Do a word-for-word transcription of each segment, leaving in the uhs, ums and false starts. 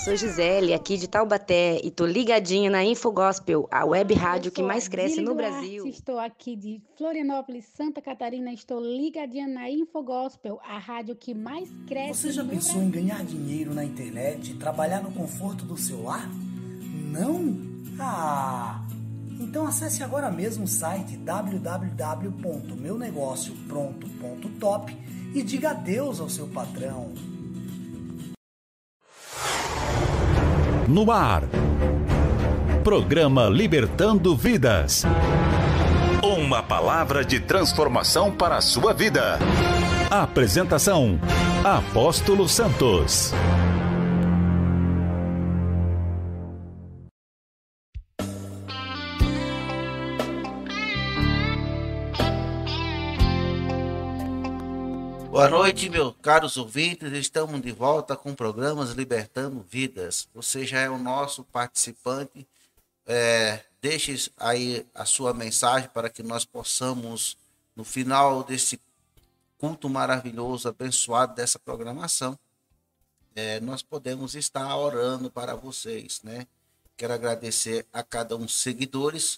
sou Gisele, aqui de Taubaté, e tô ligadinha na Infogospel, a web rádio Eu que sou mais cresce Adília no Duarte, Brasil. estou aqui de Florianópolis, Santa Catarina, estou ligadinha na Infogospel, a rádio que mais cresce Você já no pensou em Brasil. ganhar dinheiro na internet e trabalhar no conforto do seu lar? Não? Ah! Então acesse agora mesmo o site w w w ponto meu negócio pronto ponto top e diga adeus ao seu patrão. No ar, programa Libertando Vidas. Uma palavra de transformação para a sua vida. Apresentação: Apóstolo Santos. Boa noite, meus caros ouvintes. Estamos de volta com programas Libertando Vidas. Você já é o nosso participante. É, deixe aí a sua mensagem para que nós possamos, no final desse culto maravilhoso, abençoado dessa programação, é, nós podemos estar orando para vocês, né? Quero agradecer a cada um dos seguidores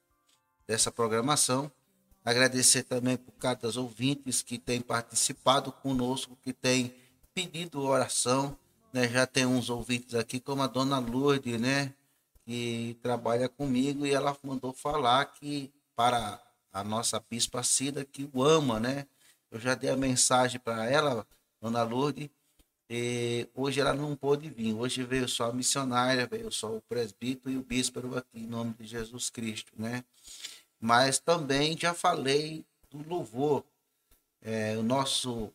dessa programação. Agradecer também por cada ouvintes que tem participado conosco, que tem pedido oração, né? Já tem uns ouvintes aqui, como a dona Lourdes, né? Que trabalha comigo, e ela mandou falar que para a nossa bispa Cida, que o ama, né? Eu já dei a mensagem para ela, dona Lourdes, e hoje ela não pôde vir. Hoje veio só a missionária, veio só o presbítero e o bispo aqui, em nome de Jesus Cristo, né? Mas também já falei do louvor. É, o nosso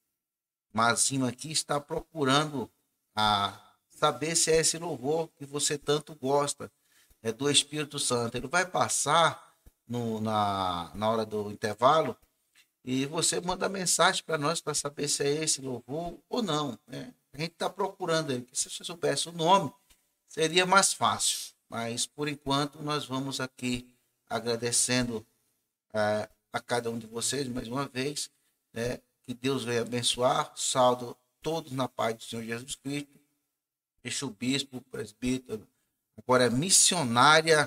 Mazinho aqui está procurando a saber se é esse louvor que você tanto gosta, é do Espírito Santo. Ele vai passar no, na, na hora do intervalo e você manda mensagem para nós para saber se é esse louvor ou não, né? A gente está procurando ele, que se você soubesse o nome, seria mais fácil. Mas, por enquanto, nós vamos aqui agradecendo uh, a cada um de vocês mais uma vez, né? Que Deus venha abençoar. Saldo todos na paz do Senhor Jesus Cristo. Deixa o bispo, o presbítero, agora é missionária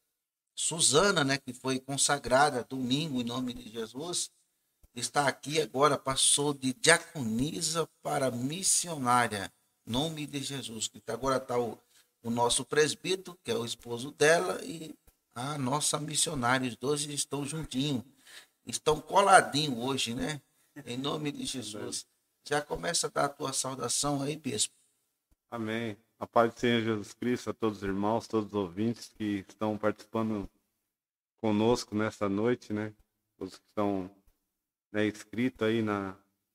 Suzana, né? Que foi consagrada domingo em nome de Jesus. Está aqui agora, passou de diaconisa para missionária, em nome de Jesus. Agora está o, o nosso presbítero, que é o esposo dela, e a nossa missionária, os dois estão juntinhos, estão coladinhos hoje, né? Em nome de Jesus. Já começa a dar a tua saudação aí, bispo. Amém. A paz do Senhor Jesus Cristo a todos os irmãos, todos os ouvintes que estão participando conosco nessa noite, né? Os que estão, né, inscritos aí na,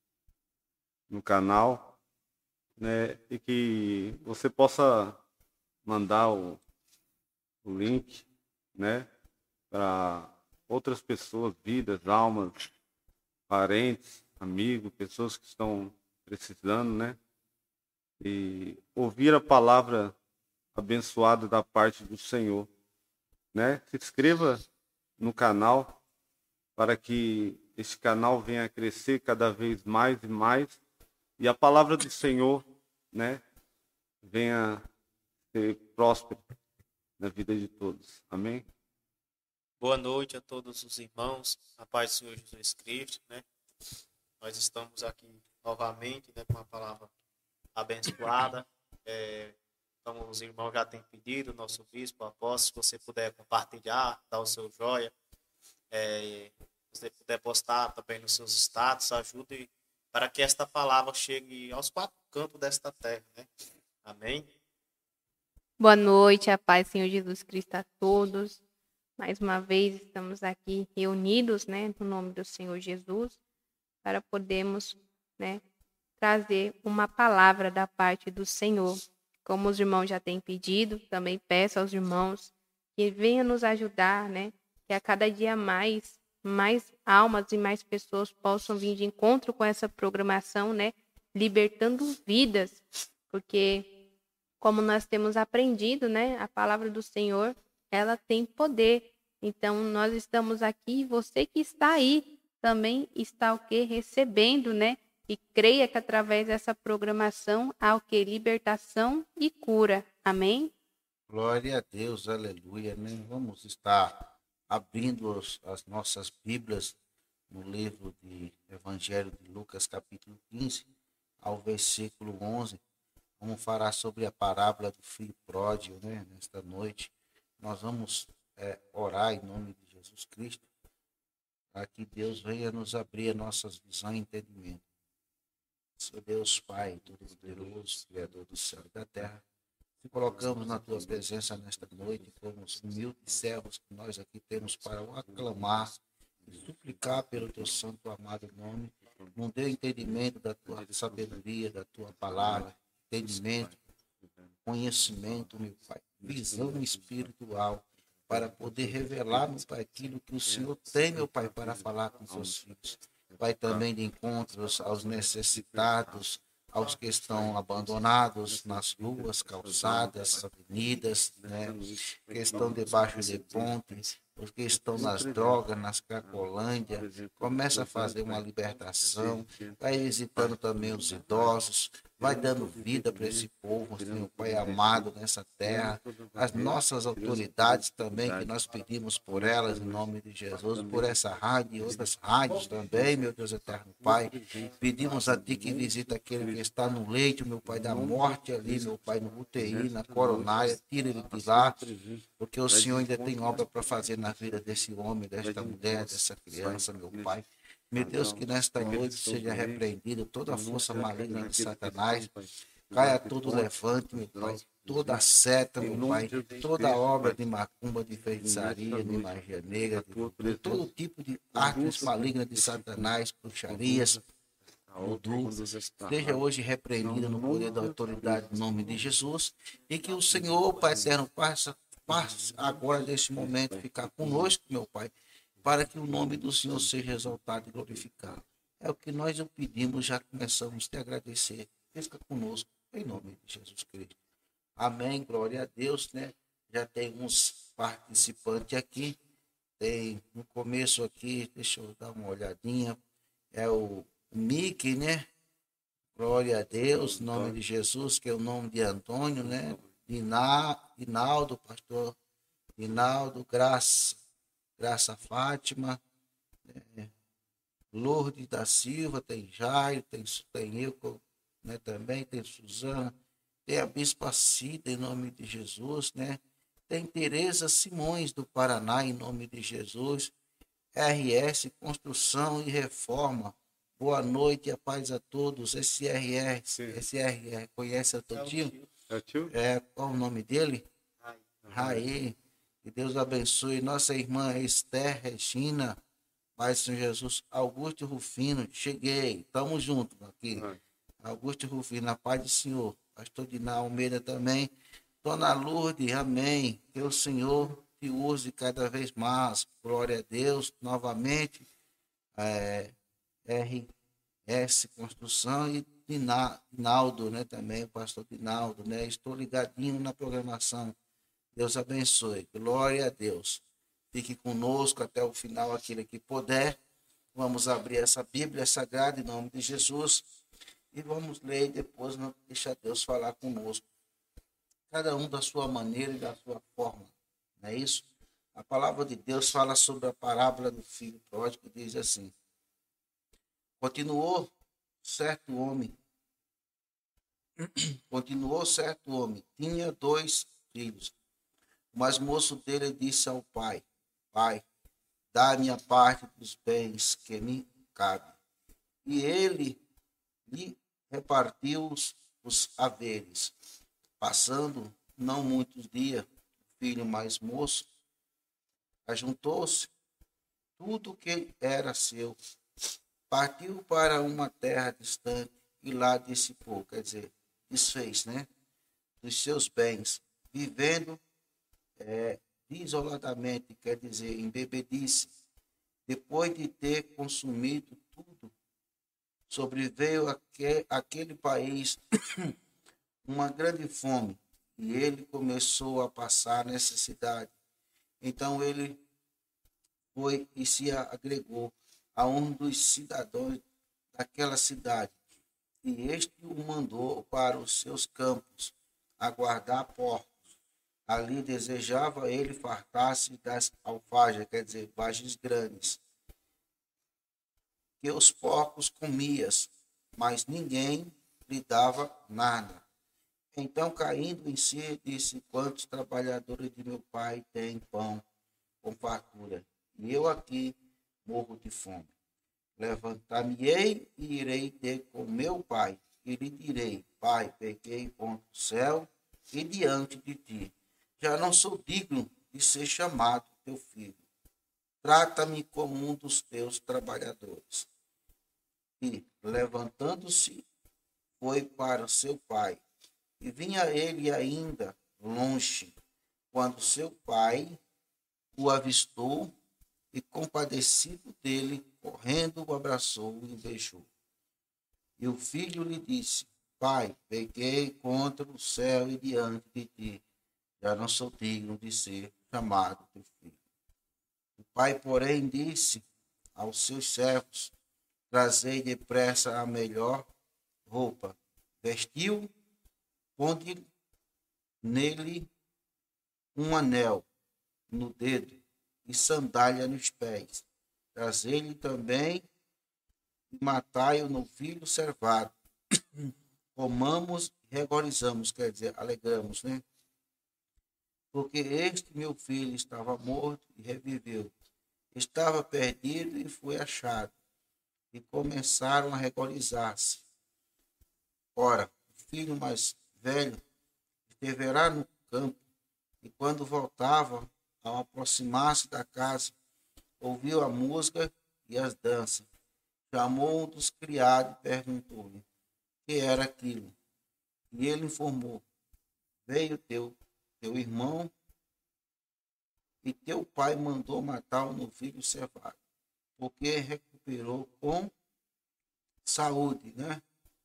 no canal, né? E que você possa mandar o, o link, né, para outras pessoas, vidas, almas, parentes, amigos, pessoas que estão precisando, né, e ouvir a palavra abençoada da parte do Senhor, né? Se inscreva no canal para que este canal venha a crescer cada vez mais e mais e a palavra do Senhor, né, venha ser próspera na vida de todos. Amém? Boa noite a todos os irmãos, a paz do Senhor Jesus Cristo, né? Nós estamos aqui novamente, né, com a palavra abençoada. É, então, os irmãos já têm pedido, nosso bispo, apóstolo, se você puder compartilhar, dar o seu joia, é, se você puder postar também nos seus status, ajude para que esta palavra chegue aos quatro cantos desta terra, né? Amém? Boa noite, a paz do Senhor Jesus Cristo a todos. Mais uma vez estamos aqui reunidos, né, no nome do Senhor Jesus, para podermos, né, trazer uma palavra da parte do Senhor. Como os irmãos já têm pedido, também peço aos irmãos que venham nos ajudar, né, que a cada dia mais, mais almas e mais pessoas possam vir de encontro com essa programação, né, libertando vidas, porque como nós temos aprendido, né, a palavra do Senhor, ela tem poder. Então, nós estamos aqui, você que está aí, também está o quê? Recebendo, né, e creia que através dessa programação há o que? Libertação e cura. Amém? Glória a Deus, aleluia, né? Vamos estar abrindo as, as nossas Bíblias no livro de Evangelho de Lucas, capítulo quinze, ao versículo onze. Vamos falar sobre a parábola do filho pródigo, né? Nesta noite, nós vamos é, orar em nome de Jesus Cristo, para que Deus venha nos abrir as nossas visões e entendimento. Senhor Deus, Pai, Todo-Poderoso, Criador do céu e da terra, te colocamos na tua presença nesta noite, como os humildes servos que nós aqui temos para o aclamar e suplicar pelo teu santo amado nome, nos dê entendimento da tua sabedoria, da tua palavra, entendimento, conhecimento, meu Pai, visão espiritual, para poder revelar, meu Pai, aquilo que o Senhor tem, meu Pai, para falar com os seus filhos. Vai também de encontros aos necessitados, aos que estão abandonados nas ruas, calçadas, avenidas, né? Que estão debaixo de pontes, os que estão nas drogas, nas cracolândias. Começa a fazer uma libertação, vai visitando também os idosos, vai dando vida para esse povo, meu Pai amado, nessa terra. As nossas autoridades também, que nós pedimos por elas, em nome de Jesus, por essa rádio e outras rádios também, meu Deus eterno Pai. Pedimos a Ti que visita aquele que está no leito, meu Pai, da morte ali, meu Pai, no U T I, na coronária, tira ele de lá, porque o Senhor ainda tem obra para fazer na vida desse homem, desta mulher, dessa criança, meu Pai. Meu Deus, que nesta noite seja repreendida toda a força maligna de Satanás, caia todo levante, meu Pai, toda seta, meu Pai, toda obra de macumba, de feitiçaria, de magia negra, de todo tipo de artes malignas de Satanás, bruxarias, voodoo, seja hoje repreendida no poder da autoridade, em nome de Jesus, e que o Senhor, Pai eterno, passe, passe agora, neste momento, ficar conosco, meu Pai, para que o nome do Senhor seja exaltado e glorificado. É o que nós o pedimos, já começamos a te agradecer. Fica conosco, em nome de Jesus Cristo. Amém, glória a Deus, né? Já tem uns participantes aqui. Tem no começo aqui, deixa eu dar uma olhadinha, é o Mickey, né? Glória a Deus, em nome de Jesus, que é o nome de Antônio, né? Iná, Inaldo, pastor Inaldo, Graça. Graça Fátima, é, Lourdes da Silva, tem Jairo, tem, tem eu, né, também, tem Suzana, tem a Bispa Cida, em nome de Jesus, né? Tem Tereza Simões, do Paraná, em nome de Jesus, R S, Construção e Reforma, boa noite e a paz a todos, esse R S, esse R S, conhece o teu tio? É o tio? É, qual o nome dele? Raí. Que Deus abençoe nossa irmã Esther Regina, Pai do Senhor Jesus, Augusto Rufino, cheguei, estamos juntos aqui. Uhum. Augusto Rufino, na paz do Senhor. Pastor Diná Almeida também. Dona Lourdes, amém. Que o Senhor te use cada vez mais. Glória a Deus, novamente. É, R S Construção e Dinaldo, né, também, o pastor Dinaldo, né? Estou ligadinho na programação. Deus abençoe. Glória a Deus. Fique conosco até o final, aquele que puder. Vamos abrir essa Bíblia Sagrada em nome de Jesus. E vamos ler e depois não deixar Deus falar conosco. Cada um da sua maneira e da sua forma. Não é isso? A palavra de Deus fala sobre a parábola do filho pródigo e diz assim. Continuou certo homem. Continuou certo homem. Tinha dois filhos. Mas moço dele disse ao pai, pai, dá-me a parte dos bens que me cabe. E ele lhe repartiu os, os haveres. Passando não muitos dias, o filho mais moço ajuntou-se tudo que era seu. Partiu para uma terra distante e lá dissipou, quer dizer, desfez, né? Dos seus bens, vivendo É, isoladamente, quer dizer, embebedice, depois de ter consumido tudo, sobreveio aquele, aquele país uma grande fome, e ele começou a passar necessidade. Então ele foi e se agregou a um dos cidadãos daquela cidade, e este o mandou para os seus campos, a guardar porcos. Ali desejava ele fartar-se das alfajes, quer dizer, vagens grandes, que os porcos comias, mas ninguém lhe dava nada. Então, caindo em si, disse: quantos trabalhadores de meu pai têm pão com fartura, e eu aqui morro de fome. Levantar-me-ei e irei ter com meu pai, e lhe direi: Pai, pequei contra o céu e diante de ti. Já não sou digno de ser chamado teu filho. Trata-me como um dos teus trabalhadores. E, levantando-se, foi para seu pai. E vinha ele ainda longe, quando seu pai o avistou e, compadecido dele, correndo, o abraçou e beijou. E o filho lhe disse: Pai, pequei contra o céu e diante de ti. Já não sou digno de ser chamado teu filho. O pai, porém, disse aos seus servos: trazei depressa a melhor roupa. Vestiu, ponde nele um anel no dedo e sandália nos pés. Trazei-lhe também e matai o novilho cevado. Comamos e regorizamos, quer dizer, alegramos, né? Porque este meu filho estava morto e reviveu. Estava perdido e foi achado. E começaram a regozijizar-se. Ora, o filho mais velho estiverá no campo, e quando voltava, ao aproximar-se da casa, ouviu a música e as danças. Chamou um dos criados e perguntou-lhe que era aquilo. E ele informou: veio teu, teu irmão e teu pai mandou matar o novilho cevado, porque recuperou com saúde, né?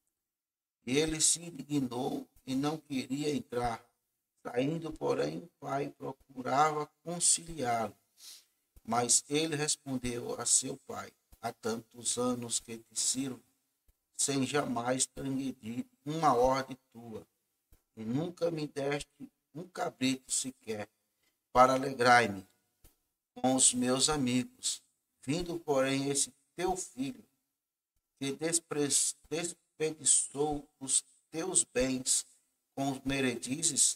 E ele se indignou e não queria entrar. Saindo, porém, o pai procurava conciliá-lo. Mas ele respondeu a seu pai: há tantos anos que te sirvo, sem jamais transgredir uma ordem tua, e nunca me deste um cabrito sequer, para alegrar-me com os meus amigos. Vindo, porém, esse teu filho, que despre- desperdiçou os teus bens com os meretizes,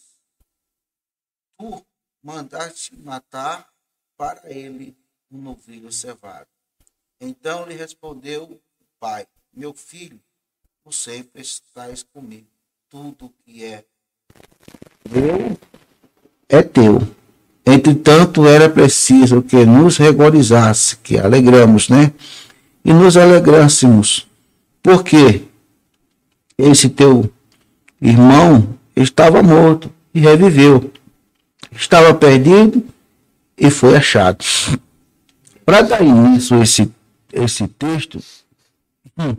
tu mandaste matar para ele um novilho cevado. Então lhe respondeu o pai: meu filho, tu sempre estás comigo. Tudo que é meu é teu. Entretanto, era preciso que nos regozijásemos, que alegramos, né? E nos alegrássemos, porque esse teu irmão estava morto e reviveu. Estava perdido e foi achado. Para dar início a esse, esse texto, hum,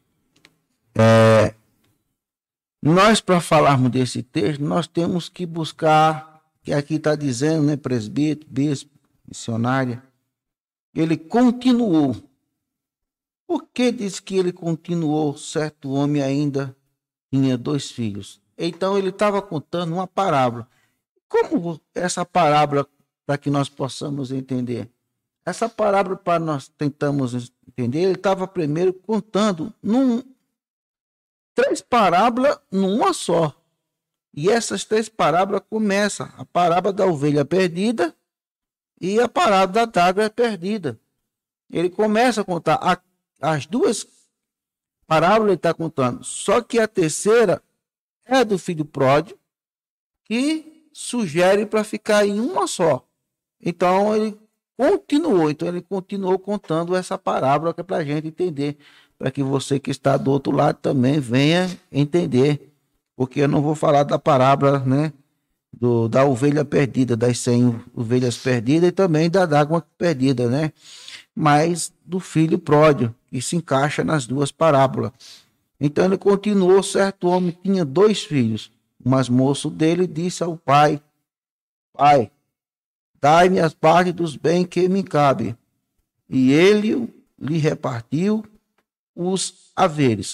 é, nós, para falarmos desse texto, nós temos que buscar, que aqui está dizendo, né, presbítero, bispo, missionária, ele continuou. Por que diz que ele continuou? Certo homem ainda tinha dois filhos. Então ele estava contando uma parábola. Como essa parábola, para que nós possamos entender? Essa parábola, para nós tentamos entender, ele estava primeiro contando num, três parábolas numa só. E essas três parábolas começam: a parábola da ovelha perdida e a parábola da água perdida. Ele começa a contar a, as duas parábolas, ele está contando. Só que a terceira é do filho pródigo, que sugere para ficar em uma só. Então ele continuou, então ele continuou contando essa parábola, que é para a gente entender, para que você que está do outro lado também venha entender, porque eu não vou falar da parábola, né, do, da ovelha perdida, das cem ovelhas perdidas, e também da água perdida, né, mas do filho pródigo, que se encaixa nas duas parábolas. Então ele continuou: certo homem tinha dois filhos, mas moço dele disse ao pai: pai, dai-me as partes dos bens que me cabe. E ele lhe repartiu os haveres.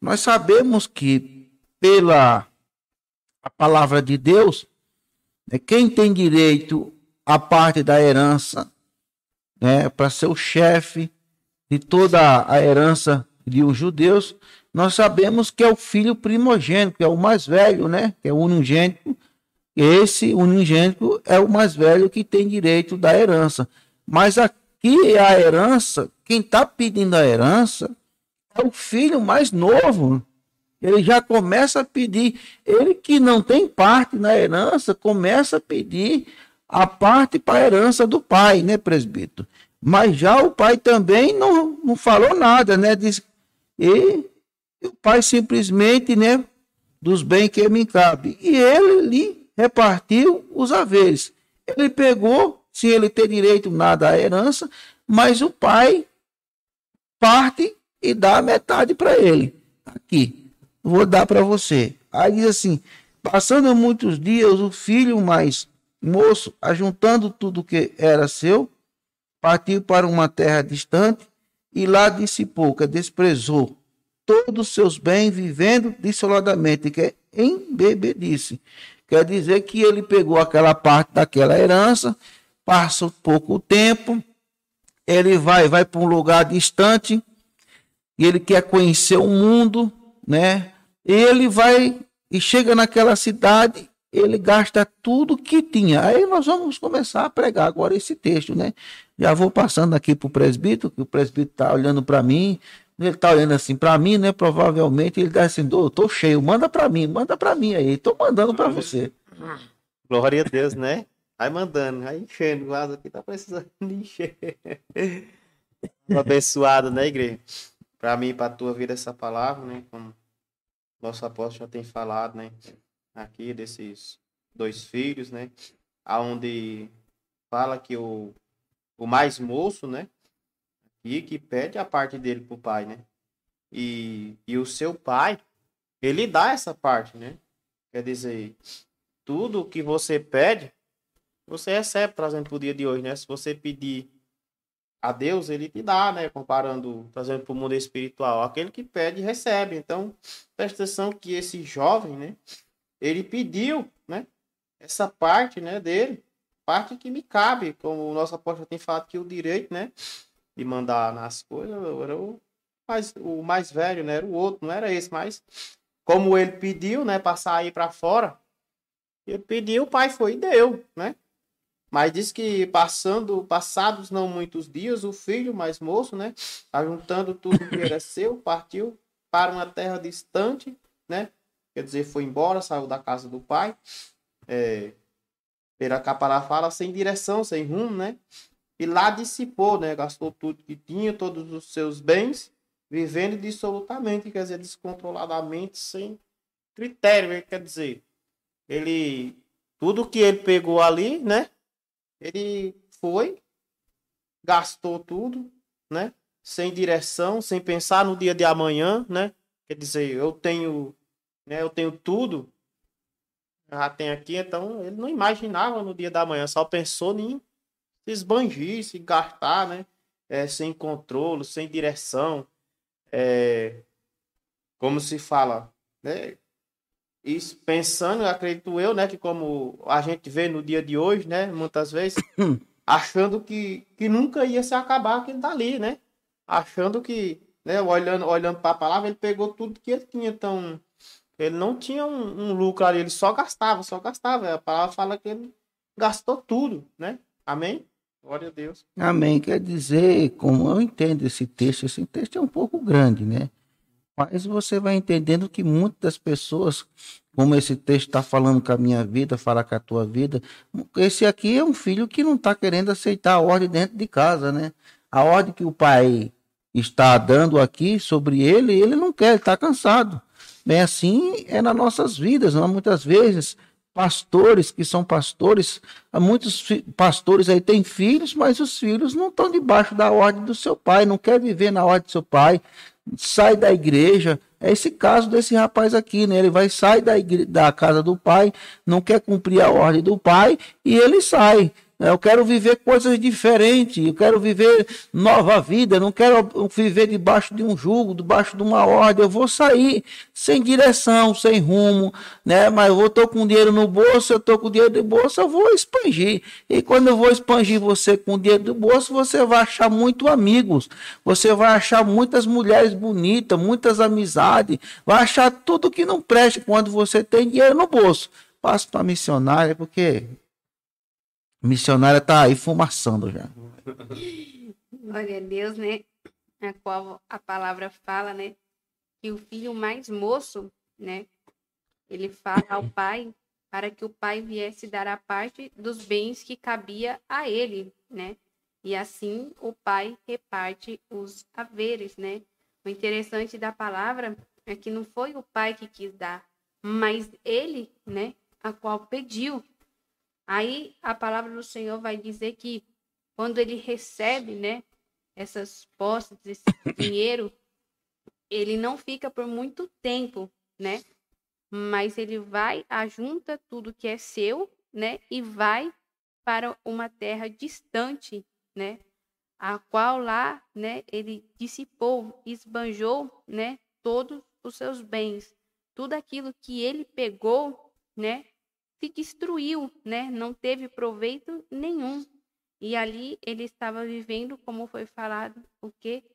Nós sabemos que, pela a palavra de Deus, né, quem tem direito à parte da herança, né, para ser o chefe de toda a herança de os judeus, nós sabemos que é o filho primogênito, que é o mais velho, né, que é o unigênito. Esse unigênito é o mais velho que tem direito da herança. Mas aqui a herança, quem está pedindo a herança é o filho mais novo. Ele já começa a pedir. Ele que não tem parte na herança, começa a pedir a parte para a herança do pai, né, presbítero? Mas já o pai também não, não falou nada, né? Diz, e o pai simplesmente, né, dos bens que me cabe. E ele lhe repartiu os haveres. Ele pegou, se ele tem direito nada à herança, mas o pai parte e dá a metade para ele. Aqui, vou dar para você. Aí diz assim, passando muitos dias, o filho mais moço, ajuntando tudo que era seu, partiu para uma terra distante e lá dissipou, que desprezou todos os seus bens, vivendo dissoladamente, que é embebedice. Quer dizer que ele pegou aquela parte daquela herança, passa pouco tempo, ele vai, vai para um lugar distante, e ele quer conhecer o mundo, né? Ele vai e chega naquela cidade, ele gasta tudo que tinha. Aí nós vamos começar a pregar agora esse texto, né? Já vou passando aqui para o presbítero, que o presbítero está olhando para mim, ele está olhando assim para mim, né? Provavelmente ele está assim, eu estou cheio, manda para mim, manda para mim aí, estou mandando para você. Glória a Deus, né? Vai mandando, vai enchendo, o vaso aqui tá precisando de encher. Abençoado, né, igreja? Para mim e para a tua vida essa palavra, né? Como nosso apóstolo já tem falado, né? Aqui desses dois filhos, né? Aonde fala que o, o mais moço, né? E que pede a parte dele pro pai, né? E, e o seu pai, ele dá essa parte, né? Quer dizer, tudo que você pede, você recebe, trazendo pro dia de hoje, né? Se você pedir a Deus, ele te dá, né? Comparando, trazendo pro mundo espiritual. Aquele que pede, recebe. Então, presta atenção que esse jovem, né? Ele pediu, né? Essa parte, né? Dele. Parte que me cabe. Como o nosso apóstolo tem falado que o direito, né? De mandar nas coisas, era o mais, o mais velho, né? Era o outro, não era esse, mas como ele pediu, né? Para sair para fora, ele pediu, o pai foi e deu, né? Mas diz que passando, passados não muitos dias, o filho mais moço, né? Ajuntando tudo que era seu, partiu para uma terra distante, né? Quer dizer, foi embora, saiu da casa do pai. É, pela que a palavra fala, sem direção, sem rumo, né? E lá dissipou, né? Gastou tudo que tinha, todos os seus bens, vivendo dissolutamente, quer dizer, descontroladamente, sem critério, quer dizer, ele, tudo que ele pegou ali, né? Ele foi, gastou tudo, né? Sem direção, sem pensar no dia de amanhã, né? Quer dizer, eu tenho, né? Eu tenho tudo, já tenho aqui, então ele não imaginava no dia da manhã, só pensou em se esbangir, se gastar, né? É, sem controle, sem direção. É, como se fala, né? Isso pensando, acredito eu, né? Que como a gente vê no dia de hoje, né? Muitas vezes, achando que, que nunca ia se acabar aquilo dali, né? Achando que, né? Olhando, olhando para a palavra, ele pegou tudo que ele tinha. Então, ele não tinha um, um lucro ali, ele só gastava, só gastava. A palavra fala que ele gastou tudo, né? Amém? Glória a Deus. Amém. Quer dizer, como eu entendo esse texto, esse texto é um pouco grande, né? Mas você vai entendendo que muitas pessoas, como esse texto está falando com a minha vida, fala com a tua vida, esse aqui é um filho que não está querendo aceitar a ordem dentro de casa, né? A ordem que o pai está dando aqui sobre ele, ele não quer, ele está cansado. Bem assim é nas nossas vidas, não? Muitas vezes pastores que são pastores, muitos pastores aí têm filhos, mas os filhos não estão debaixo da ordem do seu pai, não quer viver na ordem do seu pai, sai da igreja. É esse caso desse rapaz aqui, né? Ele vai sair da, igre... da casa do pai, não quer cumprir a ordem do pai e ele sai. Eu quero viver coisas diferentes, eu quero viver nova vida, não quero viver debaixo de um jugo, debaixo de uma ordem. Eu vou sair sem direção, sem rumo, né? Mas eu estou com dinheiro no bolso, eu estou com dinheiro no bolso, eu vou expandir. E quando eu vou expandir você com dinheiro no bolso, você vai achar muitos amigos, você vai achar muitas mulheres bonitas, muitas amizades, vai achar tudo que não presta quando você tem dinheiro no bolso. Passo para missionária, porque missionária tá aí fumaçando já. Glória a Deus, né? A qual a palavra fala, né? Que o filho mais moço, né? Ele fala ao pai para que o pai viesse dar a parte dos bens que cabia a ele, né? E assim o pai reparte os haveres, né? O interessante da palavra é que não foi o pai que quis dar, mas ele, né? A qual pediu. Aí a palavra do Senhor vai dizer que quando ele recebe, né, essas posses, esse dinheiro, ele não fica por muito tempo, né? Mas ele vai, ajunta tudo que é seu, né, e vai para uma terra distante, né, a qual lá, né, ele dissipou, esbanjou, né, todos os seus bens, tudo aquilo que ele pegou, né, se destruiu, né? Não teve proveito nenhum. E ali ele estava vivendo, como foi falado, o quê?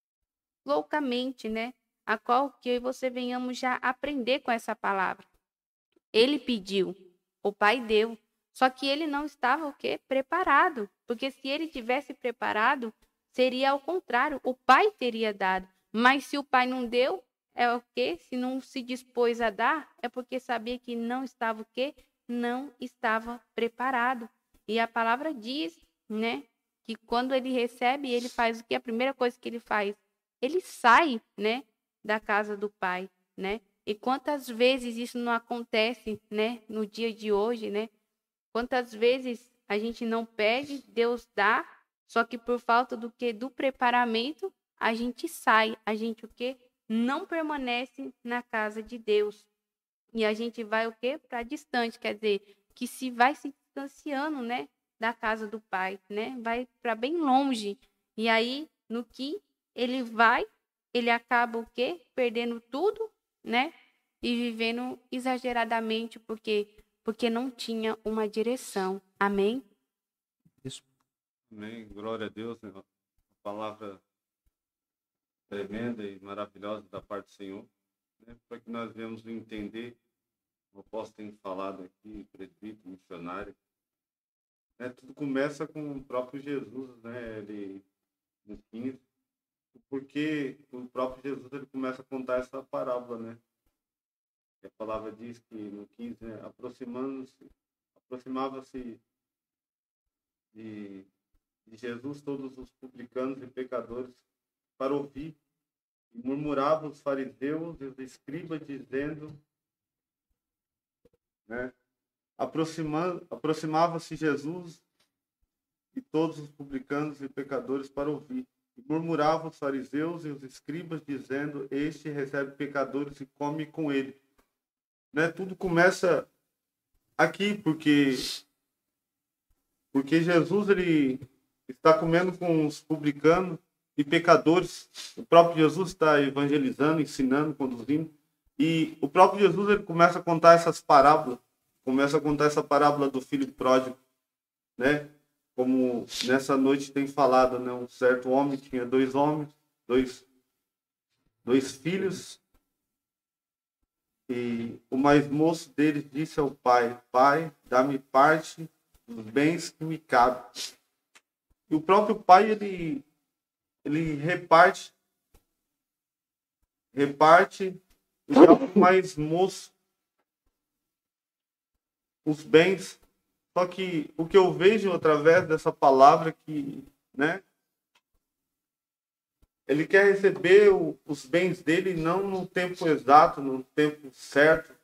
Loucamente, né? A qual que você venhamos já aprender com essa palavra. Ele pediu, o pai deu, só que ele não estava o quê? Preparado, porque se ele tivesse preparado, seria ao contrário, o pai teria dado. Mas se o pai não deu, é o quê? Se não se dispôs a dar, é porque sabia que não estava o quê? Não estava preparado. E a palavra diz, né, que quando ele recebe, ele faz o que? A primeira coisa que ele faz, ele sai, né, da casa do pai, né? E quantas vezes isso não acontece, né, no dia de hoje, né? Quantas vezes a gente não pede, Deus dá, só que por falta do que? Do preparamento, a gente sai, a gente o quê? Não permanece na casa de Deus. E a gente vai o quê? Para distante, quer dizer, que se vai se distanciando, né, da casa do pai, né? Vai para bem longe. E aí, no que ele vai, ele acaba o quê? Perdendo tudo, né? E vivendo exageradamente, porque porque não tinha uma direção. Amém? Isso. Amém. Glória a Deus, né? A palavra tremenda e maravilhosa da parte do Senhor, né? Para que nós venhamos entender. Eu posso ter falado aqui, presbítero, missionário. É, tudo começa com o próprio Jesus, né? Ele, no quinze, porque o próprio Jesus ele começa a contar essa parábola, né? A palavra diz que no quinze, né, aproximando-se, aproximava-se de, de Jesus todos os publicanos e pecadores para ouvir, e murmuravam os fariseus e os escribas dizendo, né? Aproximando, aproximava-se Jesus e todos os publicanos e pecadores para ouvir. E murmuravam os fariseus e os escribas, dizendo, este recebe pecadores e come com ele. Né? Tudo começa aqui, porque, porque Jesus ele está comendo com os publicanos e pecadores. O próprio Jesus está evangelizando, ensinando, conduzindo. E o próprio Jesus ele começa a contar essas parábolas, começa a contar essa parábola do filho pródigo, né? Como nessa noite tem falado, né? Um certo homem tinha dois homens, dois, dois filhos, e o mais moço deles disse ao pai, pai, dá-me parte dos bens que me cabem. E o próprio pai, ele, ele reparte, reparte o mais moço os bens. Só que o que eu vejo através dessa palavra que, né, ele quer receber o, os bens dele não no tempo exato, no tempo certo.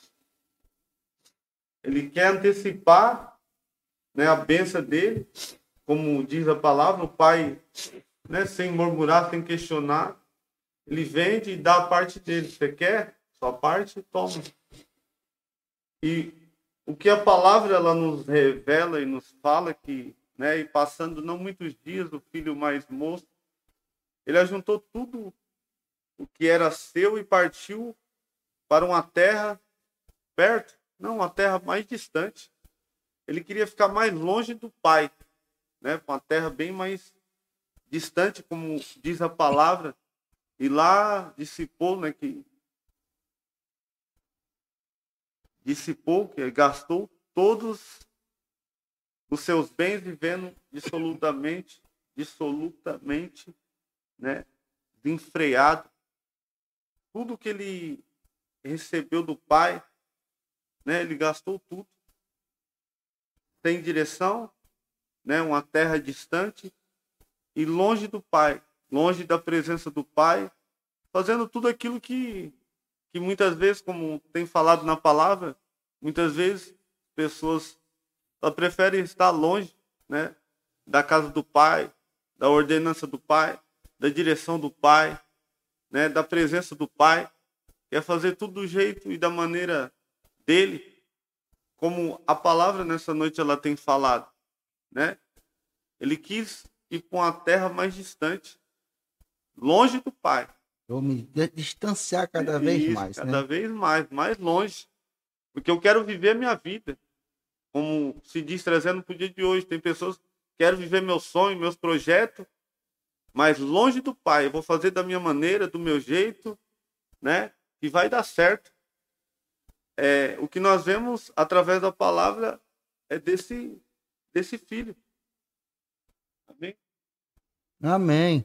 Ele quer antecipar, né, a bênção dele, como diz a palavra, o pai, né, sem murmurar, sem questionar, ele vende e dá a parte dele. Você quer? Sua parte? Toma. E o que a palavra ela nos revela e nos fala que, né, e passando não muitos dias, o filho mais moço, ele ajuntou tudo o que era seu e partiu para uma terra perto, não, uma terra mais distante. Ele queria ficar mais longe do pai, né, uma terra bem mais distante, como diz a palavra, e lá dissipou, né, que dissipou, que gastou todos os seus bens vivendo dissolutamente, dissolutamente, né, desenfreado. Tudo que ele recebeu do pai, né, ele gastou tudo. Sem direção, né, uma terra distante e longe do pai, longe da presença do pai, fazendo tudo aquilo que, que muitas vezes, como tem falado na palavra, muitas vezes pessoas só preferem estar longe, né, da casa do pai, da ordenança do pai, da direção do pai, né, da presença do pai, quer fazer tudo do jeito e da maneira dele, como a palavra nessa noite ela tem falado, né? Ele quis ir para uma terra mais distante, longe do pai. Vou me distanciar cada vez Isso, mais, cada né? vez mais, mais longe, porque eu quero viver a minha vida, como se diz, trazendo para o dia de hoje. Tem pessoas que querem viver meu sonho, meus projetos, mas longe do pai. Eu vou fazer da minha maneira, do meu jeito, né? E vai dar certo. É, o que nós vemos através da palavra é desse, desse filho. Amém? Amém.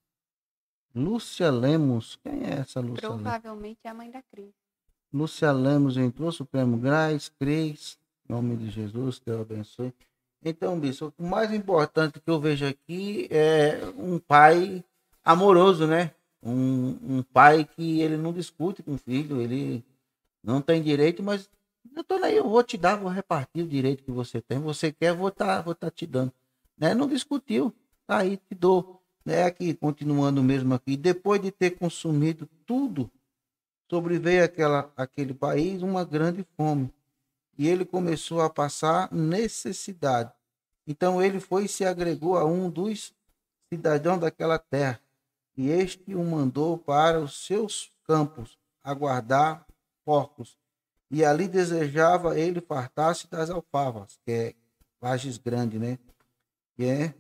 Lúcia Lemos. Quem é essa Lúcia Lemos? Provavelmente é a mãe da Cris. Lúcia Lemos entrou, Supremo Graz, Cris, em nome de Jesus, Deus abençoe. Então, bispo, o mais importante que eu vejo aqui é um pai amoroso, né? Um, um pai que ele não discute com o filho, ele não tem direito, mas eu tô aí, eu vou te dar, vou repartir o direito que você tem. Você quer, vou estar vou tá te dando. Né? Não discutiu, tá aí, te dou. Né? Aqui, continuando mesmo aqui, depois de ter consumido tudo, sobreveio aquela, aquele país uma grande fome. E ele começou a passar necessidade. Então ele foi e se agregou a um dos cidadãos daquela terra. E este o mandou para os seus campos a guardar porcos. E ali desejava ele fartar-se das alfavas, que é vagens grandes, né? Que é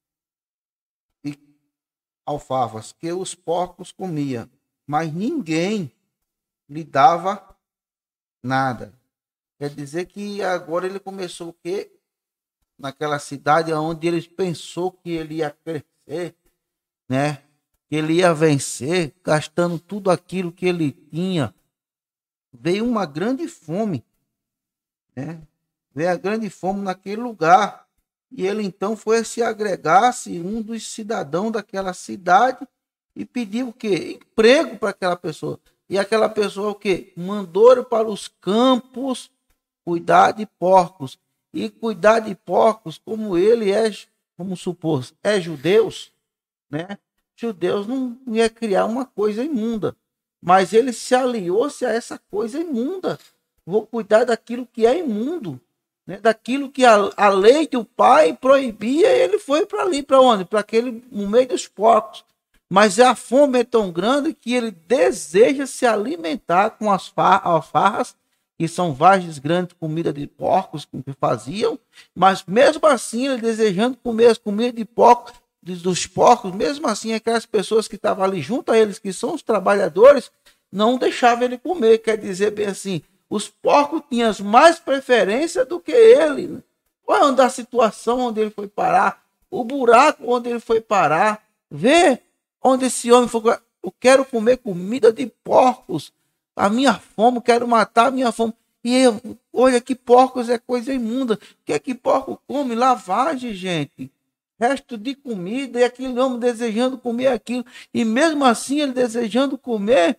e alfavas, que os porcos comiam. Mas ninguém lhe dava nada. Quer dizer que agora ele começou o quê? Naquela cidade onde ele pensou que ele ia crescer, né? Que ele ia vencer, gastando tudo aquilo que ele tinha. Veio uma grande fome, né? Veio a grande fome naquele lugar. E ele então foi se agregar-se um dos cidadãos daquela cidade e pediu o quê? Emprego para aquela pessoa. E aquela pessoa o quê? Mandou para os campos cuidar de porcos. E cuidar de porcos, como ele é, vamos supor, é judeus, né? Judeus não ia criar uma coisa imunda, mas ele se aliou-se a essa coisa imunda. Vou cuidar daquilo que é imundo, né? Daquilo que a, a lei do pai proibia, ele foi para ali, para onde? Para aquele, no meio dos porcos. Mas a fome é tão grande que ele deseja se alimentar com as alfarras, que são vagens grandes, comida de porcos que faziam, mas mesmo assim ele desejando comer as comidas de porcos, dos porcos, mesmo assim aquelas pessoas que estavam ali junto a eles, que são os trabalhadores, não deixavam ele comer. Quer dizer bem assim, os porcos tinham mais preferência do que ele. Olha a situação onde ele foi parar, o buraco onde ele foi parar, vê onde esse homem foi. Eu quero comer comida de porcos, a minha fome, quero matar a minha fome. E eu, olha que porcos é coisa imunda. O que é que porco come? Lavagem, gente. Resto de comida, e aquele homem desejando comer aquilo. E mesmo assim, ele desejando comer,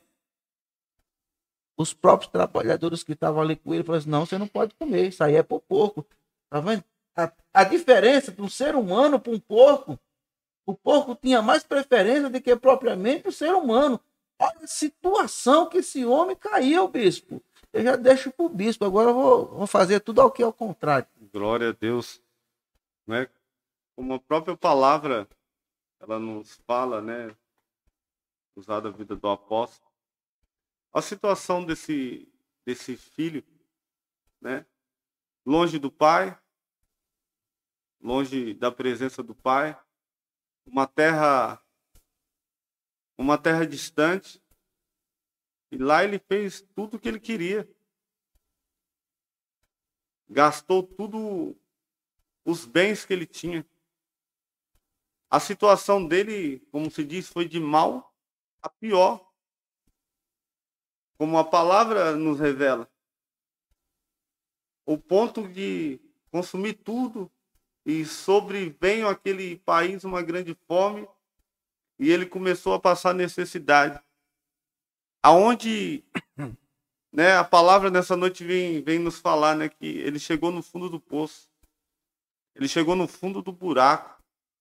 os próprios trabalhadores que estavam ali com ele falaram assim, não, você não pode comer, isso aí é para o porco. Tá vendo? A, a diferença de um ser humano para um porco, o porco tinha mais preferência do que propriamente o ser humano. Olha a situação que esse homem caiu, bispo. eu já deixo para o bispo, agora eu vou, vou fazer tudo ao que é o contrário. Glória a Deus. Né? Como a própria palavra, ela nos fala, né? Usada a vida do apóstolo. A situação desse, desse filho, né? Longe do pai, longe da presença do pai, uma terra, uma terra distante, e lá ele fez tudo o que ele queria. Gastou tudo os bens que ele tinha. A situação dele, como se diz, foi de mal a pior. Como a palavra nos revela. O ponto de consumir tudo e sobreveio àquele país uma grande fome e ele começou a passar necessidade. Aonde, né, a palavra nessa noite vem, vem nos falar, né, que ele chegou no fundo do poço. Ele chegou no fundo do buraco.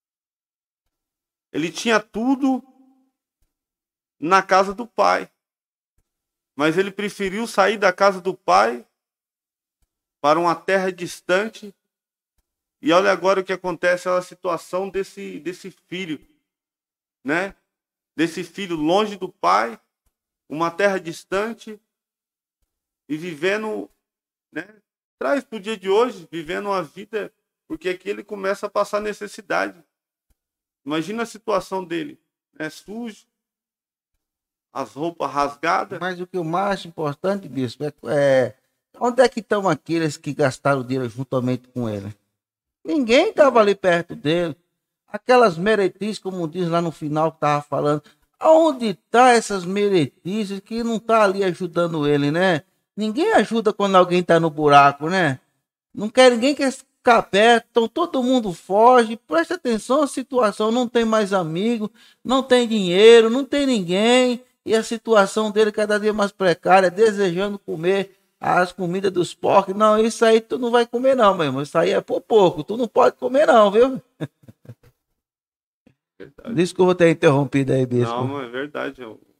Ele tinha tudo na casa do pai. Mas ele preferiu sair da casa do pai para uma terra distante. E olha agora o que acontece, a situação desse, desse filho, né? Desse filho longe do pai, uma terra distante, e vivendo, né? Traz para o dia de hoje, vivendo uma vida, porque aqui ele começa a passar necessidade. Imagina a situação dele, né? Sujo, as roupas rasgadas. Mas o que o mais importante, bispo, é, é onde é que estão aqueles que gastaram dinheiro juntamente com ele? Ninguém estava ali perto dele. Aquelas meretriz, como diz lá no final que estava falando. Aonde estão essas meretrizes que não estão ali ajudando ele, né? Ninguém ajuda quando alguém está no buraco, né? Não quer, ninguém quer ficar perto, então todo mundo foge. Presta atenção à situação, não tem mais amigo, não tem dinheiro, não tem ninguém. E a situação dele cada dia mais precária, desejando comer as comidas dos porcos. Não, isso aí tu não vai comer não, meu irmão. Isso aí é por pouco, tu não pode comer não, viu? Verdade. Desculpa ter interrompido aí, bispo. Não, é verdade.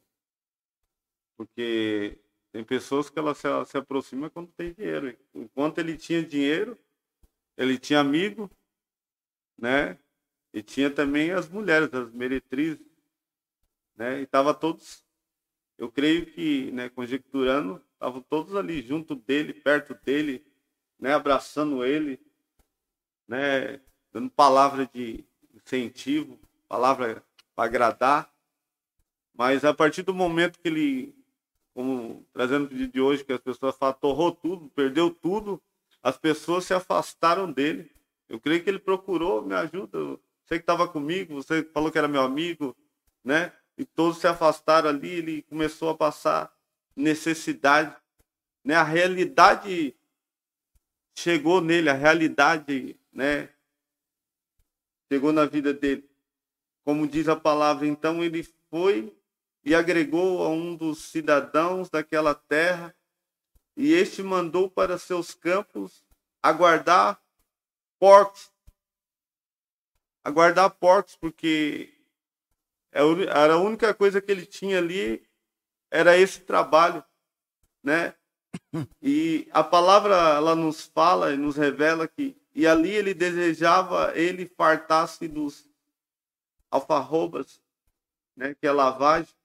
Porque tem pessoas que ela se, ela se aproxima quando tem dinheiro. Enquanto ele tinha dinheiro, ele tinha amigo, né? E tinha também as mulheres, as meretrizes, né? E tava todos, eu creio que, né, conjecturando, estavam todos ali junto dele, perto dele, né, abraçando ele, né, dando palavra de incentivo, palavra para agradar. Mas a partir do momento que ele, como trazendo o pedido de hoje, que as pessoas falam, torrou tudo, perdeu tudo, as pessoas se afastaram dele. Eu creio que ele procurou, me ajuda, você que estava comigo, você falou que era meu amigo, né? E todos se afastaram ali, ele começou a passar necessidade, né? A realidade chegou nele, a realidade, né? Chegou na vida dele. Como diz a palavra, então ele foi e agregou a um dos cidadãos daquela terra, e este mandou para seus campos aguardar porcos. Aguardar porcos, porque era a única coisa que ele tinha ali, era esse trabalho, né? E a palavra, ela nos fala e nos revela que, e ali ele desejava, ele fartasse dos alfarrobas, né? Que é lavagem,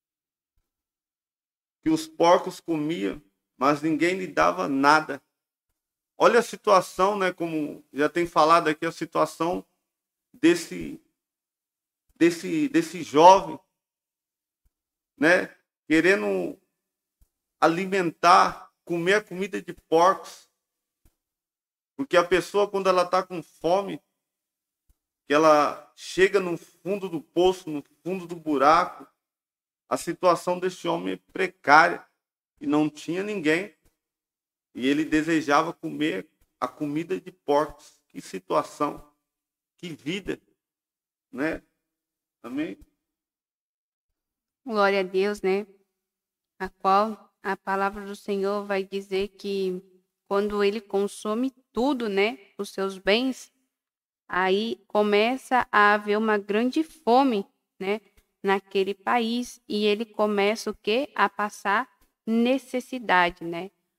que os porcos comiam, mas ninguém lhe dava nada. Olha a situação, né? Como já tem falado aqui, a situação desse desse desse jovem, né? Querendo alimentar, comer a comida de porcos. Porque a pessoa, quando ela está com fome, que ela chega no fundo do poço, no fundo do buraco, a situação deste homem é precária e não tinha ninguém. E ele desejava comer a comida de porcos. Que situação, que vida, né? Amém? Glória a Deus, né? A qual a palavra do Senhor vai dizer que quando ele consome tudo, né, os seus bens, aí começa a haver uma grande fome, né, naquele país, e ele começa o quê? A passar necessidade, né?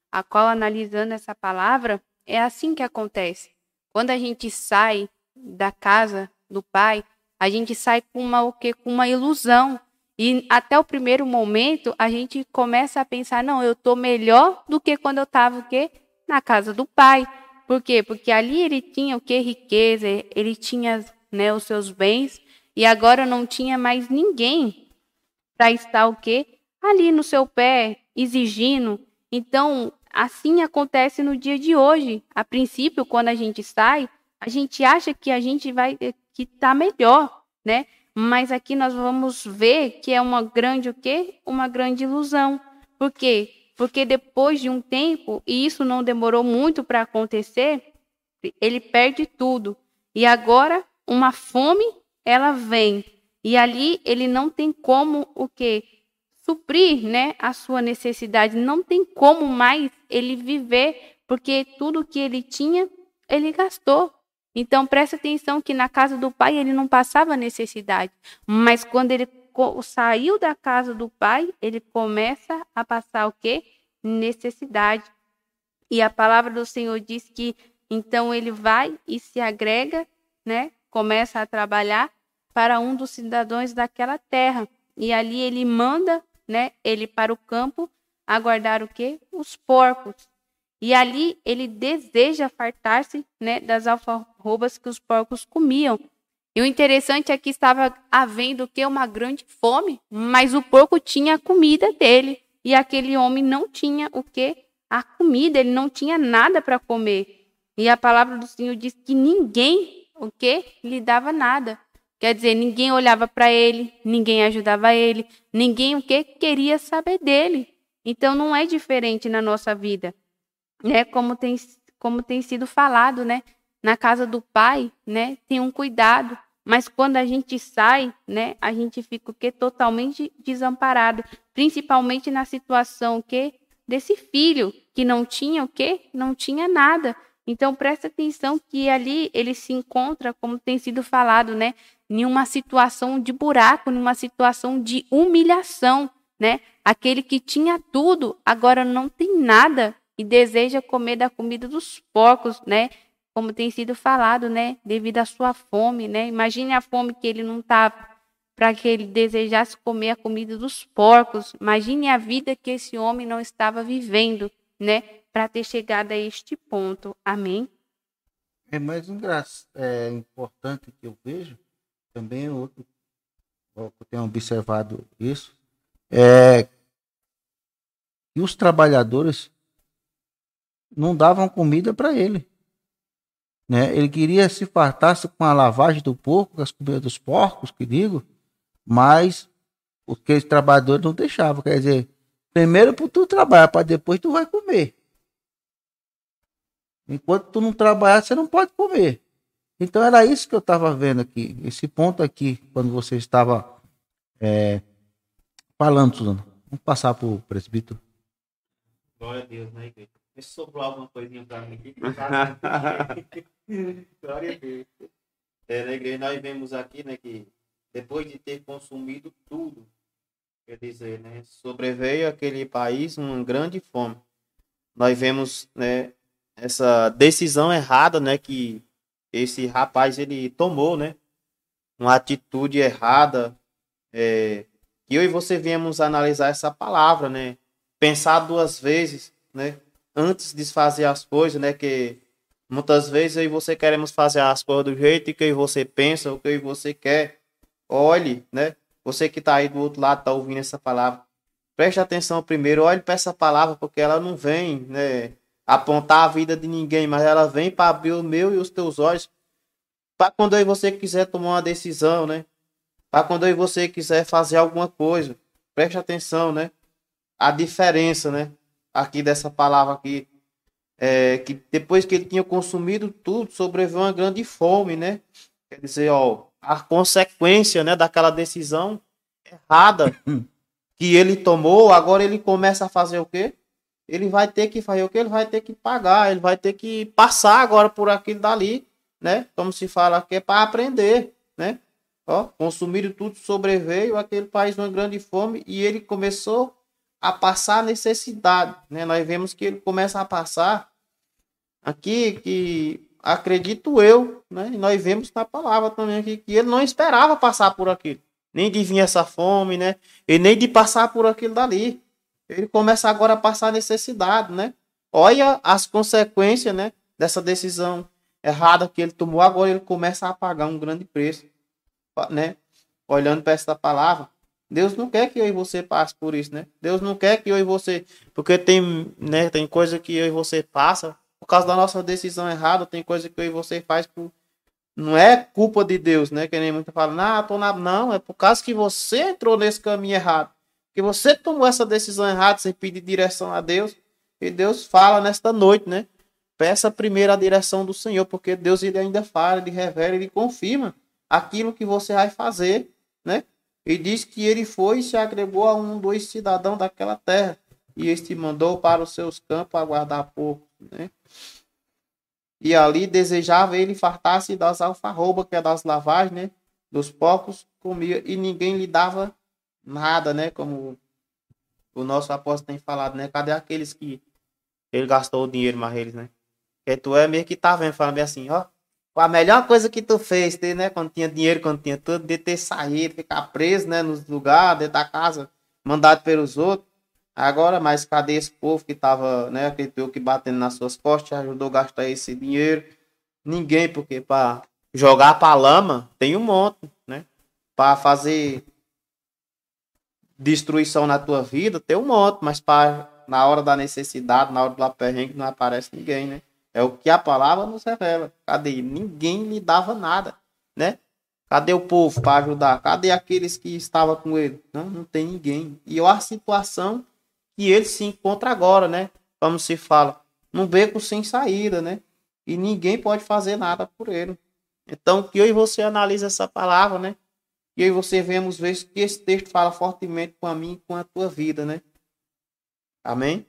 a qual, analisando essa palavra, é assim que acontece. Quando a gente sai da casa do Pai, a gente sai com uma, o quê? Com uma ilusão. E até o primeiro momento, a gente começa a pensar, não, eu estou melhor do que quando eu estava o quê? Na casa do Pai. Por quê? Porque ali ele tinha o quê? Riqueza, ele tinha, né, os seus bens, e agora não tinha mais ninguém para estar o quê? Ali no seu pé, exigindo. Então, assim acontece no dia de hoje. A princípio, quando a gente sai, a gente acha que a gente vai, que está melhor, né? Mas aqui nós vamos ver que é uma grande o quê? Uma grande ilusão. Por quê? Porque depois de um tempo, e isso não demorou muito para acontecer, ele perde tudo. E agora uma fome, ela vem. E ali ele não tem como o quê? Suprir, né, a sua necessidade. Não tem como mais ele viver, porque tudo que ele tinha, ele gastou. Então, presta atenção que na casa do pai ele não passava necessidade. Mas quando ele saiu da casa do pai, ele começa a passar o quê? Necessidade. E a palavra do Senhor diz que, então, ele vai e se agrega, né? Começa a trabalhar para um dos cidadãos daquela terra. E ali ele manda, né, ele para o campo aguardar o quê? Os porcos. E ali ele deseja fartar-se, né, das alfarrobas que os porcos comiam. E o interessante é que estava havendo o quê? Uma grande fome, mas o porco tinha a comida dele. E aquele homem não tinha o quê? A comida, ele não tinha nada para comer. E a palavra do Senhor diz que ninguém, o quê? Lhe dava nada. Quer dizer, ninguém olhava para ele, ninguém ajudava ele, ninguém o quê? Queria saber dele. Então não é diferente na nossa vida. Né, como tem, como tem sido falado, né, na casa do pai, né, tem um cuidado, mas quando a gente sai, né, a gente fica o quê? Totalmente desamparado, principalmente na situação o quê? Desse filho que não tinha o quê? Não tinha nada. Então presta atenção que ali ele se encontra, como tem sido falado, né, em uma situação de buraco, numa situação de humilhação, né? Aquele que tinha tudo agora não tem nada. E deseja comer da comida dos porcos, né? Como tem sido falado, né? Devido à sua fome, né? Imagine a fome que ele não estava para que ele desejasse comer a comida dos porcos. Imagine a vida que esse homem não estava vivendo, né? Para ter chegado a este ponto. Amém? É mais engraçado, é importante que eu vejo, também outro, eu tenho observado isso, é que os trabalhadores não davam comida para ele, né? Ele queria se fartar com a lavagem do porco, com as comidas dos porcos, que digo, mas aqueles trabalhadores não deixavam. Quer dizer, primeiro para tu trabalhar, para depois tu vai comer. Enquanto tu não trabalhar, você não pode comer. Então era isso que eu estava vendo aqui, esse ponto aqui, quando você estava é, falando, Suzana. Vamos passar para o presbítero. Glória a Deus, né, igreja? Se sobrou alguma coisinha para mim aqui. Glória a Deus. É, na igreja nós vemos aqui, né, que depois de ter consumido tudo, quer dizer, né, sobreveio aquele país uma grande fome. Nós vemos, né, essa decisão errada, né, que esse rapaz ele tomou, né, uma atitude errada, é, que eu e você viemos analisar essa palavra, né, pensar duas vezes, né, antes de fazer as coisas, né, que muitas vezes eu e você queremos fazer as coisas do jeito que você pensa, o que você quer. Olhe, né, você que está aí do outro lado, está ouvindo essa palavra, preste atenção primeiro, olhe para essa palavra, porque ela não vem, né, apontar a vida de ninguém, mas ela vem para abrir o meu e os teus olhos, para quando eu e você quiser tomar uma decisão, né, para quando eu e você quiser fazer alguma coisa. Preste atenção, né, a diferença, né, aqui dessa palavra aqui, é, que depois que ele tinha consumido tudo, sobreveio uma grande fome, né? Quer dizer, ó, a consequência, né, daquela decisão errada que ele tomou, agora ele começa a fazer o quê? Ele vai ter que fazer o quê? Ele vai ter que pagar, ele vai ter que passar agora por aquilo dali, né? Como se fala aqui, é para aprender, né? Ó, consumiram tudo, sobreveio aquele país uma grande fome e ele começou a passar necessidade, né? Nós vemos que ele começa a passar aqui, que acredito eu, né? E nós vemos na palavra também aqui, que ele não esperava passar por aquilo, nem de vir essa fome, né? E nem de passar por aquilo dali. Ele começa agora a passar necessidade, né? Olha as consequências, né, dessa decisão errada que ele tomou. Agora ele começa a pagar um grande preço, né? Olhando para essa palavra, Deus não quer que eu e você passe por isso, né? Deus não quer que eu e você, porque tem, né, tem coisa que eu e você passa por causa da nossa decisão errada, tem coisa que eu e você faz por, não é culpa de Deus, né? Que nem muita fala, não, tô na, não, é por causa que você entrou nesse caminho errado, que você tomou essa decisão errada, você pede direção a Deus. E Deus fala nesta noite, né? Peça primeiro a direção do Senhor, porque Deus ele ainda fala, ele revela, ele confirma aquilo que você vai fazer, né? E diz que ele foi e se agregou a um dos cidadãos daquela terra, e este mandou para os seus campos aguardar pouco, né? E ali desejava ele fartar-se das alfarrobas, que é das lavagens, né? Dos porcos comia, e ninguém lhe dava nada, né? Como o nosso apóstolo tem falado, né? Cadê aqueles que ele gastou o dinheiro, mas eles, né? Que tu é meio que tá vendo, falando bem assim, ó. A melhor coisa que tu fez, ter, né? Quando tinha dinheiro, quando tinha tudo, de ter saído, ficar preso, né? Nos lugares, dentro da casa, mandado pelos outros. Agora, mas cadê esse povo que tava, né? Aquele teu que batendo nas suas costas, ajudou a gastar esse dinheiro? Ninguém, porque para jogar pra lama, tem um monte, né? Para fazer destruição na tua vida, tem um monte, mas para na hora da necessidade, na hora do aperrengue, não aparece ninguém, né? É o que a palavra nos revela. Cadê? Ninguém lhe dava nada, né? Cadê o povo para ajudar? Cadê aqueles que estavam com ele? Não, não tem ninguém. E olha a situação que ele se encontra agora, né? Como se fala, num beco sem saída, né? E ninguém pode fazer nada por ele. Então, que eu e você analise essa palavra, né? E aí você vemos ver que esse texto fala fortemente com a mim e com a tua vida, né? Amém?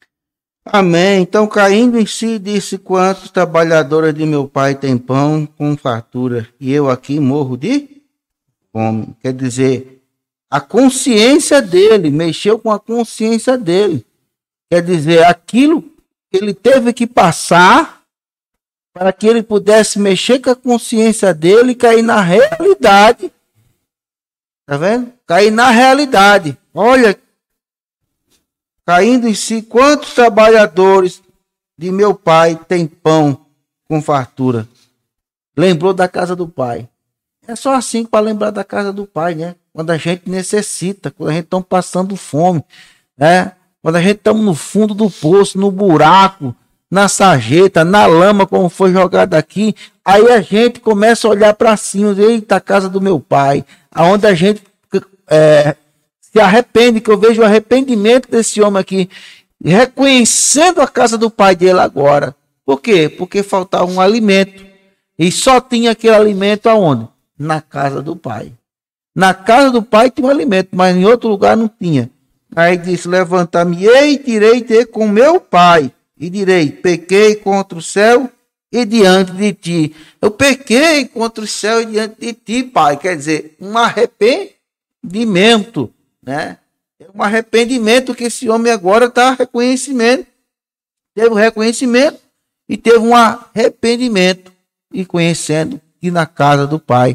Amém. Então, caindo em si, disse, quantos trabalhadores de meu pai têm pão com fartura, e eu aqui morro de fome. Quer dizer, a consciência dele, mexeu com a consciência dele. Quer dizer, aquilo que ele teve que passar para que ele pudesse mexer com a consciência dele e cair na realidade. Tá vendo? Cair na realidade. Olha, caindo em si, quantos trabalhadores de meu pai têm pão com fartura? Lembrou da casa do pai. É só assim para lembrar da casa do pai, né? Quando a gente necessita, quando a gente está passando fome, né? Quando a gente está no fundo do poço, no buraco, na sarjeta, na lama, como foi jogado aqui, aí a gente começa a olhar para cima, eita, a casa do meu pai, aonde a gente é, se arrepende, que eu vejo o arrependimento desse homem aqui, reconhecendo a casa do pai dele agora. Por quê? Porque faltava um alimento, e só tinha aquele alimento aonde? Na casa do pai. Na casa do pai tinha um alimento, mas em outro lugar não tinha. Aí disse, levantar-me-ei e tirei-te com meu pai, e direi, pequei contra o céu e diante de ti. Eu pequei contra o céu e diante de ti, pai. Quer dizer, um arrependimento, né? Um arrependimento que esse homem agora está reconhecimento. Teve um reconhecimento e teve um arrependimento. E conhecendo que na casa do pai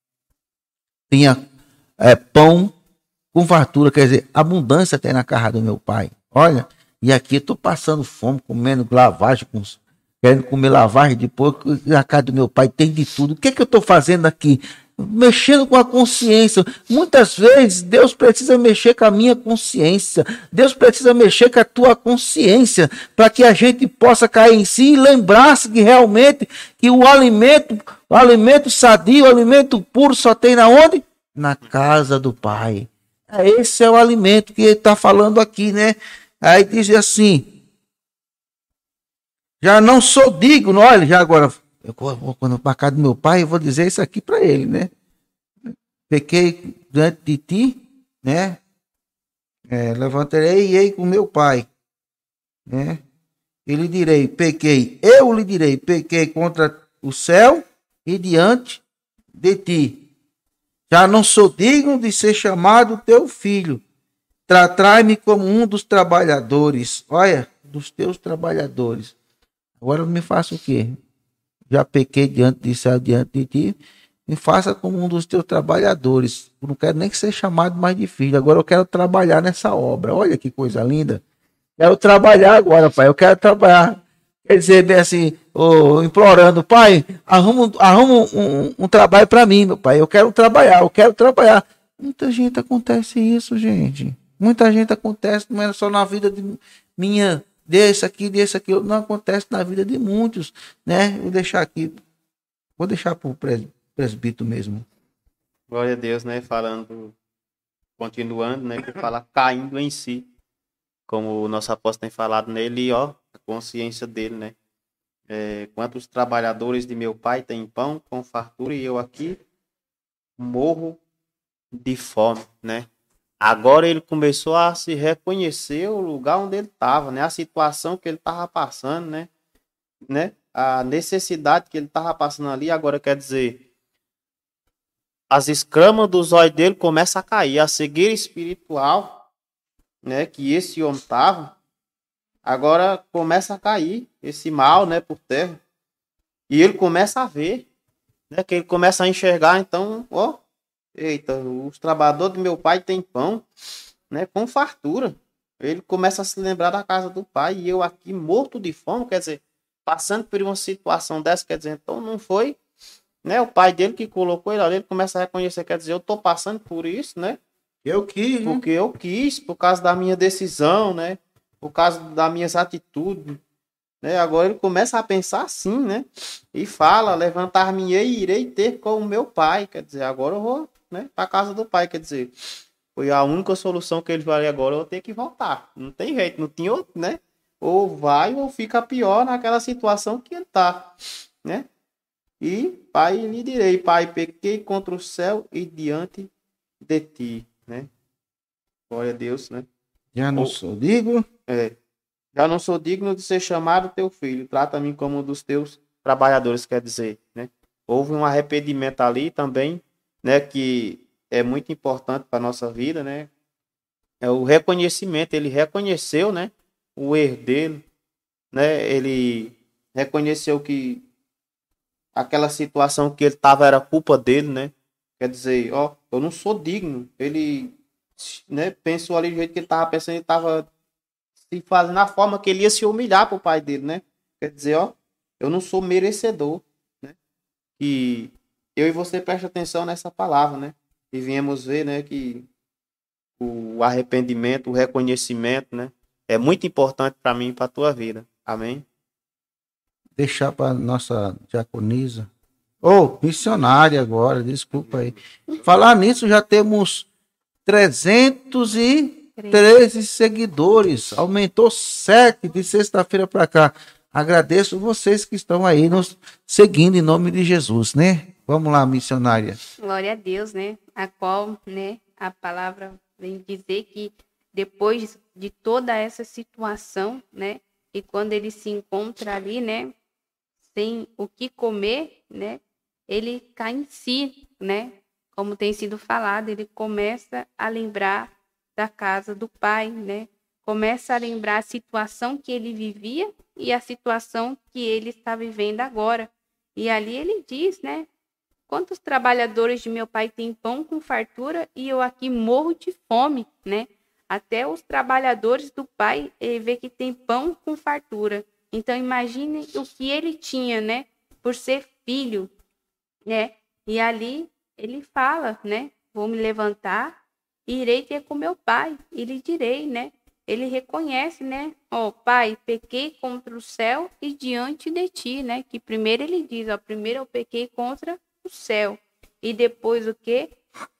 tinha é, pão com fartura, quer dizer, abundância tem na casa do meu pai. Olha, e aqui eu estou passando fome, comendo lavagem, com, querendo comer lavagem de porco, na casa do meu pai tem de tudo. O que é que eu estou fazendo aqui? Mexendo com a consciência. Muitas vezes Deus precisa mexer com a minha consciência. Deus precisa mexer com a tua consciência para que a gente possa cair em si e lembrar-se que realmente que o alimento, o alimento sadio, o alimento puro só tem na onde? Na casa do Pai. Esse é o alimento que ele está falando aqui, né? Aí diz assim, já não sou digno, olha, já agora, eu vou quando para casa do meu pai, eu vou dizer isso aqui para ele, né? Pequei diante de ti, né? É, levantarei e ei com meu pai, né? E lhe direi, pequei, eu lhe direi, pequei contra o céu e diante de ti. Já não sou digno de ser chamado teu filho. Tra Trai-me como um dos trabalhadores. Olha, dos teus trabalhadores. Agora me faça o quê? Já pequei diante de céu, diante de ti. Me faça como um dos teus trabalhadores. Eu não quero nem que seja chamado mais de filho. Agora eu quero trabalhar nessa obra. Olha que coisa linda. Quero trabalhar agora, pai. Eu quero trabalhar. Quer dizer, bem assim, oh, implorando, pai, arruma, arruma um, um, um trabalho para mim, meu pai. Eu quero trabalhar, eu quero trabalhar. Muita gente acontece isso, gente. Muita gente acontece, não é só na vida de minha, desse aqui, desse aqui. Não acontece na vida de muitos, né? Vou deixar aqui, vou deixar para o presbítero mesmo. Glória a Deus, né? Falando, continuando, né? Que fala caindo em si. Como o nosso apóstolo tem falado nele, ó, a consciência dele, né? É, quantos trabalhadores de meu pai têm pão com fartura e eu aqui morro de fome, né? Agora ele começou a se reconhecer o lugar onde ele estava, né? A situação que ele estava passando, né? né? A necessidade que ele estava passando ali, agora quer dizer, as escamas dos olhos dele começam a cair, a cegueira espiritual, né, que esse homem estava, agora começa a cair esse mal, né, por terra. E ele começa a ver, né, que ele começa a enxergar, então, ó, eita, os trabalhadores do meu pai têm pão, né, com fartura. Ele começa a se lembrar da casa do pai e eu aqui morto de fome, quer dizer, passando por uma situação dessa, quer dizer, então não foi, né, o pai dele que colocou ele ali, ele começa a reconhecer, quer dizer, eu tô passando por isso, né, Eu quis, porque eu quis, por causa da minha decisão, né? Por causa das minhas atitudes, né? Agora ele começa a pensar assim, né? E fala, levantar-me-ei e irei ter com o meu pai. Quer dizer, agora eu vou, né, para a casa do pai. Quer dizer, foi a única solução que ele vai agora, eu vou ter que voltar. Não tem jeito, não tinha outro, né? Ou vai ou fica pior naquela situação que ele tá, né? E pai, lhe direi, pai, pequei contra o céu e diante de ti. Né? Glória a Deus, né? Já não Ou, sou digno. É. Já não sou digno de ser chamado teu filho. Trata-me como um dos teus trabalhadores, quer dizer, né? Houve um arrependimento ali também, né? Que é muito importante para nossa vida, né? É o reconhecimento. Ele reconheceu, né? O erro dele, né? Ele reconheceu que aquela situação que ele estava era culpa dele, né? Quer dizer, ó, eu não sou digno. Ele, né, pensou ali do jeito que ele estava pensando, ele estava se fazendo na forma que ele ia se humilhar para o pai dele, né? Quer dizer, ó, eu não sou merecedor, né? E eu e você presta atenção nessa palavra, né? E viemos ver, né, que o arrependimento, o reconhecimento, né, é muito importante para mim e para a tua vida. Amém? Deixar para nossa diaconisa. Ô, oh, missionária agora, desculpa aí. Falar nisso, já temos trezentos e treze seguidores. Aumentou sete de sexta-feira para cá. Agradeço vocês que estão aí nos seguindo em nome de Jesus, né? Vamos lá, missionária. Glória a Deus, né? A qual, né, a palavra vem dizer que depois de toda essa situação, né, e quando ele se encontra ali, né, sem o que comer, né, ele cai em si, né? Como tem sido falado, ele começa a lembrar da casa do pai, né? Começa a lembrar a situação que ele vivia e a situação que ele está vivendo agora. E ali ele diz, né? Quantos trabalhadores de meu pai têm pão com fartura e eu aqui morro de fome, né? Até os trabalhadores do pai, ele vê que tem pão com fartura. Então imagine o que ele tinha, né? Por ser filho, né? E ali ele fala, né? Vou me levantar e irei ter com meu pai e lhe direi, né? Ele reconhece, né? Ó, oh, pai, pequei contra o céu e diante de ti, né? Que primeiro ele diz, ó, primeiro eu pequei contra o céu e depois o quê?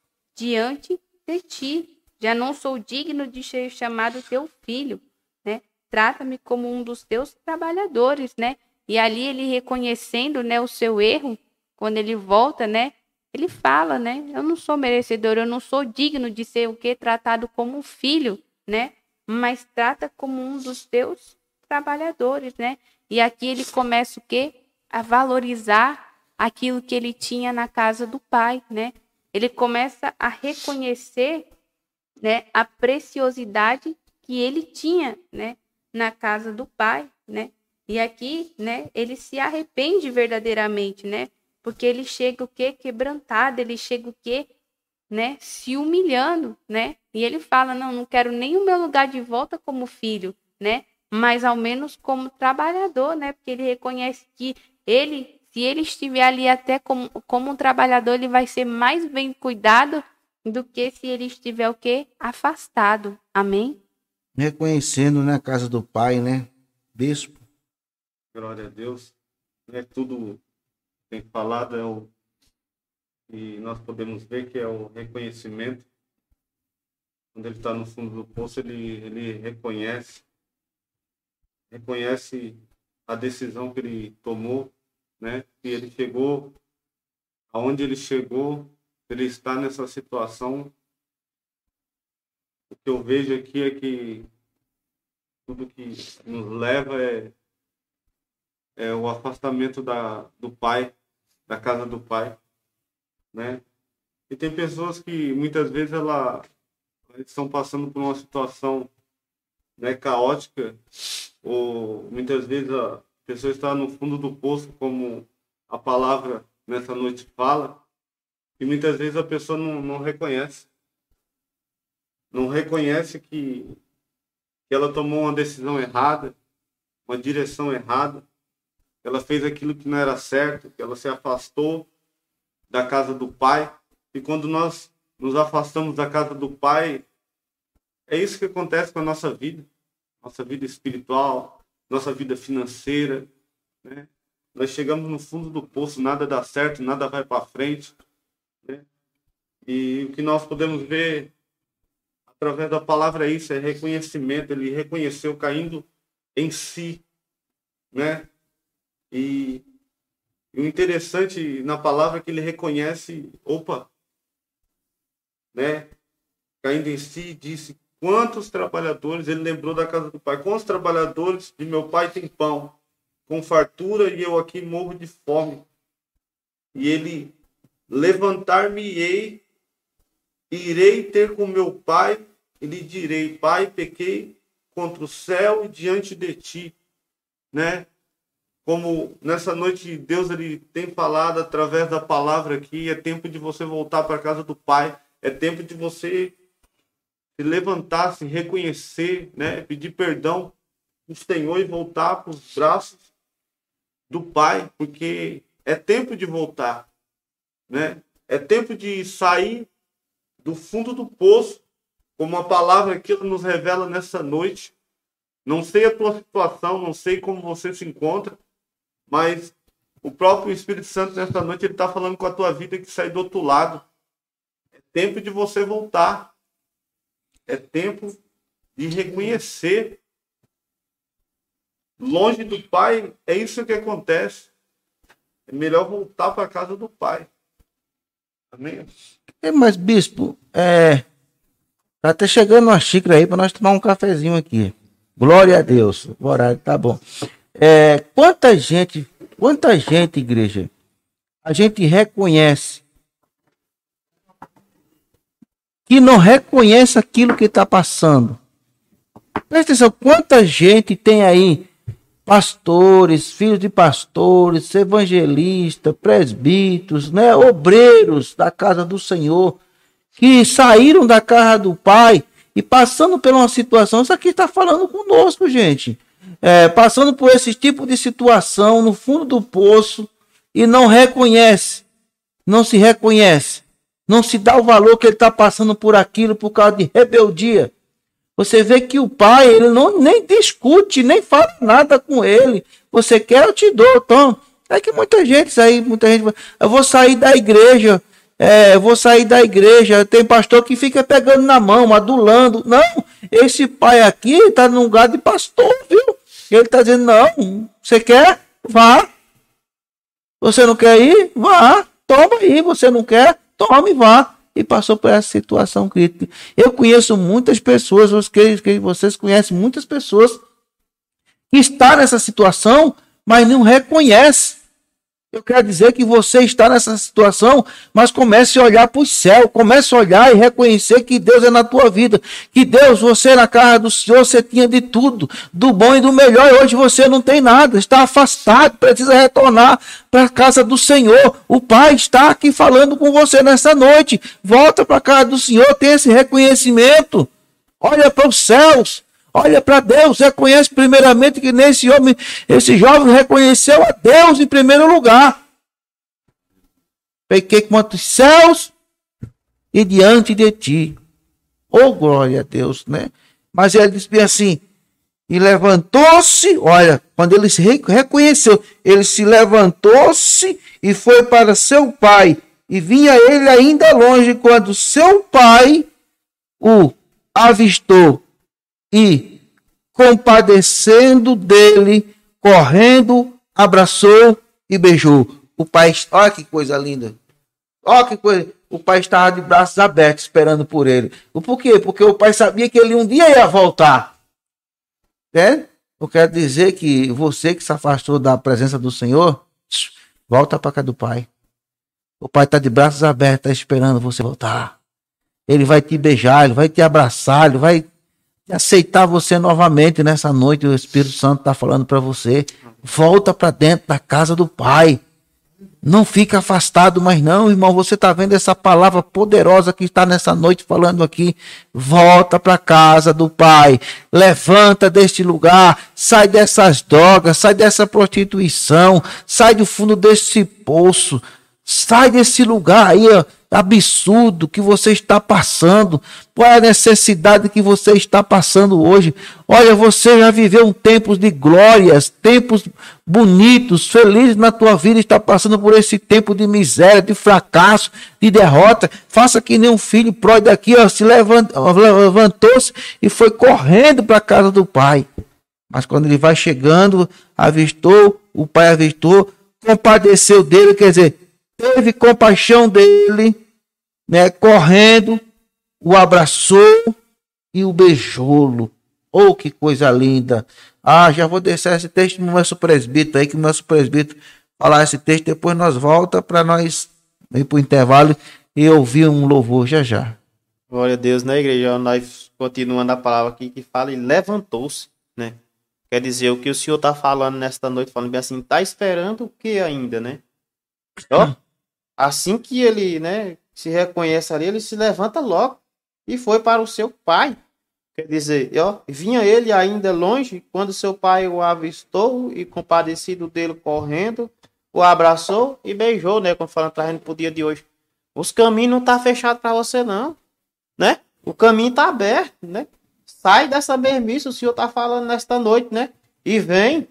Diante de ti. Já não sou digno de ser chamado teu filho, né? Trata-me como um dos teus trabalhadores, né? E ali ele reconhecendo, né, o seu erro, quando ele volta, né, ele fala, né, eu não sou merecedor, eu não sou digno de ser o quê? Tratado como um filho, né? Mas trata como um dos teus trabalhadores, né? E aqui ele começa o quê? A valorizar aquilo que ele tinha na casa do pai, né? Ele começa a reconhecer né, a preciosidade que ele tinha, né, na casa do pai, né? E aqui, né, ele se arrepende verdadeiramente, né? Porque ele chega o quê? Quebrantado, ele chega o quê? Né? Se humilhando, né? E ele fala, não, não quero nem o meu lugar de volta como filho, né? Mas ao menos como trabalhador, né? Porque ele reconhece que ele, se ele estiver ali até como, como um trabalhador, ele vai ser mais bem cuidado do que se ele estiver o quê? Afastado. Amém? Reconhecendo na casa do pai, né? Bispo. Glória a Deus. É tudo que tem falado, é o e nós podemos ver que é o reconhecimento. Quando ele está no fundo do poço, ele, ele reconhece, reconhece a decisão que ele tomou, né? Que ele chegou, aonde ele chegou, ele está nessa situação. O que eu vejo aqui é que tudo que nos leva é, é o afastamento da, do pai, da casa do pai. Né? E tem pessoas que muitas vezes ela, elas estão passando por uma situação, né, caótica, ou muitas vezes a pessoa está no fundo do poço, como a palavra nessa noite fala, e muitas vezes a pessoa não, não reconhece. Não reconhece que, que ela tomou uma decisão errada, uma direção errada, que ela fez aquilo que não era certo, que ela se afastou da casa do pai. E quando nós nos afastamos da casa do pai, é isso que acontece com a nossa vida, nossa vida espiritual, nossa vida financeira, né? Nós chegamos no fundo do poço, nada dá certo, nada vai para frente, né? E o que nós podemos ver através da palavra é isso, é reconhecimento. Ele reconheceu caindo em si, né? E E o interessante na palavra é que ele reconhece, opa, né? Caindo em si, disse, quantos trabalhadores, ele lembrou da casa do pai, quantos trabalhadores de meu pai tem pão, com fartura, e eu aqui morro de fome. E ele, levantar-me-ei, irei ter com meu pai, e lhe direi, pai, pequei contra o céu e diante de ti, né? Como nessa noite Deus ele tem falado através da palavra aqui, é tempo de você voltar para a casa do Pai, é tempo de você se levantar, se reconhecer, né? Pedir perdão ao Senhor e voltar para os braços do Pai, porque é tempo de voltar, né? É tempo de sair do fundo do poço, como a palavra aqui nos revela nessa noite. Não sei a tua situação, não sei como você se encontra, mas o próprio Espírito Santo nessa noite ele está falando com a tua vida que sai do outro lado. É tempo de você voltar. É tempo de reconhecer. Longe do Pai, é isso que acontece. É melhor voltar para a casa do Pai. Amém? É, mas, bispo, é... tá até chegando uma xícara aí para nós tomar um cafezinho aqui. Glória a Deus. O horário tá bom. É, quanta gente, quanta gente, igreja, a gente reconhece que não reconhece aquilo que está passando. Presta atenção, quanta gente tem aí, pastores, filhos de pastores, evangelistas, presbíteros, né, obreiros da casa do Senhor, que saíram da casa do Pai e passando por uma situação, isso aqui está falando conosco, gente. É, passando por esse tipo de situação no fundo do poço e não reconhece, não se reconhece, não se dá o valor que ele está passando por aquilo por causa de rebeldia. Você vê que o pai, ele não, nem discute, nem fala nada com ele. Você quer, eu te dou, então. É que muita gente sai, muita gente, eu vou sair da igreja, é, eu vou sair da igreja. Tem pastor que fica pegando na mão, adulando. Não, esse pai aqui está num lugar de pastor, viu? Ele está dizendo, não, você quer? Vá. Você não quer ir? Vá. Toma aí. Você não quer? Tome e vá. E passou por essa situação crítica. Eu conheço muitas pessoas, vocês conhecem muitas pessoas que estão nessa situação, mas não reconhecem. Eu quero dizer que você está nessa situação, mas comece a olhar para o céu, comece a olhar e reconhecer que Deus é na tua vida, que Deus, você na casa do Senhor, você tinha de tudo, do bom e do melhor, e hoje você não tem nada, está afastado, precisa retornar para a casa do Senhor. O Pai está aqui falando com você nessa noite, volta para a casa do Senhor, tem esse reconhecimento, olha para os céus. Olha para Deus, reconhece primeiramente que nesse homem, esse jovem reconheceu a Deus em primeiro lugar. Pequei quanto os céus e diante de ti. Oh, glória a Deus, né? Mas ele disse bem assim, e levantou-se, olha, quando ele se reconheceu, ele se levantou-se e foi para seu pai. E vinha ele ainda longe quando seu pai o avistou. E, compadecendo dele, correndo, abraçou e beijou. O pai, olha que coisa linda. Olha que coisa. O pai estava de braços abertos, esperando por ele. Por quê? Porque o pai sabia que ele um dia ia voltar. É? Eu quero dizer que você que se afastou da presença do Senhor, volta para casa do pai. O pai está de braços abertos, está esperando você voltar. Ele vai te beijar, ele vai te abraçar, ele vai aceitar você novamente nessa noite. O Espírito Santo está falando para você, volta para dentro da casa do Pai, não fica afastado mais não, irmão. Você está vendo essa palavra poderosa que está nessa noite falando aqui? Volta para a casa do Pai, levanta deste lugar, sai dessas drogas, sai dessa prostituição, sai do fundo desse poço, sai desse lugar aí, ó, absurdo que você está passando. Qual é a necessidade que você está passando hoje? Olha, você já viveu tempos de glórias, tempos bonitos, felizes na tua vida, está passando por esse tempo de miséria, de fracasso, de derrota. Faça que nem um filho pródigo aqui, ó, se levantou, levantou-se e foi correndo para a casa do pai. Mas quando ele vai chegando, avistou, o pai avistou, compadeceu dele, quer dizer, teve compaixão dele, né, correndo, o abraçou e o beijou-lo. Oh, que coisa linda. Ah, já vou deixar esse texto no nosso presbítero aí, que o nosso presbítero falar esse texto, depois nós volta para nós ir para o intervalo e ouvir um louvor já já. Glória a Deus, né, igreja? Nós continuando a palavra aqui que fala e levantou-se, né? Quer dizer, o que o Senhor está falando nesta noite, falando bem assim, está esperando o que ainda, né? Ó, assim que ele, né, se reconhece ali, ele se levanta logo e foi para o seu pai. Quer dizer, ó, vinha ele ainda longe, quando seu pai o avistou e, compadecido dele, correndo, o abraçou e beijou, né? Como falando, trazendo para o dia de hoje. Os caminhos não estão tá fechados para você, não, né? O caminho está aberto, né? Sai dessa mermice, o Senhor está falando nesta noite, né? E vem.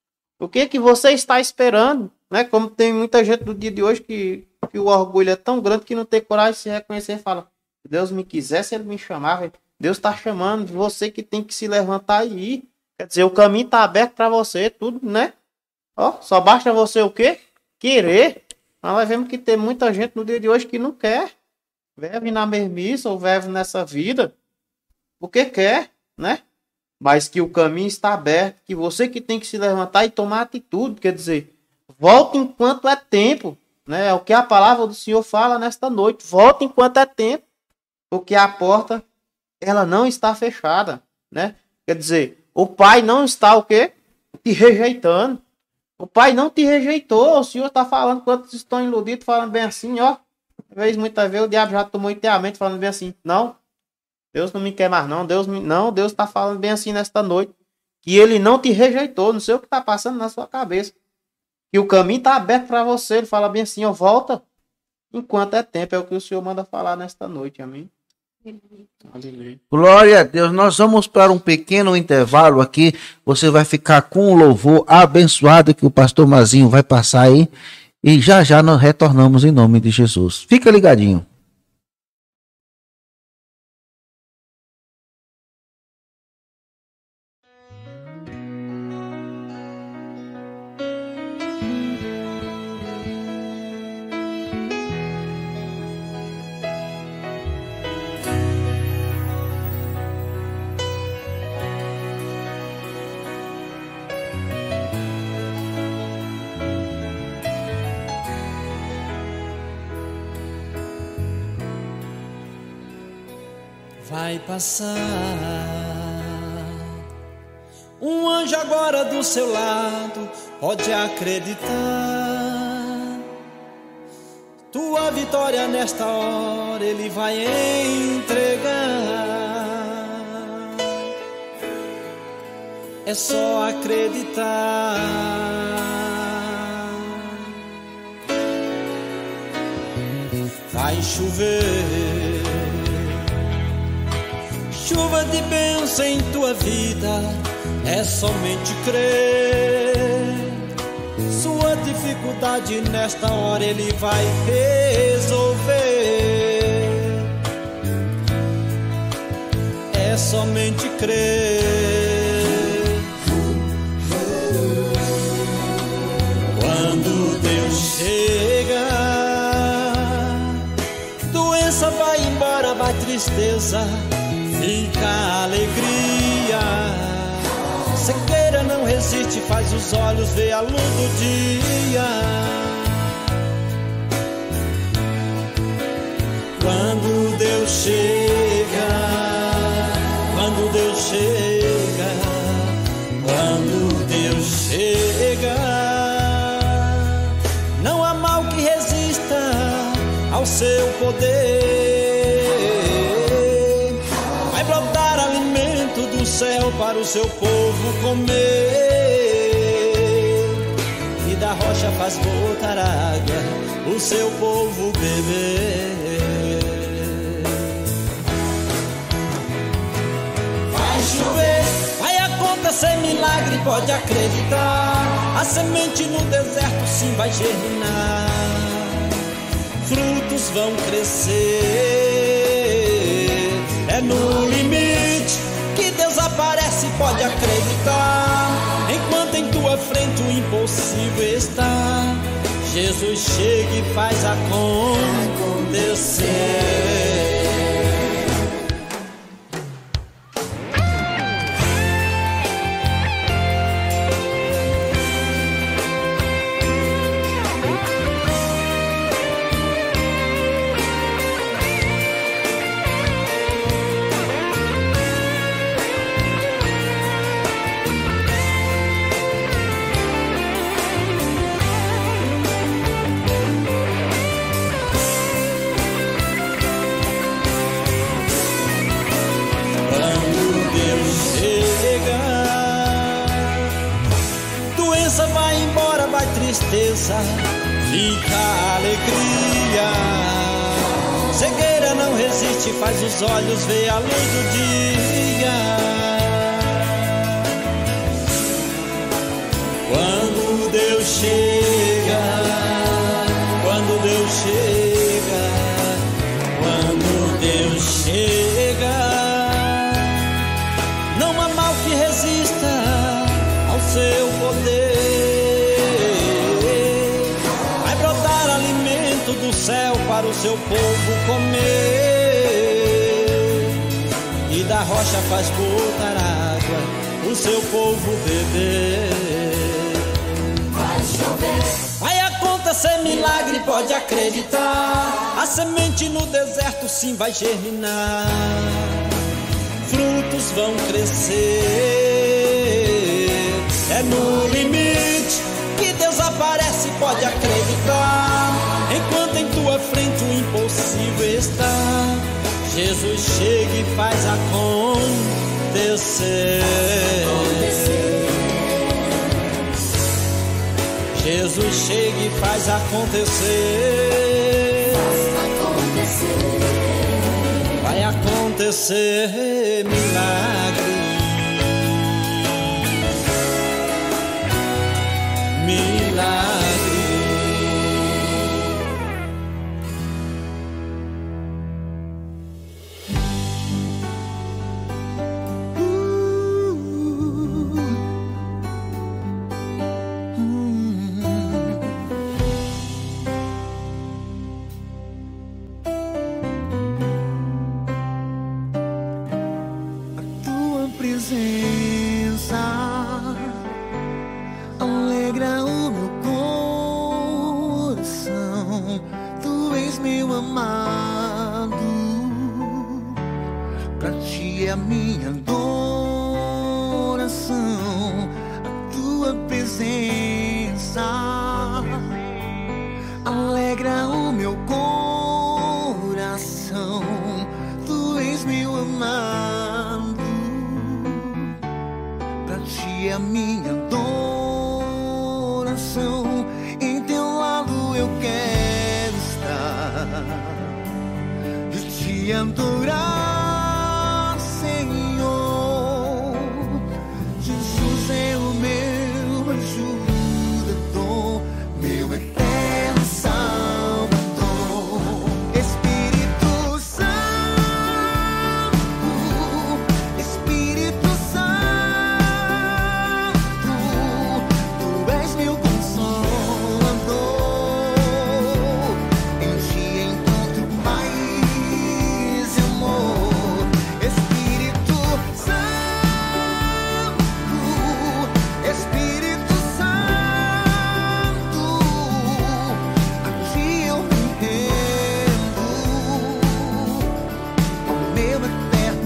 O que que você está esperando? Né? Como tem muita gente no dia de hoje que, que o orgulho é tão grande que não tem coragem de se reconhecer e fala, se Deus me quisesse, ele me chamava. Deus está chamando, você que tem que se levantar e ir. Quer dizer, o caminho está aberto para você, tudo, né? Ó, só basta você o quê? Querer. Mas nós vemos que tem muita gente no dia de hoje que não quer. Vive na mermice ou vive nessa vida porque quer, né? Mas que o caminho está aberto, que você que tem que se levantar e tomar atitude, quer dizer, volta enquanto é tempo, né? É o que a palavra do Senhor fala nesta noite. Volta enquanto é tempo, porque a porta, ela não está fechada, né? Quer dizer, o Pai não está o quê? Te rejeitando. O Pai não te rejeitou. O Senhor está falando, quantos estão iludidos, falando bem assim, ó. Vez, muitas vezes o diabo já tomou inteiramente, falando bem assim, não, Deus não me quer mais não, Deus me... não, Deus está falando bem assim nesta noite, que ele não te rejeitou, não sei o que está passando na sua cabeça, que o caminho está aberto para você, ele fala bem assim, ó, volta, enquanto é tempo, é o que o Senhor manda falar nesta noite, amém? Aleluia. Glória a Deus, nós vamos para um pequeno intervalo aqui, você vai ficar com o louvor abençoado que o pastor Mazinho vai passar aí, e já já nós retornamos em nome de Jesus. Fica ligadinho. vai passar. Um anjo agora do seu lado, pode acreditar. Tua vitória nesta hora Ele vai entregar. É só acreditar. Vai chover, chuva de bênção em tua vida. É somente crer. Sua dificuldade nesta hora Ele vai resolver. É somente crer. Quando Deus chega, doença vai embora, vai tristeza, fica alegria. Cegueira não resiste, faz os olhos ver a luz do dia. Quando Deus chega, quando Deus chega, quando Deus chega, não há mal que resista ao seu poder. Vai brotar alimento do céu para o seu povo comer, e da rocha faz brotar água o seu povo beber. Vai chover, vai acontecer milagre, pode acreditar. A semente no deserto sim vai germinar. Frutos vão crescer. É no limite que Deus aparece, pode acreditar. Enquanto em tua frente o impossível está, Jesus chega e faz acontecer. Tristeza, fica alegria. Cegueira não resiste, faz os olhos ver a luz do dia. Quando Deus chega, quando Deus chega, quando Deus chega, não há mal que resista ao seu poder. Do céu para o seu povo comer, e da rocha faz brotar água o seu povo beber. Vai chover, vai acontecer milagre, pode acreditar. A semente no deserto sim vai germinar. Frutos vão crescer. É no limite que Deus aparece, pode acreditar. Enquanto em tua frente o impossível está, Jesus chega e faz acontecer. Jesus chega e faz acontecer. Vai acontecer milagre. Milagre. ti a minha adoração, a tua presença alegra o meu coração. Tu és meu amado, pra ti a minha adoração. Em teu lado eu quero estar, de te adorar, Senhor. Jesus é o meu ajudador, meu eterno Salvador. Espírito Santo, Espírito Santo, tu és meu consolador. Em ti encontro paz e amor. Espírito Santo, Espírito Santo, a ti eu me rendo, ao meu eterno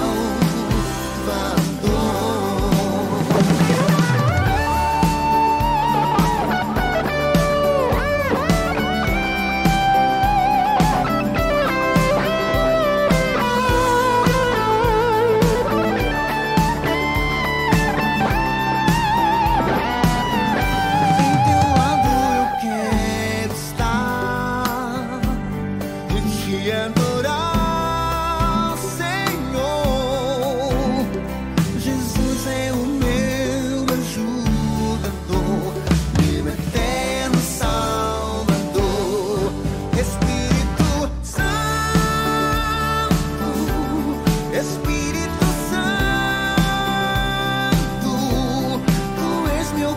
Em teu lado eu quero estar, de te adorar, Senhor. Jesus é o meu ajudador, meu eterno Salvador. Espírito Santo, Espírito Santo, tu és meu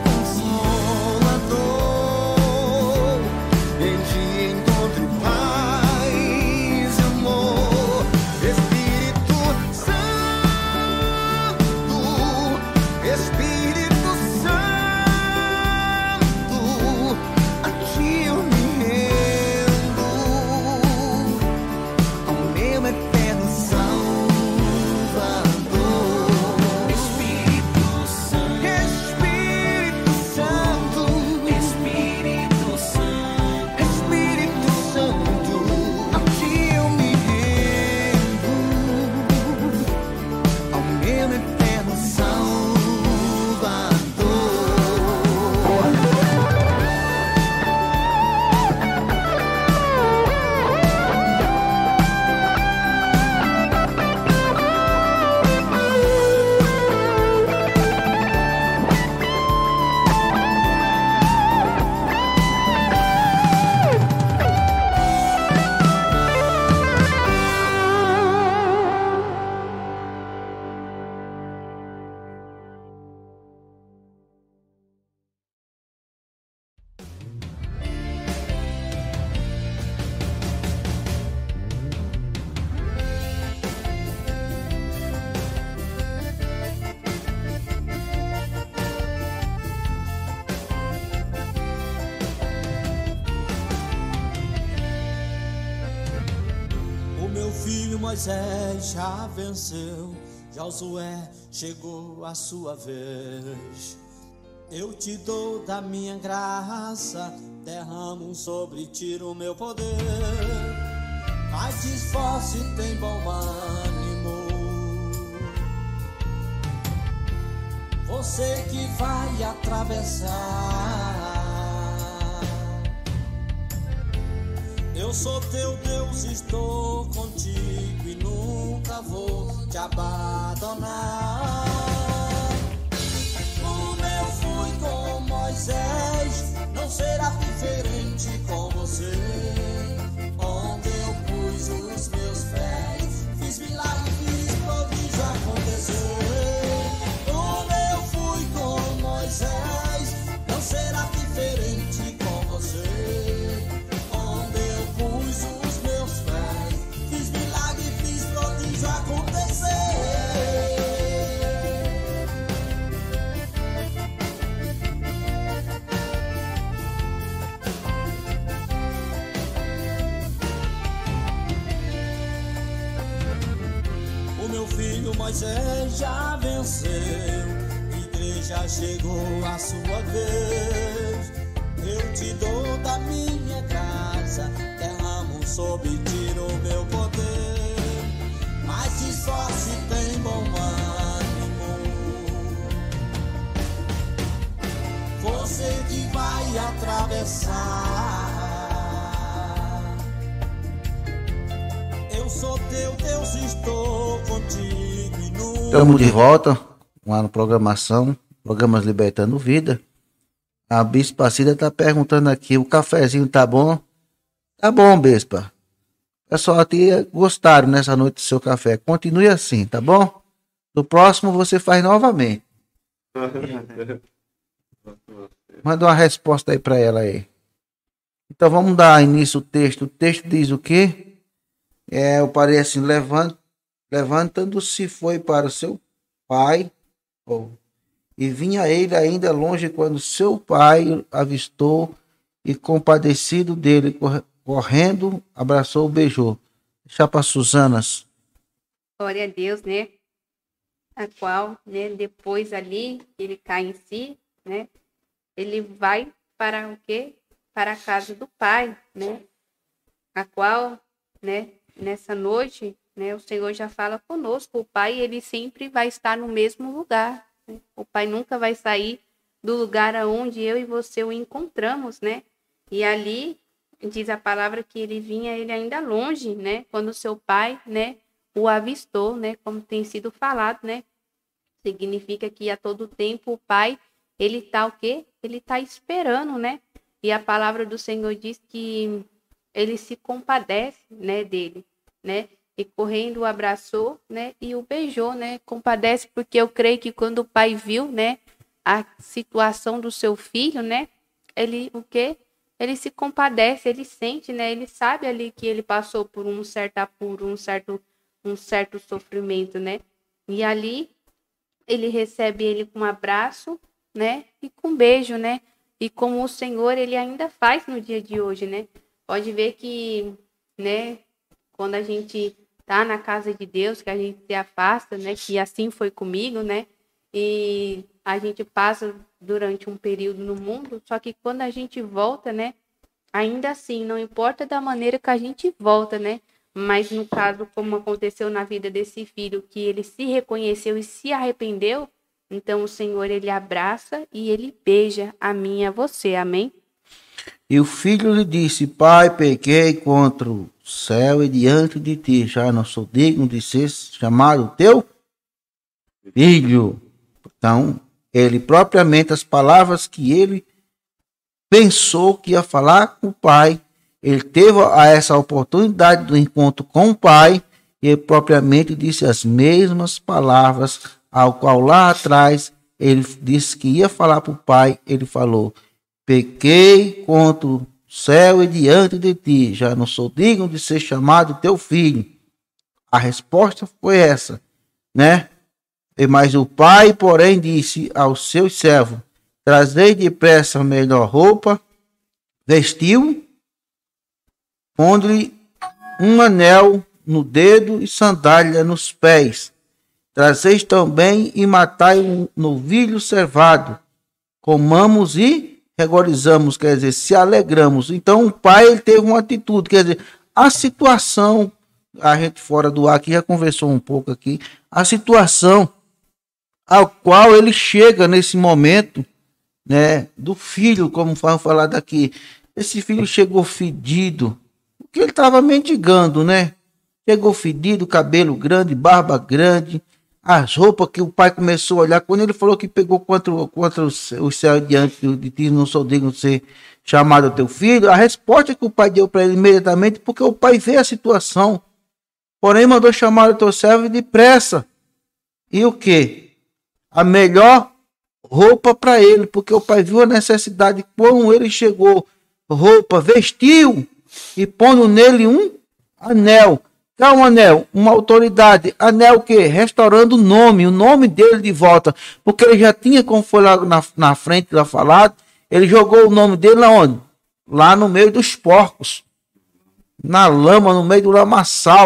consolador. Em ti encontro paz e amor. Espírito Santo, Espírito Santo, a ti eu me rendo, ao meu eterno Salvador. Espírito Santo, Espírito Santo, Espírito Santo, Espírito Santo, a ti eu me rendo, ao meu eterno Salvador. O meu filho Moisés já venceu, Josué chegou a sua vez. Eu te dou da minha graça, derramo sobre ti o meu poder. Mas te esforce e tem bom ânimo, você que vai atravessar. Eu sou teu Deus, estou contigo e nunca vou te abandonar. Como eu fui com Moisés, não será diferente com você. Onde eu pus os meus pés, fiz milagre, fiz prodígio acontecer. Como eu fui com Moisés, não será diferente com você. Os meus pés, fiz milagre, fiz prodígio acontecer. Moisés já venceu, igreja chegou a sua vez. Eu te dou da minha casa, derramo sobre ti o meu poder. Mas se só se tem bom ânimo, você que vai atravessar. Eu sou teu Deus, estou contigo e no... Estamos de volta lá na programação, programas Libertando Vida. A Bispa Cida está perguntando aqui, o cafezinho tá bom? Tá bom, Bispa. Pessoal aqui gostaram nessa noite do seu café. Continue assim, tá bom? No próximo você faz novamente. Manda uma resposta aí para ela aí. Então vamos dar início ao texto. O texto diz o quê? É, eu parei assim, levant, levantando-se foi para o seu pai, oh, e vinha ele ainda longe quando seu pai avistou e compadecido dele, correndo, abraçou, beijou. Deixa para Suzanas. Glória a Deus, né? A qual, né, depois ali, ele cai em si, né? Ele vai para o quê? Para a casa do pai, né? A qual, né, nessa noite, né, o Senhor já fala conosco. O pai, ele sempre vai estar no mesmo lugar, né? O pai nunca vai sair do lugar aonde eu e você o encontramos, né? E ali diz a palavra que ele vinha, ele ainda longe, né? Quando o seu pai, né, o avistou, né? Como tem sido falado, né? Significa que a todo tempo o pai, ele tá o quê? Ele tá esperando, né? E a palavra do Senhor diz que ele se compadece, né, dele, né? E correndo o abraçou, né? E o beijou, né? Compadece porque eu creio que quando o pai viu, né, a situação do seu filho, né? Ele o quê? Ele se compadece, ele sente, né? Ele sabe ali que ele passou por um certo apuro, um certo, um certo sofrimento, né? E ali ele recebe ele com um abraço, né? E com um beijo, né? E como o Senhor, ele ainda faz no dia de hoje, né? Pode ver que, né? Quando a gente tá na casa de Deus, que a gente se afasta, né? Que assim foi comigo, né? E a gente passa durante um período no mundo, só que quando a gente volta, né? Ainda assim, não importa da maneira que a gente volta, né? Mas no caso, como aconteceu na vida desse filho, que ele se reconheceu e se arrependeu, então o Senhor, ele abraça e ele beija a mim e a você, amém? E o filho lhe disse, pai, pequei contra o céu e diante de ti, já não sou digno de ser chamado teu filho. Então, ele propriamente, as palavras que ele pensou que ia falar com o pai, ele teve a essa oportunidade do encontro com o pai, e ele propriamente disse as mesmas palavras, ao qual lá atrás ele disse que ia falar para o pai, ele falou, pequei contra o céu e diante de ti, já não sou digno de ser chamado teu filho. A resposta foi essa, né? Mas o pai, porém, disse aos seus servos, trazei depressa a melhor roupa, vestiu, pondo-lhe um anel no dedo e sandália nos pés. Trazeis também e matai um novilho cevado. Comamos e regorizamos, quer dizer, se alegramos. Então o pai, ele teve uma atitude, quer dizer, a situação, a gente fora do ar aqui já conversou um pouco aqui, a situação ao qual ele chega nesse momento, né, do filho, como foi falado aqui. Esse filho chegou fedido, porque ele estava mendigando, né? Chegou fedido, cabelo grande, barba grande, as roupas que o pai começou a olhar, quando ele falou que pegou contra, contra o céu diante de ti, não sou digno de ser chamado teu filho, a resposta que o pai deu para ele imediatamente, porque o pai vê a situação, porém mandou chamar o teu servo depressa. E o quê? A melhor roupa para ele, porque o pai viu a necessidade, quando ele chegou, roupa, vestiu, e pondo nele um anel. Que é um anel? Uma autoridade. Anel o quê? Restaurando o nome, o nome dele de volta. Porque ele já tinha, como foi lá na, na frente lá falado, ele jogou o nome dele lá onde? Lá no meio dos porcos. Na lama, no meio do lamaçal.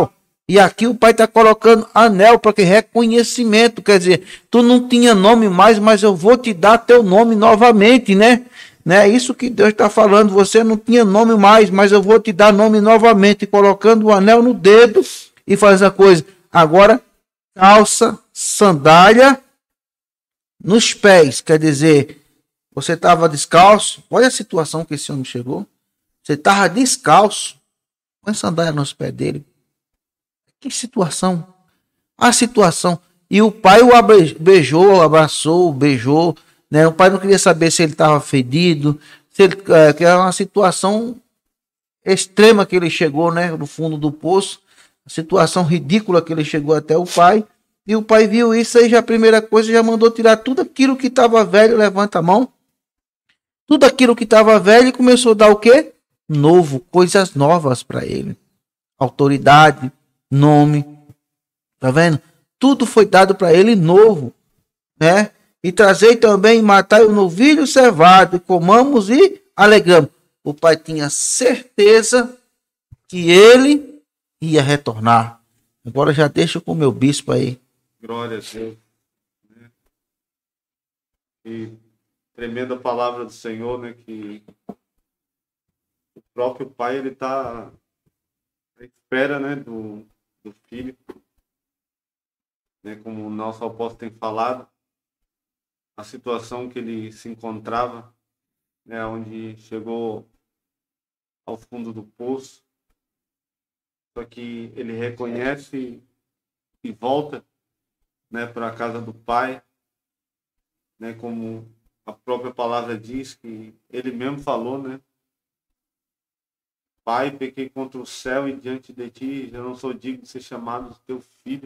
E aqui o pai está colocando anel para que reconhecimento, quer dizer, tu não tinha nome mais, mas eu vou te dar teu nome novamente, né? Né? Isso que Deus está falando, você não tinha nome mais, mas eu vou te dar nome novamente, colocando o anel no dedo e faz a coisa. Agora, calça, sandália nos pés, quer dizer, você estava descalço, olha a situação que esse homem chegou, você estava descalço, põe sandália nos pés dele. Que situação, a situação, e o pai o beijou, abraçou, beijou, né? O pai não queria saber se ele estava fedido, se ele, é, que era uma situação extrema que ele chegou, né, no fundo do poço, a situação ridícula que ele chegou até o pai, e o pai viu isso aí, já a primeira coisa, já mandou tirar tudo aquilo que estava velho, levanta a mão, tudo aquilo que estava velho e começou a dar o quê? Novo, coisas novas para ele, autoridade, nome, tá vendo? Tudo foi dado para ele novo, né? E trazei também, matai o novilho cevado, comamos e alegramos. O pai tinha certeza que ele ia retornar. Agora já deixa com o meu bispo aí. Glória a Deus. E tremenda palavra do Senhor, né? Que o próprio pai, ele tá à espera, né? Do, do filho. Né, como o nosso apóstolo tem falado, a situação que ele se encontrava, né, onde chegou ao fundo do poço, só que ele reconhece e volta, né, para a casa do pai, né, como a própria palavra diz, que ele mesmo falou, né, Pai, pequei contra o céu e diante de ti, eu não sou digno de ser chamado teu filho.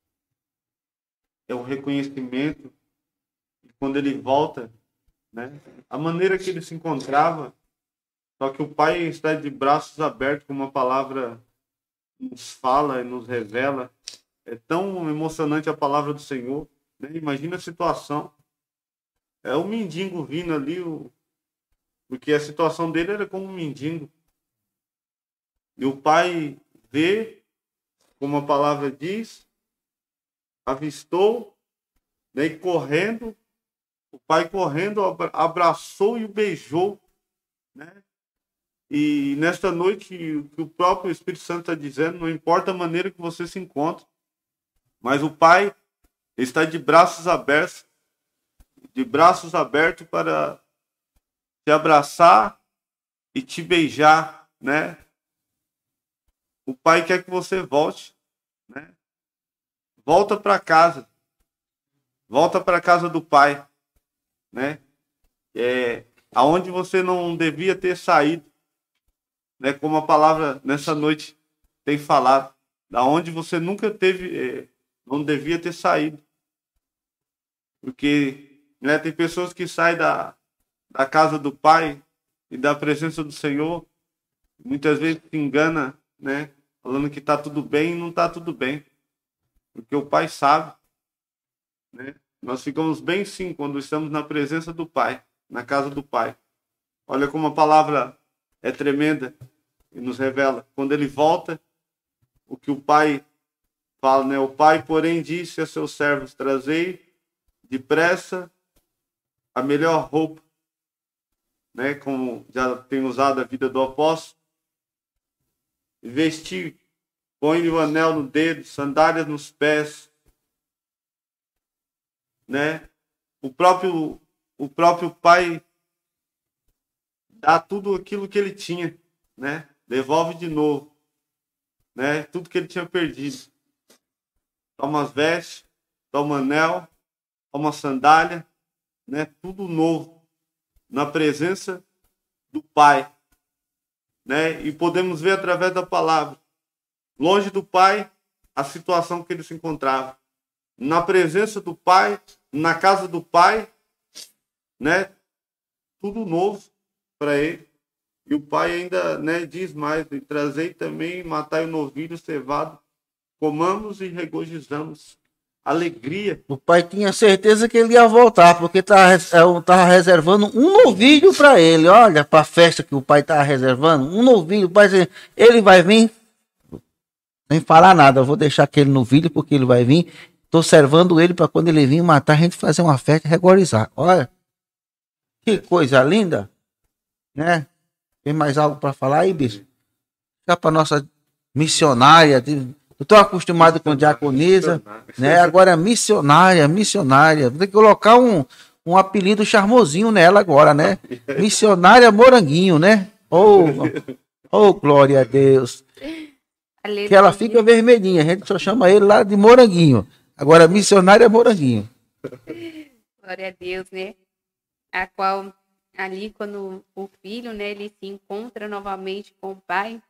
É o reconhecimento. E quando ele volta, né, a maneira que ele se encontrava, só que o pai está de braços abertos, como a palavra nos fala e nos revela. É tão emocionante a palavra do Senhor, né? Imagina a situação. É o mendigo vindo ali, o... porque a situação dele era como um mendigo. E o pai vê, como a palavra diz, avistou, né, e correndo, o pai correndo abraçou e o beijou, né? E nesta noite, o que o próprio Espírito Santo está dizendo, não importa a maneira que você se encontra, mas o pai está de braços abertos, de braços abertos para te abraçar e te beijar, né? O pai quer que você volte, né? Volta para casa. Volta para a casa do pai, né? É, aonde você não devia ter saído, né? Como a palavra nessa noite tem falado, aonde você nunca teve, é, não devia ter saído. Porque, né, tem pessoas que saem da, da casa do pai e da presença do Senhor, muitas vezes se engana, né? Falando que está tudo bem e não está tudo bem. Porque o pai sabe, né? Nós ficamos bem sim quando estamos na presença do pai, na casa do pai. Olha como a palavra é tremenda e nos revela. Quando ele volta, o que o pai fala, né? O pai, porém, disse a seus servos, trazei depressa a melhor roupa, né? Como já tem usado a vida do apóstolo. Vestir, põe-lhe o anel no dedo, sandálias nos pés, né? O próprio, o próprio pai dá tudo aquilo que ele tinha, né? Devolve de novo, né? Tudo que ele tinha perdido. Toma as vestes, toma anel, toma sandália, né? Tudo novo, na presença do pai. Né? E podemos ver através da palavra, longe do pai, a situação que ele se encontrava, na presença do pai, na casa do pai, né? Tudo novo para ele. E o pai ainda, né, diz mais, e trazei também, matai o novilho cevado, comamos e regozijamos. Alegria. O pai tinha certeza que ele ia voltar, porque estava reservando um novilho para ele. Olha, para a festa que o pai estava reservando, um novilho. O pai dizia, ele vai vir nem falar nada. Eu vou deixar aquele no vídeo porque ele vai vir. Tô servando ele para quando ele vir matar, a gente fazer uma festa e regorizar. Olha, que coisa linda, né? Tem mais algo para falar aí, bicho? Já para nossa missionária. Eu tô acostumado com diaconisa, né? Agora missionária, missionária. Tem que colocar um, um apelido charmosinho nela agora, né? Missionária Moranguinho, né? Oh, oh, glória a Deus. Que ela fica vermelhinha, a gente só chama ele lá de Moranguinho. Agora, missionária Moranguinho. Glória a Deus, né? A qual, ali, quando o filho, né, ele se encontra novamente com o pai,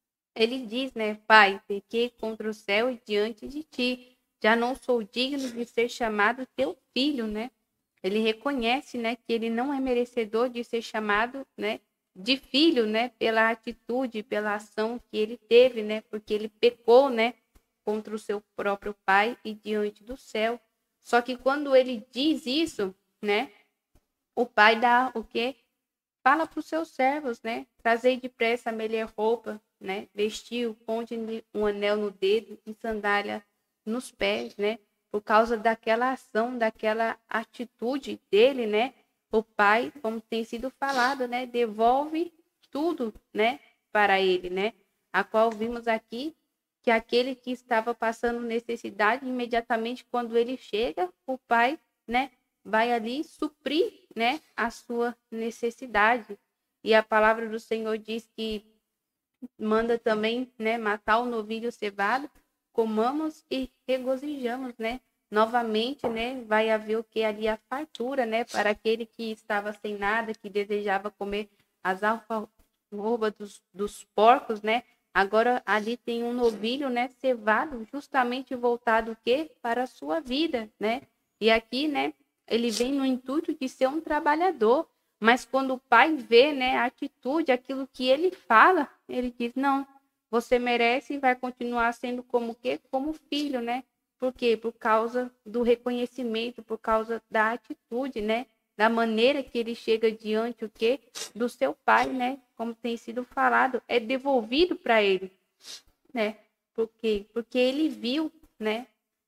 ele diz, né, pai, pequei contra o céu e diante de ti, já não sou digno de ser chamado teu filho, né? Ele reconhece, né, que ele não é merecedor de ser chamado, né, de filho, né, pela atitude, pela ação que ele teve, né, porque ele pecou, né, contra o seu próprio pai e diante do céu. Só que quando ele diz isso, né, o pai dá o quê? Fala para os seus servos, né, trazei depressa a melhor roupa, né, vestiu, ponde um anel no dedo e sandália nos pés, né, por causa daquela ação, daquela atitude dele, né, o pai, como tem sido falado, né, devolve tudo, né, para ele, né, a qual vimos aqui que aquele que estava passando necessidade, imediatamente quando ele chega, o pai, né, vai ali suprir, né, a sua necessidade. E a palavra do Senhor diz que manda também, né, matar o novilho cevado, comamos e regozijamos, né? Novamente, né, vai haver o que ali a fartura, né, para aquele que estava sem nada, que desejava comer as alfarrobas dos, dos porcos, né? Agora ali tem um novilho, né, cevado, justamente voltado o quê? Para a sua vida, né? E aqui, né, ele vem no intuito de ser um trabalhador, mas quando o pai vê, né, a atitude, aquilo que ele fala, ele diz, não, você merece e vai continuar sendo como o quê? Como filho, né? Por quê? Por causa do reconhecimento, por causa da atitude, né? Da maneira que ele chega diante o quê? Do seu pai, né? Como tem sido falado, é devolvido para ele, né? Por quê? Porque ele viu, né?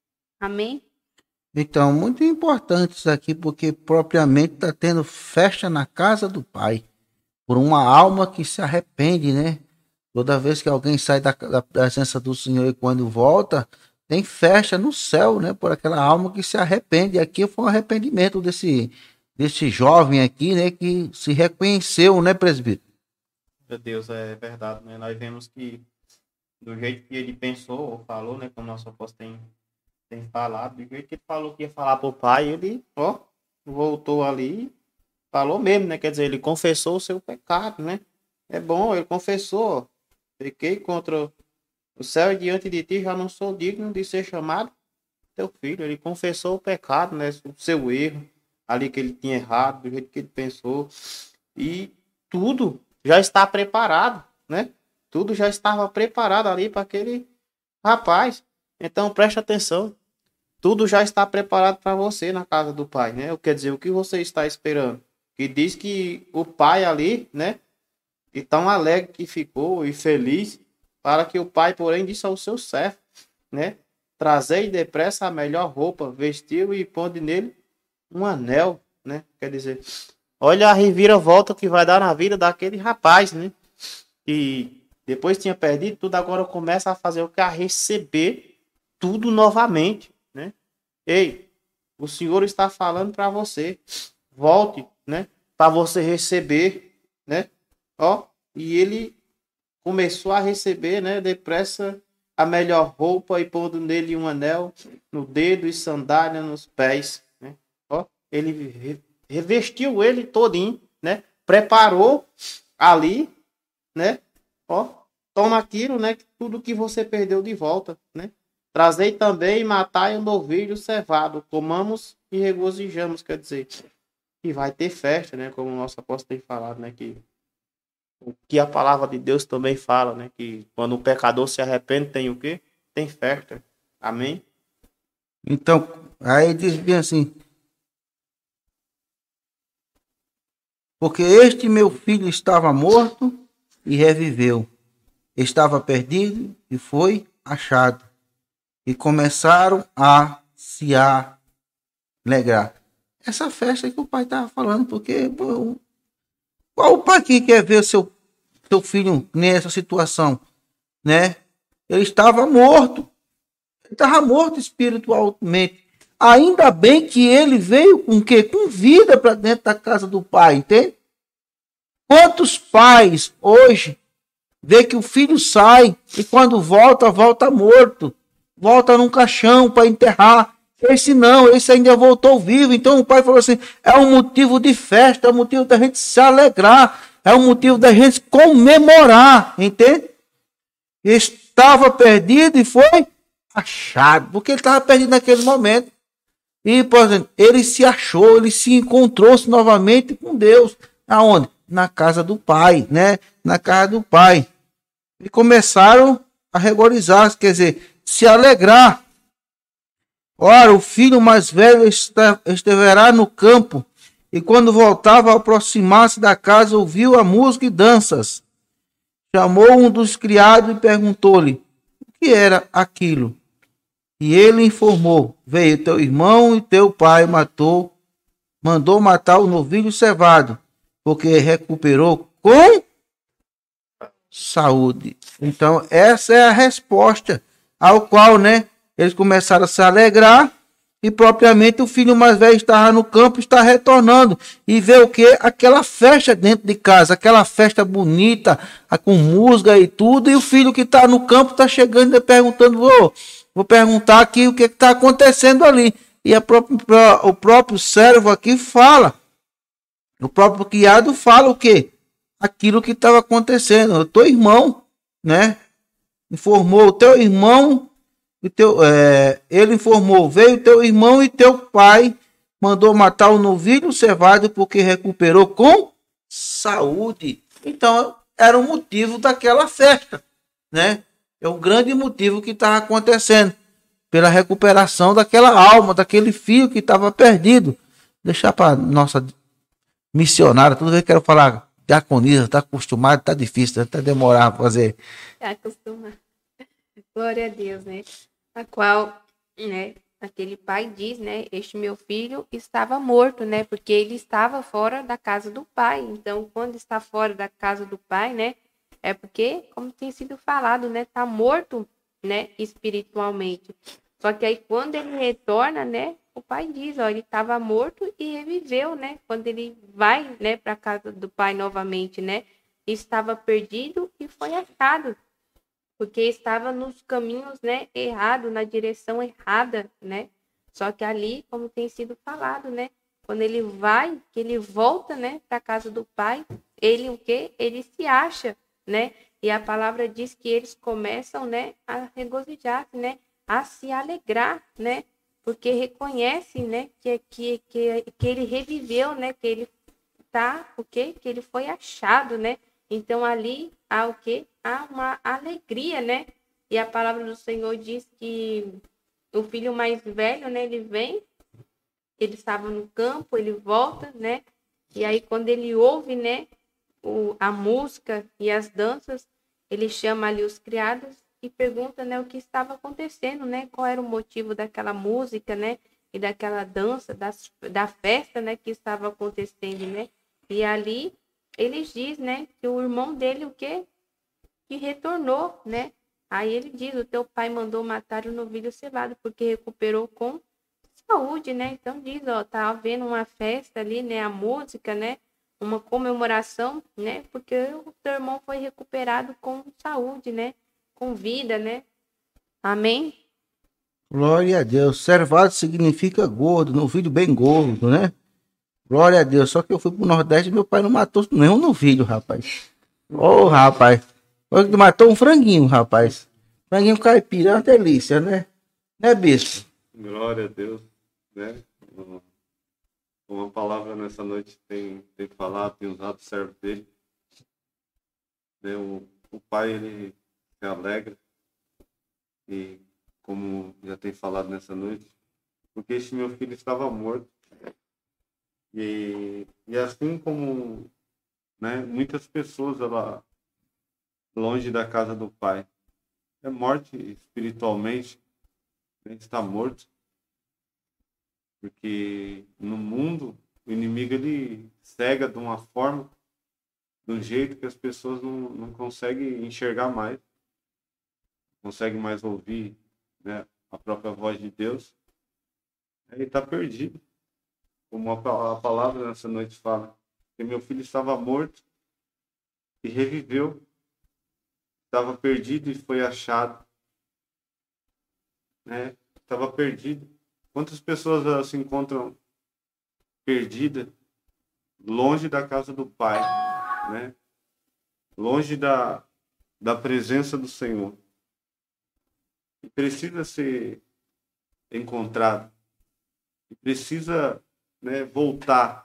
Amém? Então, muito importante isso aqui, porque propriamente está tendo festa na casa do pai, por uma alma que se arrepende, né? Toda vez que alguém sai da, da presença do Senhor e quando volta, tem festa no céu, né? Por aquela alma que se arrepende. E aqui foi um arrependimento desse, desse jovem aqui, né? Que se reconheceu, né, presbítero? Meu Deus, é verdade, né? Nós vemos que do jeito que ele pensou ou falou, né? Como nosso apóstolo tem, tem falado, do jeito que ele falou que ia falar pro pai, ele, ó, voltou ali, falou mesmo, né? Quer dizer, ele confessou o seu pecado, né? É bom, ele confessou, pequei contra o céu e diante de ti, já não sou digno de ser chamado teu filho. Ele confessou o pecado, né? O seu erro, ali que ele tinha errado, do jeito que ele pensou. E tudo já está preparado, né? Tudo já estava preparado ali para aquele rapaz. Então, preste atenção. Tudo já está preparado para você na casa do pai, né? Quer dizer, o que você está esperando? Que diz que o pai ali, né? E tão alegre que ficou e feliz, para que o pai, porém, disse ao seu servo, né? Trazei depressa a melhor roupa, vestiu e ponde nele um anel, né? Quer dizer, olha a reviravolta que vai dar na vida daquele rapaz, né? E depois tinha perdido tudo, agora começa a fazer o que? A receber tudo novamente, né? Ei, o Senhor está falando para você, volte, né? Para você receber, né? Ó, e ele começou a receber, né, depressa a melhor roupa e pondo nele um anel no dedo e sandália nos pés, né? Ó, ele revestiu ele todinho, né? Preparou ali, né? Ó, toma aquilo, né? Tudo que você perdeu de volta, né? Trazei também e matai um novilho cevado, comamos e regozijamos, quer dizer, e vai ter festa, né? Como o nosso apóstolo tem falado, né? Que o que a palavra de Deus também fala, né? Que quando o pecador se arrepende, tem o quê? Tem festa. Amém? Então, aí diz bem assim, porque este meu filho estava morto e reviveu, estava perdido e foi achado. E começaram a se alegrar. Essa festa que o pai estava falando, porque pô, qual o pai que quer ver seu, seu filho nessa situação, né? Ele estava morto. Ele estava morto espiritualmente. Ainda bem que ele veio com o quê? Com vida para dentro da casa do pai, entende? Quantos pais hoje vê que o filho sai e quando volta, volta morto. Volta num caixão para enterrar. Esse não, esse ainda voltou vivo. Então o pai falou assim, é um motivo de festa, é um motivo da gente se alegrar, é um motivo da gente comemorar, entende? Estava perdido e foi achado, porque ele estava perdido naquele momento. E, por exemplo, ele se achou, ele se encontrou-se novamente com Deus. Aonde? Na casa do pai, né? Na casa do pai. E começaram a regozijar, quer dizer, se alegrar. Ora, o filho mais velho estiverá no campo, e quando voltava a aproximar-se da casa, ouviu a música e danças. Chamou um dos criados e perguntou-lhe o que era aquilo. E ele informou, veio teu irmão e teu pai matou, mandou matar o novilho cevado, porque recuperou com saúde. Então, essa é a resposta ao qual, né, eles começaram a se alegrar e propriamente o filho mais velho estava no campo, está retornando e vê o que? Aquela festa dentro de casa, aquela festa bonita, com música e tudo, e o filho que está no campo está chegando e perguntando, vou, vou perguntar aqui o que está acontecendo ali. E a própria, o próprio servo aqui fala, o próprio criado fala o quê? Aquilo que estava acontecendo. O teu irmão, né? Informou o teu irmão, e teu, é, ele informou, veio teu irmão e teu pai, mandou matar o novilho cevado porque recuperou com saúde. Então, era o motivo daquela festa, né? É o grande motivo que estava acontecendo, pela recuperação daquela alma, daquele filho que estava perdido. Deixar para nossa missionária, toda vez que quero falar diaconisa, está acostumado, está difícil, está demorar a fazer. Está acostumado. Glória a Deus, né? A qual, né, aquele pai diz, né, este meu filho estava morto, né, porque ele estava fora da casa do pai. Então, quando está fora da casa do pai, né, é porque, como tem sido falado, né, está morto, né, espiritualmente. Só que aí, quando ele retorna, né, o pai diz, ó, ele estava morto e reviveu, né, quando ele vai, né, para a casa do pai novamente, né, estava perdido e foi achado. Porque estava nos caminhos, né, errado, na direção errada, né? Só que ali, como tem sido falado, né, quando ele vai, que ele volta, né, para a casa do pai, ele o quê? Ele se acha, né? E a palavra diz que eles começam, né, a regozijar-se, né, a se alegrar, né? Porque reconhecem, né, que que que, que ele reviveu, né, que ele tá, o quê? Que ele foi achado, né? Então, ali há o quê? Há uma alegria, né? E a palavra do Senhor diz que o filho mais velho, né? Ele vem, ele estava no campo, ele volta, né? E aí, quando ele ouve, né? O, a música e as danças, ele chama ali os criados e pergunta, né? O que estava acontecendo, né? Qual era o motivo daquela música, né? E daquela dança, das, da festa, né? Que estava acontecendo, né? E ali... eles diz, né, que o irmão dele, o quê? Que retornou, né? Aí ele diz, o teu pai mandou matar o novilho cevado, porque recuperou com saúde, né? Então diz, ó, tá havendo uma festa ali, né? A música, né? Uma comemoração, né? Porque o teu irmão foi recuperado com saúde, né? Com vida, né? Amém? Glória a Deus. Cevado significa gordo, novilho bem gordo, né? Glória a Deus. Só que eu fui pro Nordeste e meu pai não matou nenhum novilho, rapaz. Ô, oh, rapaz. Ele matou um franguinho, rapaz. Franguinho caipira, é uma delícia, né? Né, bispo? Glória a Deus, né? Uma palavra nessa noite tem, tem falado, tem usado o servo dele. Né? O, o pai, ele se alegra. E como já tem falado nessa noite, porque este meu filho estava morto. E, e assim como, né, muitas pessoas ela, longe da casa do pai, é morte espiritualmente, né? Está morto. Porque no mundo, o inimigo ele cega de uma forma, de um jeito que as pessoas não, não conseguem enxergar mais, não conseguem mais ouvir, né, a própria voz de Deus. Ele está perdido. Como a, a palavra nessa noite fala, que meu filho estava morto e reviveu. Estava perdido e foi achado. Né? Estava perdido. Quantas pessoas elas se encontram perdidas, longe da casa do Pai, né? Longe da, da presença do Senhor. E precisa ser encontrado. E precisa, né, voltar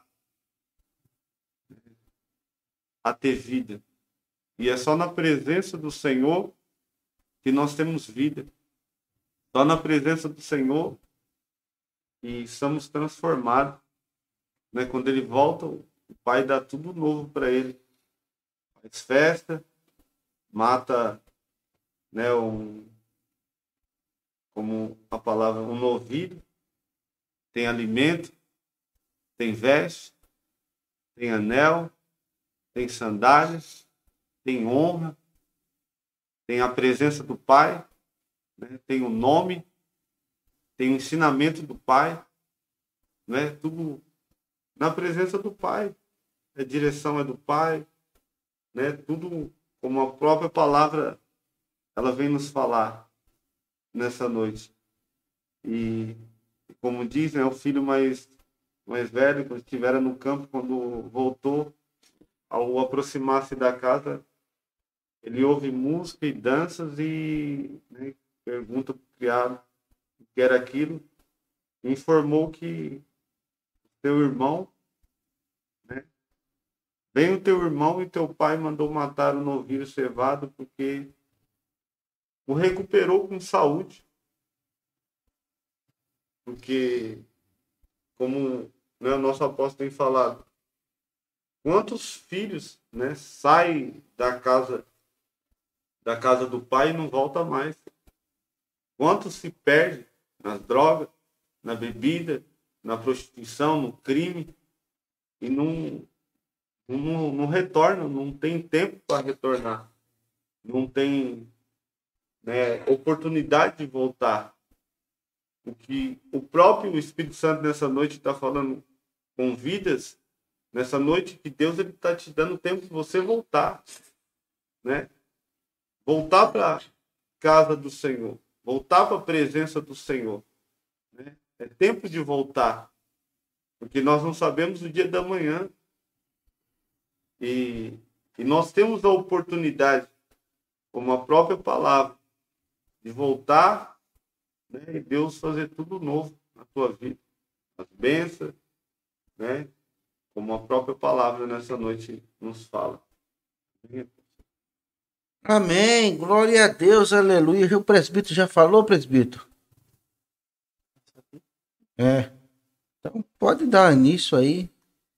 a ter vida. E é só na presença do Senhor que nós temos vida. Só na presença do Senhor e somos transformados, né? Quando ele volta, o Pai dá tudo novo para ele. Faz festa, mata, né, um, como a palavra, um novilho, tem alimento, tem veste, tem anel, tem sandálias, tem honra, tem a presença do Pai, né? Tem o nome, tem o ensinamento do Pai, né? Tudo na presença do Pai. A direção é do Pai, né? Tudo como a própria palavra ela vem nos falar nessa noite. E como diz, né, o filho mais, mais velho, quando estivera no campo, quando voltou, ao aproximar-se da casa, ele ouve música e danças e, né, pergunta para o criado o que era aquilo, e informou que teu irmão, né, vem o teu irmão e teu pai mandou matar o novilho cevado porque o recuperou com saúde. Porque, como, né, o nosso apóstolo tem falado, quantos filhos, né, saem da casa, da casa do pai e não volta mais? Quantos se perdem nas drogas, na bebida, na prostituição, no crime e não, não, não retornam, não tem tempo para retornar, não tem, né, oportunidade de voltar. O que o próprio Espírito Santo nessa noite está falando com vidas, nessa noite que Deus está te dando tempo de você voltar, né? Voltar para a casa do Senhor, voltar para a presença do Senhor, né? É tempo de voltar, porque nós não sabemos o dia da manhã e, e nós temos a oportunidade, como a própria palavra, de voltar, né, e Deus fazer tudo novo na tua vida, as bênçãos, né, como a própria palavra nessa noite nos fala. Amém, glória a Deus, aleluia. O presbítero já falou, presbítero? É, então pode dar início aí.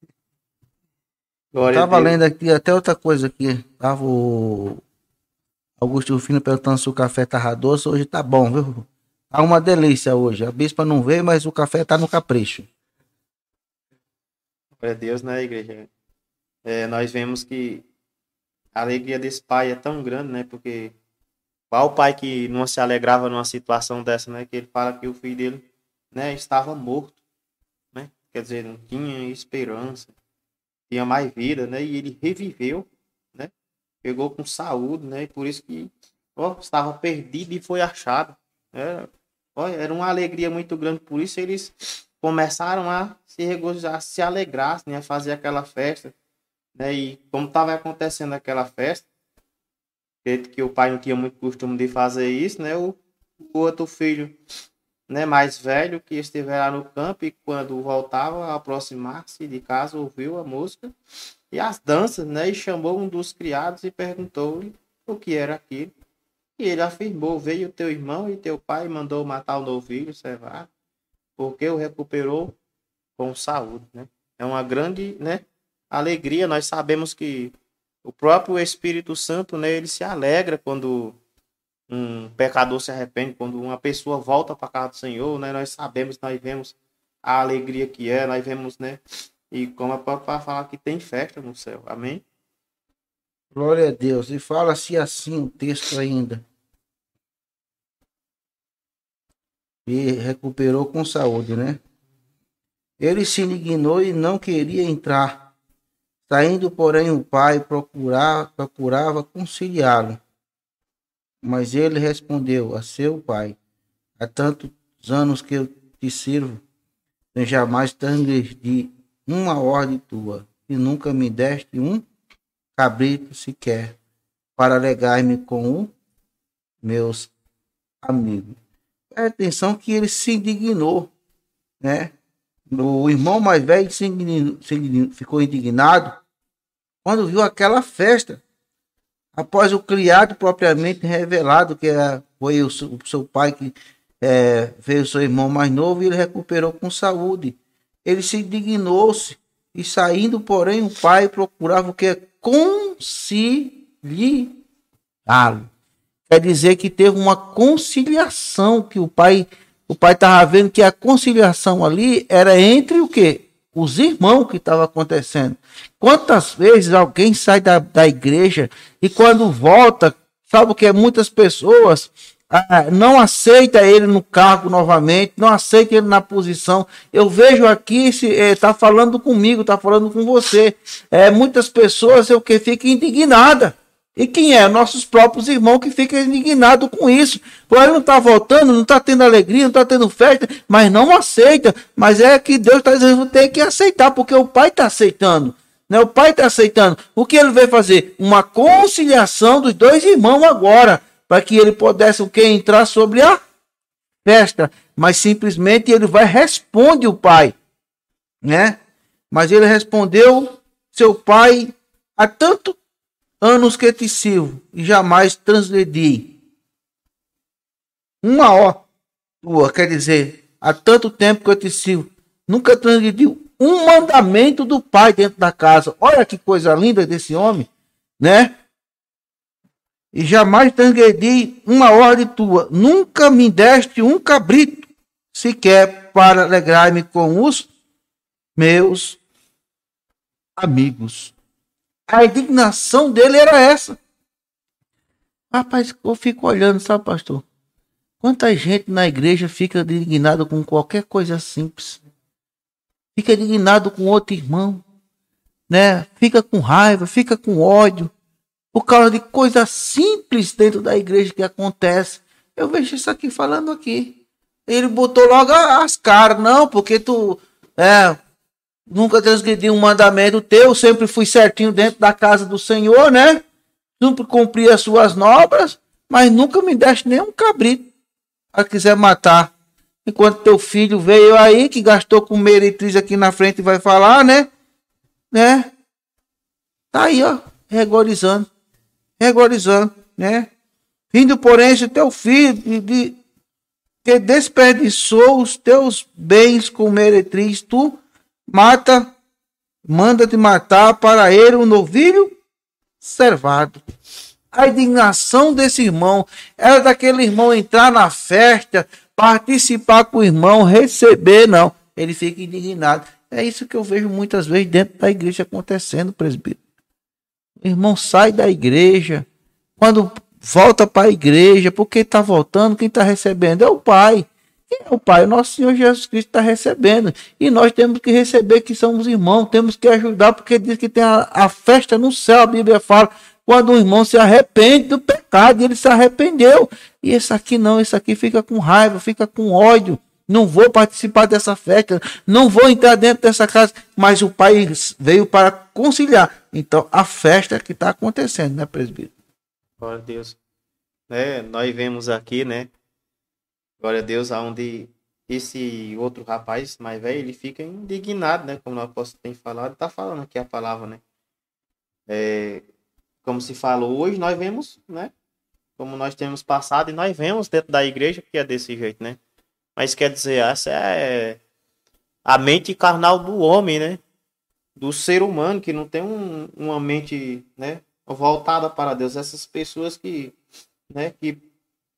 Glória Tava lendo aqui até outra coisa aqui, tava o Augusto Rufino perguntando se o café tava doce, hoje tá bom, viu? Tá uma delícia hoje. A bispa não veio, mas o café tá no capricho. Glória a Deus, né, igreja? É, nós vemos que a alegria desse pai é tão grande, né? Porque qual pai que não se alegrava numa situação dessa, né? Que ele fala que o filho dele, né, estava morto, né? Quer dizer, não tinha esperança, tinha mais vida, né? E ele reviveu, né? Pegou com saúde, né? E por isso que, ó, estava perdido e foi achado. Era, ó, era uma alegria muito grande, por isso eles começaram a se regozijar, a se alegrar, né? A fazer aquela festa, né? E como estava acontecendo aquela festa, que o pai não tinha muito costume de fazer isso, né? O, o outro filho, né, mais velho, que esteve lá no campo e quando voltava a aproximar-se de casa, ouviu a música e as danças, né? E chamou um dos criados e perguntou-lhe o que era aquilo. E ele afirmou: veio teu irmão e teu pai mandou matar o novilho cevado, porque o recuperou com saúde, né? É uma grande, né, alegria. Nós sabemos que o próprio Espírito Santo, né, ele se alegra quando um pecador se arrepende, quando uma pessoa volta para a casa do Senhor, né? Nós sabemos, nós vemos a alegria que é, nós vemos, né? E como é para falar que tem festa no céu. Amém? Glória a Deus. E fala-se assim o texto ainda. E recuperou com saúde, né? Ele se indignou e não queria entrar. Saindo, porém, o pai procurava, procurava conciliá-lo. Mas ele respondeu a seu pai: há tantos anos que eu te sirvo, eu jamais transgredi uma ordem tua, e nunca me deste um cabrito sequer, para alegar-me com os meus amigos. Presta atenção que ele se indignou, né? O irmão mais velho se indignou, se indignou, ficou indignado quando viu aquela festa. Após o criado propriamente revelado, que era, foi o seu, o seu pai que é, veio o seu irmão mais novo, e ele recuperou com saúde. Ele se indignou-se, e saindo, porém, o pai procurava o que? Conciliá-lo. Quer dizer que teve uma conciliação, que o pai o pai estava vendo que a conciliação ali era entre o quê? Os irmãos que estava acontecendo. Quantas vezes alguém sai da, da igreja e quando volta, sabe o que é? Muitas pessoas ah, não aceitam ele no cargo novamente, não aceitam ele na posição. Eu vejo aqui, está eh, falando comigo, está falando com você. É, muitas pessoas eu que ficam indignadas. E quem é? Nossos próprios irmãos que ficam indignados com isso. Porque ele não está voltando, não está tendo alegria, não está tendo festa, mas não aceita. Mas é que Deus está dizendo que tem que aceitar, porque o pai está aceitando. Né? O pai está aceitando. O que ele veio fazer? Uma conciliação dos dois irmãos agora, para que ele pudesse o que? Entrar sobre a festa. Mas simplesmente ele vai responde o pai. Né? Mas ele respondeu, seu pai, há tanto anos que te sirvo e jamais transgredi uma hora tua, quer dizer, há tanto tempo que eu te sirvo, nunca transgredi um mandamento do pai dentro da casa. Olha que coisa linda desse homem, né? E jamais transgredi uma ordem tua, nunca me deste um cabrito sequer para alegrar-me com os meus amigos. A indignação dele era essa. Rapaz, eu fico olhando, sabe, pastor? Quanta gente na igreja fica indignado com qualquer coisa simples. Fica indignado com outro irmão, né? Fica com raiva, fica com ódio, por causa de coisas simples dentro da igreja que acontece. Eu vejo isso aqui falando aqui. Ele botou logo as caras, não, porque tu... É, nunca transgredi um mandamento teu, sempre fui certinho dentro da casa do Senhor, né? Sempre cumpri as suas normas, mas nunca me deste nenhum cabrito para quiser matar. Enquanto teu filho veio aí, que gastou com meretriz aqui na frente e vai falar, né? Né? Tá aí, ó, regorizando, regorizando, né? Vindo, porém, esse teu filho de, de, que desperdiçou os teus bens com meretriz, tu mata, manda-te matar para ele um novilho servado. A indignação desse irmão era daquele irmão entrar na festa, participar com o irmão, receber, não. Ele fica indignado. É isso que eu vejo muitas vezes dentro da igreja acontecendo, presbítero. O irmão sai da igreja, quando volta para a igreja, porque está voltando, quem está recebendo é o pai. Quem é o pai? O nosso Senhor Jesus Cristo está recebendo. E nós temos que receber, que somos irmãos, temos que ajudar, porque diz que tem a, a festa no céu, a Bíblia fala, quando o irmão se arrepende do pecado, e ele se arrependeu. E esse aqui não, esse aqui fica com raiva, fica com ódio. Não vou participar dessa festa, não vou entrar dentro dessa casa. Mas o pai veio para conciliar. Então, a festa é que está acontecendo, né, presbítero? Glória a Deus. É, nós vemos aqui, né? Glória a Deus, aonde esse outro rapaz mais velho, ele fica indignado, né? Como o apóstolo tem falado, está falando aqui a palavra, né? É, como se falou hoje, nós vemos, né? Como nós temos passado e nós vemos dentro da igreja que é desse jeito, né? Mas quer dizer, essa é a mente carnal do homem, né? Do ser humano, que não tem um, uma mente, né, voltada para Deus. Essas pessoas que, né, que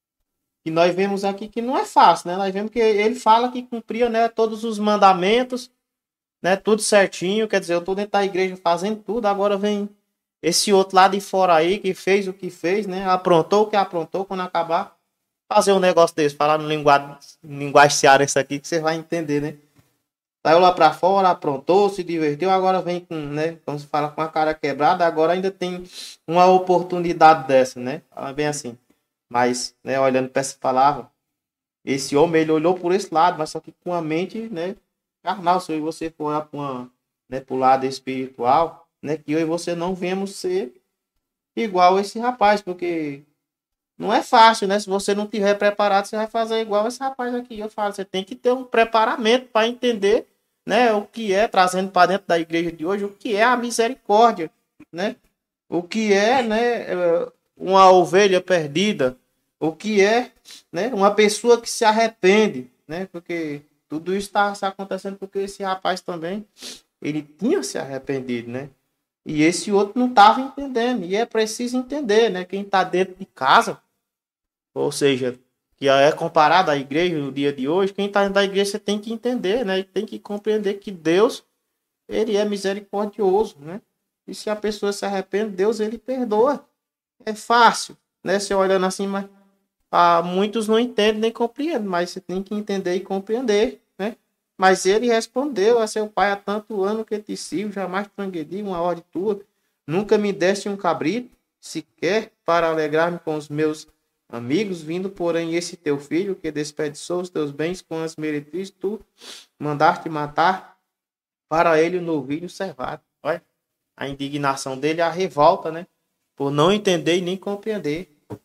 que nós vemos aqui que não é fácil, né? Nós vemos que ele fala que cumpria, né, todos os mandamentos, né, tudo certinho, quer dizer, eu tô dentro da igreja fazendo tudo, agora vem esse outro lado de fora aí que fez o que fez, né? Aprontou o que aprontou, quando acabar, fazer um negócio desse, falar no linguagem, linguagem cearense aqui que você vai entender, né? Saiu lá pra fora, aprontou, se divertiu, agora vem com, né, como se fala, com a cara quebrada, agora ainda tem uma oportunidade dessa, né? Fala bem assim. Mas, né, olhando para essa palavra, esse homem, ele olhou por esse lado, mas só que com a mente, né, carnal. Se você for olhar para uma, né, pro lado espiritual, né, que eu e você não vemos ser igual esse rapaz, porque não é fácil, né? Se você não tiver preparado, você vai fazer igual esse rapaz aqui. Eu falo, você tem que ter um preparamento para entender, né, o que é, trazendo para dentro da igreja de hoje, o que é a misericórdia, né? O que é, né, uma ovelha perdida, o que é, né, uma pessoa que se arrepende, né? Porque tudo isso está acontecendo porque esse rapaz também, ele tinha se arrependido, né? E esse outro não estava entendendo. E é preciso entender, né? Quem está dentro de casa, ou seja, que é comparado à igreja no dia de hoje, quem está dentro da igreja, você tem que entender, né? E tem que compreender que Deus, ele é misericordioso, né? E se a pessoa se arrepende, Deus, ele perdoa. É fácil, né? Você olhando assim, mas ah, muitos não entendem nem compreendem, mas você tem que entender e compreender, né? Mas ele respondeu a seu pai: há tanto ano que te sirvo, jamais transgredi uma ordem tua, nunca me deste um cabrito, sequer para alegrar-me com os meus amigos, vindo, porém, esse teu filho, que desperdiçou os teus bens com as meretrizes, tu mandaste matar para ele o novilho cevado. Olha, a indignação dele, a revolta, né? Por não entender e nem compreender.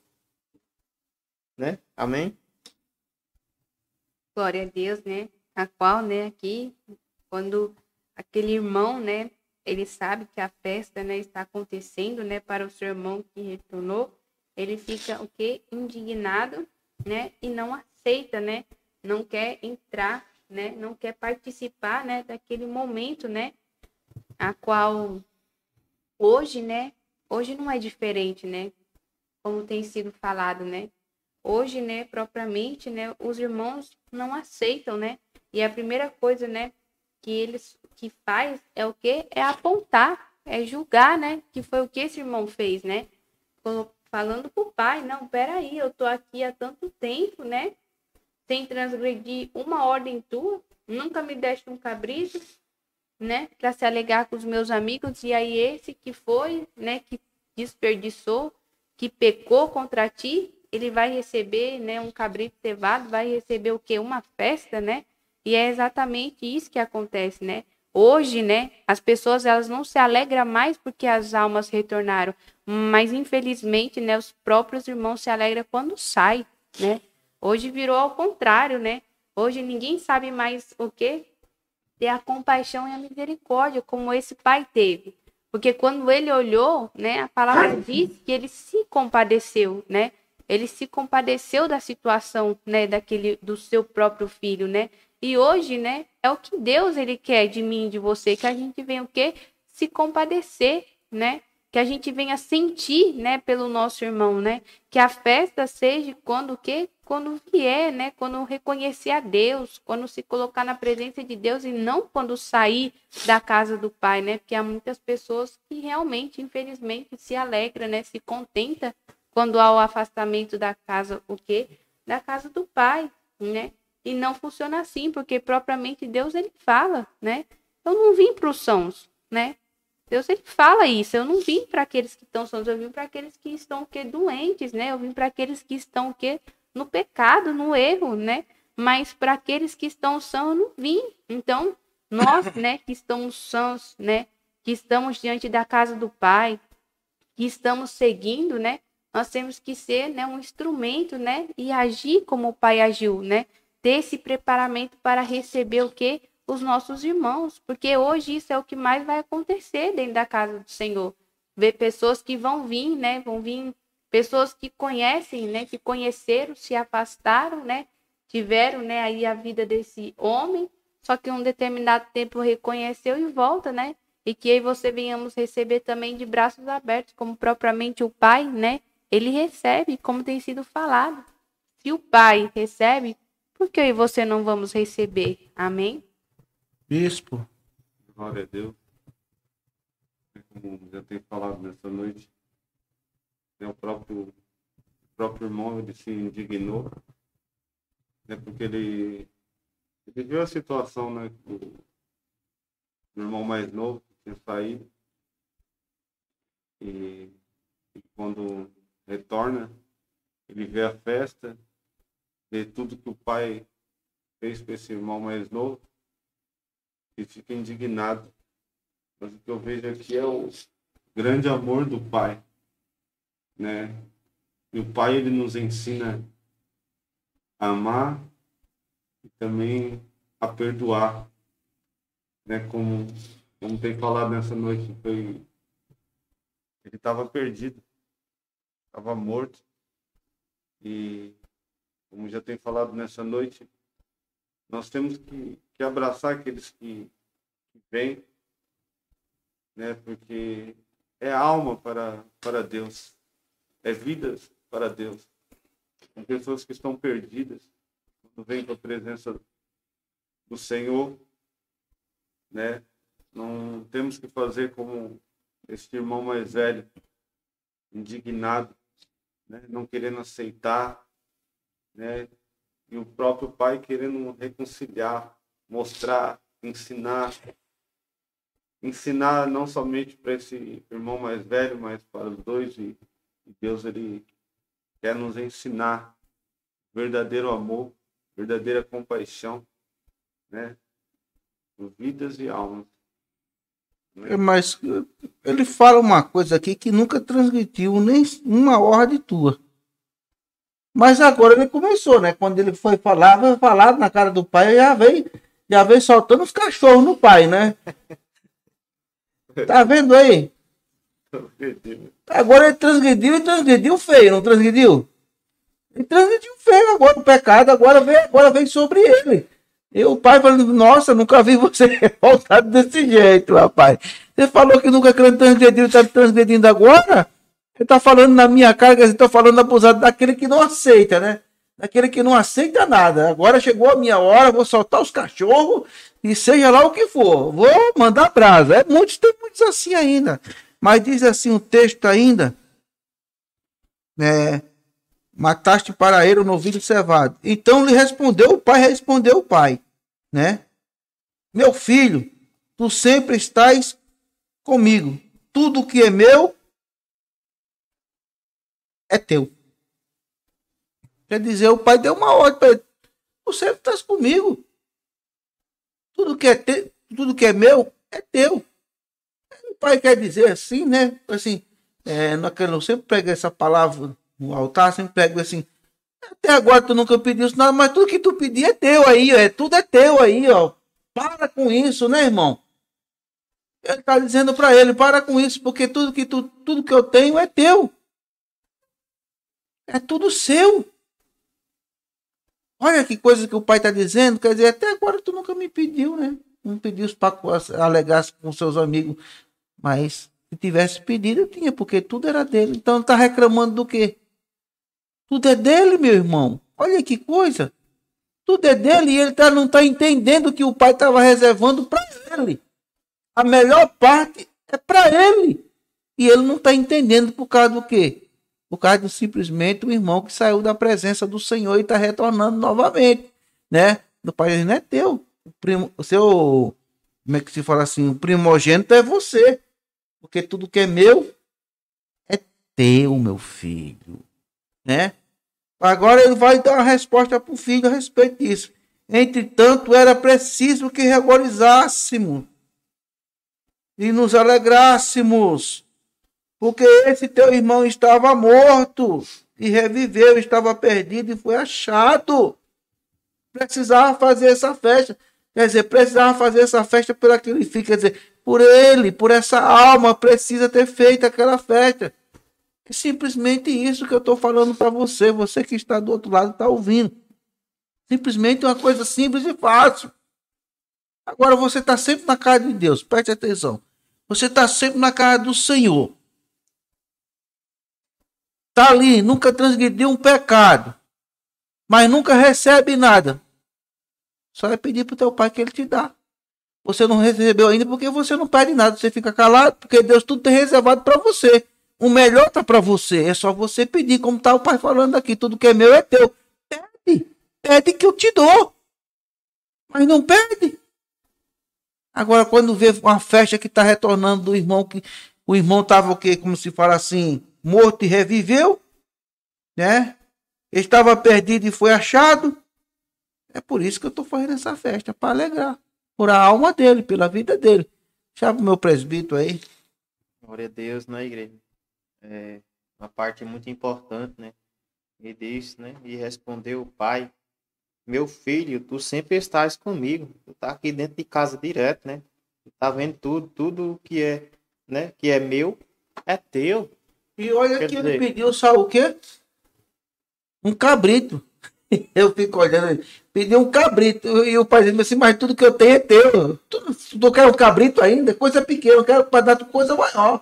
Né? Amém? Glória a Deus, né? A qual, né, aqui, quando aquele irmão, né, ele sabe que a festa, né, está acontecendo, né, para o seu irmão que retornou, ele fica, o quê? Indignado, né, e não aceita, né, não quer entrar, né, não quer participar, né, daquele momento, né, a qual hoje, né, hoje não é diferente, né, como tem sido falado, né. Hoje, né, propriamente, né, os irmãos não aceitam, né? E a primeira coisa, né, que eles que faz é o quê? É apontar, é julgar, né? Que foi o que esse irmão fez, né? Falando pro pai, não, peraí, eu tô aqui há tanto tempo, né? Sem transgredir uma ordem tua, nunca me deste um cabrito, né? Para se alegar com os meus amigos, e aí esse que foi, né, que desperdiçou, que pecou contra ti, ele vai receber, né, um cabrito cevado, vai receber o quê? Uma festa, né? E é exatamente isso que acontece, né? Hoje, né, as pessoas, elas não se alegram mais porque as almas retornaram, mas infelizmente, né, os próprios irmãos se alegram quando sai, né? Hoje virou ao contrário, né? Hoje ninguém sabe mais o quê? Ter a compaixão e a misericórdia, como esse pai teve. Porque quando ele olhou, né, a palavra diz que ele se compadeceu, né? Ele se compadeceu da situação, né, daquele, do seu próprio filho, né? E hoje, né, é o que Deus, ele quer de mim e de você, que a gente venha o quê? Se compadecer, né? Que a gente venha sentir, né, pelo nosso irmão, né? Que a festa seja quando o quê? Quando vier, né? Quando reconhecer a Deus, quando se colocar na presença de Deus e não quando sair da casa do Pai, né? Porque há muitas pessoas que realmente, infelizmente, se alegram, né? Se contenta quando há o afastamento da casa, o quê? Da casa do Pai, né? E não funciona assim, porque propriamente Deus, ele fala, né? Eu não vim para os sãos, né? Deus, ele fala isso. Eu não vim para aqueles que estão sãos, eu vim para aqueles que estão o quê? Doentes, né? Eu vim para aqueles que estão o quê? No pecado, no erro, né? Mas para aqueles que estão sãos, eu não vim. Então, nós, né, que estamos sãos, né? Que estamos diante da casa do Pai, que estamos seguindo, né? Nós temos que ser, né, um instrumento, né? E agir como o Pai agiu, né? Ter esse preparamento para receber o quê? Os nossos irmãos. Porque hoje isso é o que mais vai acontecer dentro da casa do Senhor. Ver pessoas que vão vir, né? Vão vir pessoas que conhecem, né? Que conheceram, se afastaram, né? Tiveram, né, aí a vida desse homem. Só que um determinado tempo reconheceu e volta, né? E que aí você venhamos receber também de braços abertos, como propriamente o Pai, né? Ele recebe, como tem sido falado. Se o Pai recebe, por que eu e você não vamos receber? Amém? Bispo. Glória a Deus. Como já tenho falado nessa noite, né, o próprio, o próprio irmão ele se indignou, né, porque ele, ele viu a situação, né, do, do irmão mais novo que tinha saído, e, e quando retorna, ele vê a festa, vê tudo que o pai fez para esse irmão mais novo, e fica indignado. Mas o que eu vejo aqui é o grande amor do pai, né? E o pai, ele nos ensina a amar e também a perdoar, né? Como, como tem falado nessa noite, foi, ele estava perdido, estava morto. E como já tem falado nessa noite, nós temos que, que abraçar aqueles que, que vêm, né? Porque é alma para, para Deus, é vidas para Deus. São pessoas que estão perdidas, quando vêm para a presença do Senhor, né? Não temos que fazer como este irmão mais velho, indignado, né? Não querendo aceitar, né? E o próprio pai querendo reconciliar, mostrar, ensinar, ensinar não somente para esse irmão mais velho, mas para os dois. E, e Deus, ele quer nos ensinar verdadeiro amor, verdadeira compaixão, né? Por vidas e almas. Né? Mas ele fala uma coisa aqui que nunca transmitiu nem uma ordem tua. Mas agora ele começou, né? Quando ele foi falar, foi falar na cara do pai, já veio, já veio soltando os cachorros no pai, né? Tá vendo aí? Agora ele transgrediu e transgrediu feio, não transgrediu? Ele transgrediu feio agora, o pecado agora vem, agora vem sobre ele. E o pai falando, nossa, nunca vi você revoltado desse jeito, rapaz. Você falou que nunca transgrediu, está transgredindo agora? Ele está falando na minha cara, ele está falando abusado daquele que não aceita, né? Daquele que não aceita nada. Agora chegou a minha hora, vou soltar os cachorros e seja lá o que for. Vou mandar brasa. É muitos, tem muitos assim ainda. Mas diz assim o texto ainda, né? Mataste para ele o novilho cevado. Então lhe respondeu o pai, respondeu o pai, né? Meu filho, tu sempre estás comigo. Tudo que é meu é teu. Quer dizer, o pai deu uma ordem para ele. Tu sempre estás comigo. Tudo que é te, tudo que é meu é teu. O pai quer dizer assim, né? Assim, é, eu sempre pego essa palavra no altar, sempre pego assim. Até agora tu nunca pediu nada, mas tudo que tu pedir é teu aí, ó, é, tudo é teu aí, ó. Para com isso, né, irmão? Ele está dizendo para ele, para com isso, porque tudo que, tu, tudo que eu tenho é teu. É tudo seu. Olha que coisa que o pai está dizendo. Quer dizer, até agora tu nunca me pediu, né? Não pediu para alegar com seus amigos. Mas se tivesse pedido, eu tinha, porque tudo era dele. Então está reclamando do quê? Tudo é dele, meu irmão. Olha que coisa. Tudo é dele e ele tá, não está entendendo que o pai estava reservando para ele. A melhor parte é para ele. E ele não está entendendo por causa do quê? Por causa de simplesmente o irmão que saiu da presença do Senhor e está retornando novamente, né? O pai não é teu. O, primo, o seu, como é que se fala assim? O primogênito é você. Porque tudo que é meu é teu, meu filho, né? Agora ele vai dar uma resposta para o filho a respeito disso. Entretanto, era preciso que regozijásemos e nos alegrássemos, porque esse teu irmão estava morto e reviveu, estava perdido e foi achado. Precisava fazer essa festa. Quer dizer, precisava fazer essa festa por aquele filho. Quer dizer, por ele, por essa alma, precisa ter feito aquela festa. É simplesmente isso que eu estou falando para você. Você que está do outro lado está ouvindo. Simplesmente uma coisa simples e fácil. Agora você está sempre na cara de Deus. Preste atenção. Você está sempre na cara do Senhor. Está ali, nunca transgrediu um pecado. mas nunca recebe nada. Só é pedir para o teu pai que ele te dá. Você não recebeu ainda porque você não pede nada. Você fica calado porque Deus tudo tem reservado para você. O melhor está para você. É só você pedir. Como está o pai falando aqui. Tudo que é meu é teu. Pede. Pede que eu te dou. Mas não pede. Agora quando vê uma festa que está retornando do irmão. Que o irmão estava o quê? Como se fala assim. Morto e reviveu. Né? Ele estava perdido e foi achado. É por isso que eu estou fazendo essa festa. Para alegrar. Por a alma dele, pela vida dele. Chama o meu presbítero aí. Glória a Deus, né, igreja? É uma parte muito importante, né? Ele disse, né? E respondeu o pai: meu filho, tu sempre estás comigo. Tu tá aqui dentro de casa direto, né? Tu tá vendo tudo, tudo que é, né? Que é meu, é teu. E olha Quer que dizer... ele pediu só o quê? Um cabrito. Eu fico olhando, pediu um cabrito. E o pai disse assim: mas tudo que eu tenho é teu. Tu, tu quer um cabrito ainda? Coisa pequena, eu quero para dar coisa maior.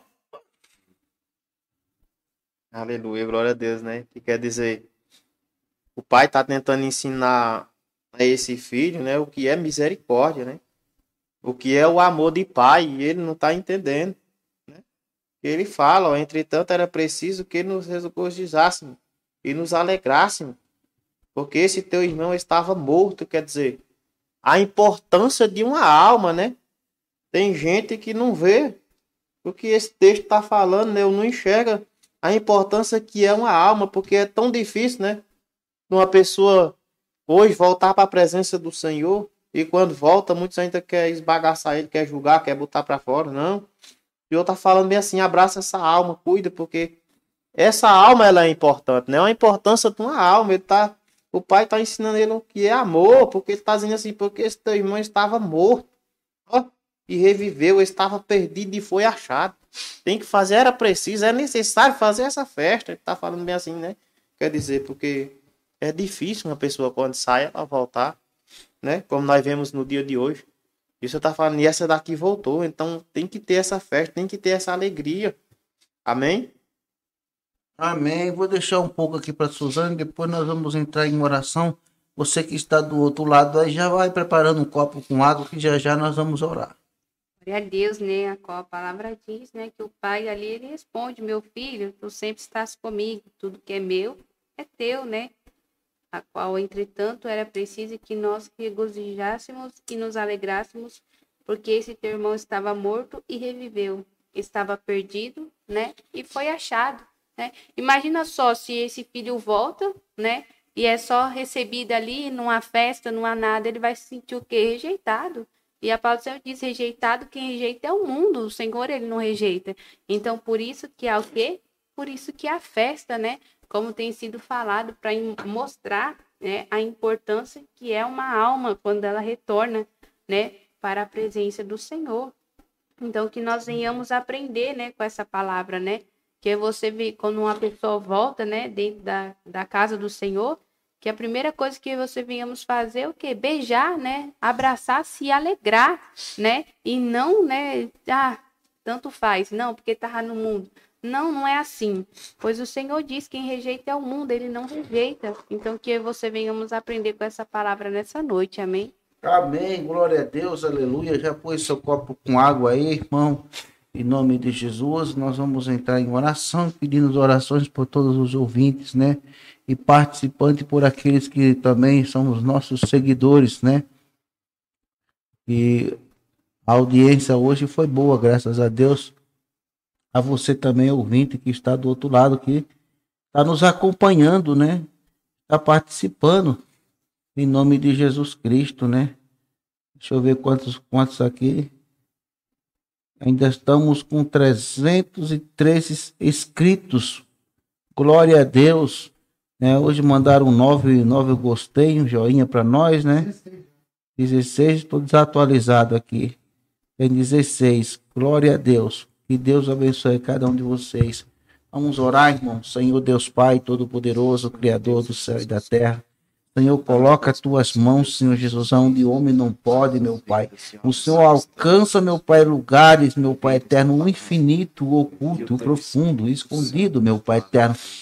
Aleluia, glória a Deus, né? Que quer dizer, o pai está tentando ensinar a esse filho, né, o que é misericórdia, né? O que é o amor de pai, e ele não está entendendo, né? Ele fala, ó, entretanto era preciso que nos regozijássemos e nos alegrássemos, porque esse teu irmão estava morto. Quer dizer, a importância de uma alma, né? Tem gente que não vê o que esse texto está falando, né? Eu não enxerga a importância que é uma alma, porque é tão difícil, né? Uma pessoa hoje voltar para a presença do Senhor, e quando volta, muitos ainda quer esbagaçar ele, quer julgar, quer botar para fora. Não. O Senhor está falando bem assim: abraça essa alma, cuida, porque essa alma ela é importante, né? A importância de uma alma. Ele tá, o pai está ensinando ele o que é amor, porque ele está dizendo assim: porque esse teu irmão estava morto, ó, e reviveu, estava perdido e foi achado. Tem que fazer, era preciso, é necessário fazer essa festa. Ele está falando bem assim, né? Quer dizer, porque é difícil uma pessoa quando sai ela voltar, né? Como nós vemos no dia de hoje. Isso eu tá falando, e essa daqui voltou. Então tem que ter essa festa, tem que ter essa alegria. Amém? Amém. Vou deixar um pouco aqui para Suzane, depois nós vamos entrar em oração. Você que está do outro lado aí já vai preparando um copo com água, que já já nós vamos orar. Glória a Deus, né? A qual a palavra diz, né? Que o pai ali, ele responde: meu filho, tu sempre estás comigo, tudo que é meu é teu, né? A qual, entretanto, era preciso que nós regozijássemos e nos alegrássemos, porque esse teu irmão estava morto e reviveu, estava perdido, né? E foi achado, né? Imagina só se esse filho volta, né? E é só recebido ali numa festa, não há nada, ele vai se sentir o quê? Rejeitado. E a palavra do Senhor diz: rejeitado, quem rejeita é o mundo, o Senhor ele não rejeita. Então, por isso que há o quê? Por isso que há festa, né? Como tem sido falado, para mostrar, né, a importância que é uma alma quando ela retorna, né, para a presença do Senhor. Então, que nós venhamos aprender, né, com essa palavra, né? Que você vê quando uma pessoa volta, né, dentro da, da casa do Senhor, que a primeira coisa que você venhamos fazer é o quê? Beijar, né? Abraçar, se alegrar, né? E não, né? Ah, tanto faz. Não, porque estava no mundo. Não, não é assim. Pois o Senhor diz: quem rejeita é o mundo, ele não rejeita. Então que você venhamos aprender com essa palavra nessa noite, amém? Amém, glória a Deus, aleluia. Já pôs seu copo com água aí, irmão? Em nome de Jesus, nós vamos entrar em oração, pedindo orações por todos os ouvintes, né? E participantes, por aqueles que também são os nossos seguidores, né? E a audiência hoje foi boa, graças a Deus. A você também, ouvinte, que está do outro lado, que está nos acompanhando, né? Está participando, em nome de Jesus Cristo, né? Deixa eu ver quantos, quantos aqui. Ainda estamos com trezentos e treze inscritos. Glória a Deus. Né? Hoje mandaram nove, nove gostei, um joinha para nós, né? dezesseis, estou desatualizado aqui. Tem dezesseis. Glória a Deus. Que Deus abençoe cada um de vocês. Vamos orar, irmão. Senhor Deus Pai Todo-Poderoso, Criador do céu e da terra. Senhor, coloca as tuas mãos, Senhor Jesus, onde o homem não pode, meu Pai. O Senhor alcança, meu Pai, lugares, meu Pai eterno, o infinito, o oculto, o profundo, o escondido, meu Pai eterno.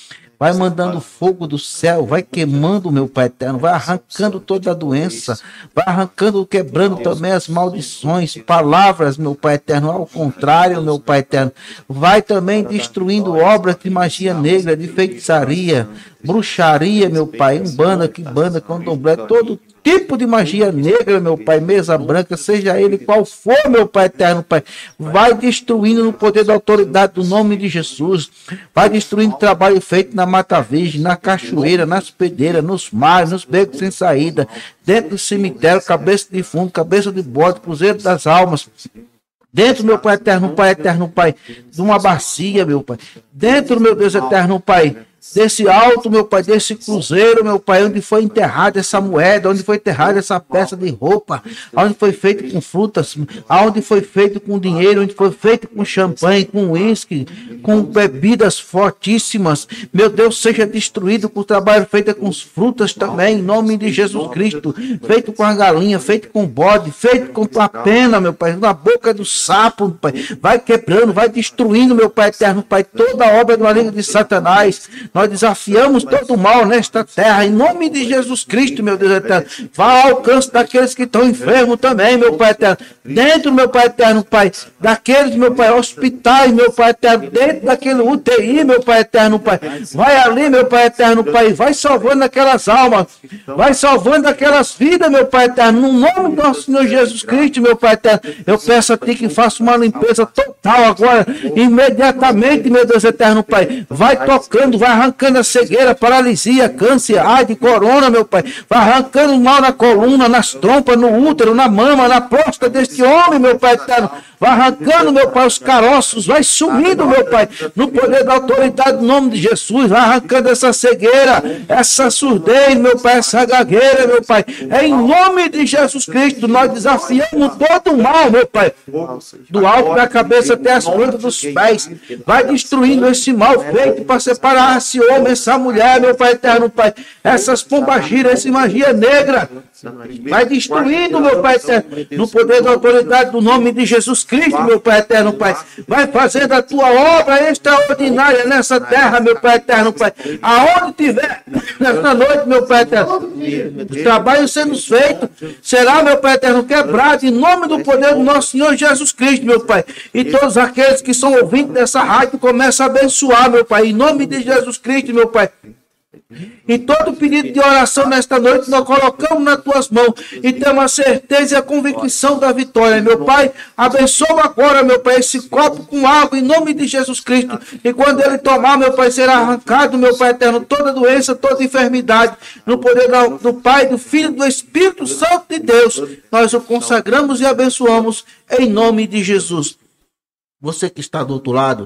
vai mandando fogo do céu, vai queimando, meu Pai eterno, vai arrancando toda a doença, vai arrancando, quebrando também as maldições, palavras, meu Pai eterno, ao contrário, meu Pai eterno, vai também destruindo obras de magia negra, de feitiçaria, bruxaria, meu Pai, umbanda, quimbanda, candomblé, todo tipo de magia negra, meu Pai, mesa branca, seja ele qual for, meu Pai eterno, Pai, vai destruindo no poder da autoridade do nome de Jesus, vai destruindo o trabalho feito na Mata Virgem, na cachoeira, nas pedreiras, nos mares, nos becos sem saída, dentro do cemitério, cabeça de fundo, cabeça de bode, cruzeiro das almas, dentro, meu Pai eterno, Pai eterno, Pai, de uma bacia, meu Pai, dentro, meu Deus eterno, Pai, desse alto, meu Pai, desse cruzeiro, meu Pai, onde foi enterrada essa moeda, onde foi enterrada essa peça de roupa, onde foi feito com frutas, onde foi feito com dinheiro, onde foi feito com champanhe, com uísque, com bebidas fortíssimas, meu Deus, seja destruído com o trabalho feito com frutas também, em nome de Jesus Cristo, feito com a galinha, feito com bode, feito com a pena, meu Pai, na boca do sapo, Pai, vai quebrando, vai destruindo, meu Pai eterno, Pai, toda a obra do maligno de Satanás. Nós desafiamos todo o mal nesta terra, em nome de Jesus Cristo, meu Deus eterno. Vá ao alcance daqueles que estão enfermos também, meu Pai eterno. Dentro, meu Pai eterno, Pai, daqueles, meu Pai, hospitais, meu Pai eterno, dentro daquele U T I, meu Pai eterno, Pai. Vai ali, meu Pai eterno, Pai, vai salvando aquelas almas, vai salvando aquelas vidas, meu Pai eterno, no nome do nosso Senhor Jesus Cristo, meu Pai eterno. Eu peço a Ti que faça uma limpeza total agora, imediatamente, meu Deus eterno, Pai. Vai tocando, vai arrancando a cegueira, paralisia, câncer, AIDS, corona, meu Pai. Vai arrancando o mal na coluna, nas trompas, no útero, na mama, na próstata deste homem, meu Pai eterno. Vai arrancando, meu Pai, os caroços, vai sumindo, meu Pai, no poder da autoridade do nome de Jesus. Vai arrancando essa cegueira, essa surdez, meu Pai, essa gagueira, meu Pai. É em nome de Jesus Cristo, nós desafiamos todo o mal, meu Pai, do alto da cabeça até as plantas dos pés. Vai destruindo esse mal feito para separar esse homem, essa mulher, meu Pai eterno, Pai. Essas pombagiras, essa magia negra. Vai destruindo, meu Pai eterno, no poder da autoridade do nome de Jesus Cristo, meu Pai eterno, Pai. Vai fazendo a tua obra extraordinária nessa terra, meu Pai eterno, Pai. Aonde tiver, nessa noite, meu Pai eterno, os trabalhos sendo feitos, será, meu Pai eterno, quebrado em nome do poder do nosso Senhor Jesus Cristo, meu Pai. E todos aqueles que são ouvintes dessa rádio começam a abençoar, meu Pai, em nome de Jesus Cristo, meu Pai. E todo pedido de oração nesta noite nós colocamos nas tuas mãos e temos a certeza e a convicção da vitória, meu Pai. Abençoa agora, meu Pai, esse copo com água em nome de Jesus Cristo. E quando ele tomar, meu Pai, será arrancado, meu Pai eterno, toda doença, toda enfermidade, no poder do Pai, do Filho e do Espírito Santo de Deus. Nós o consagramos e abençoamos em nome de Jesus. Você que está do outro lado,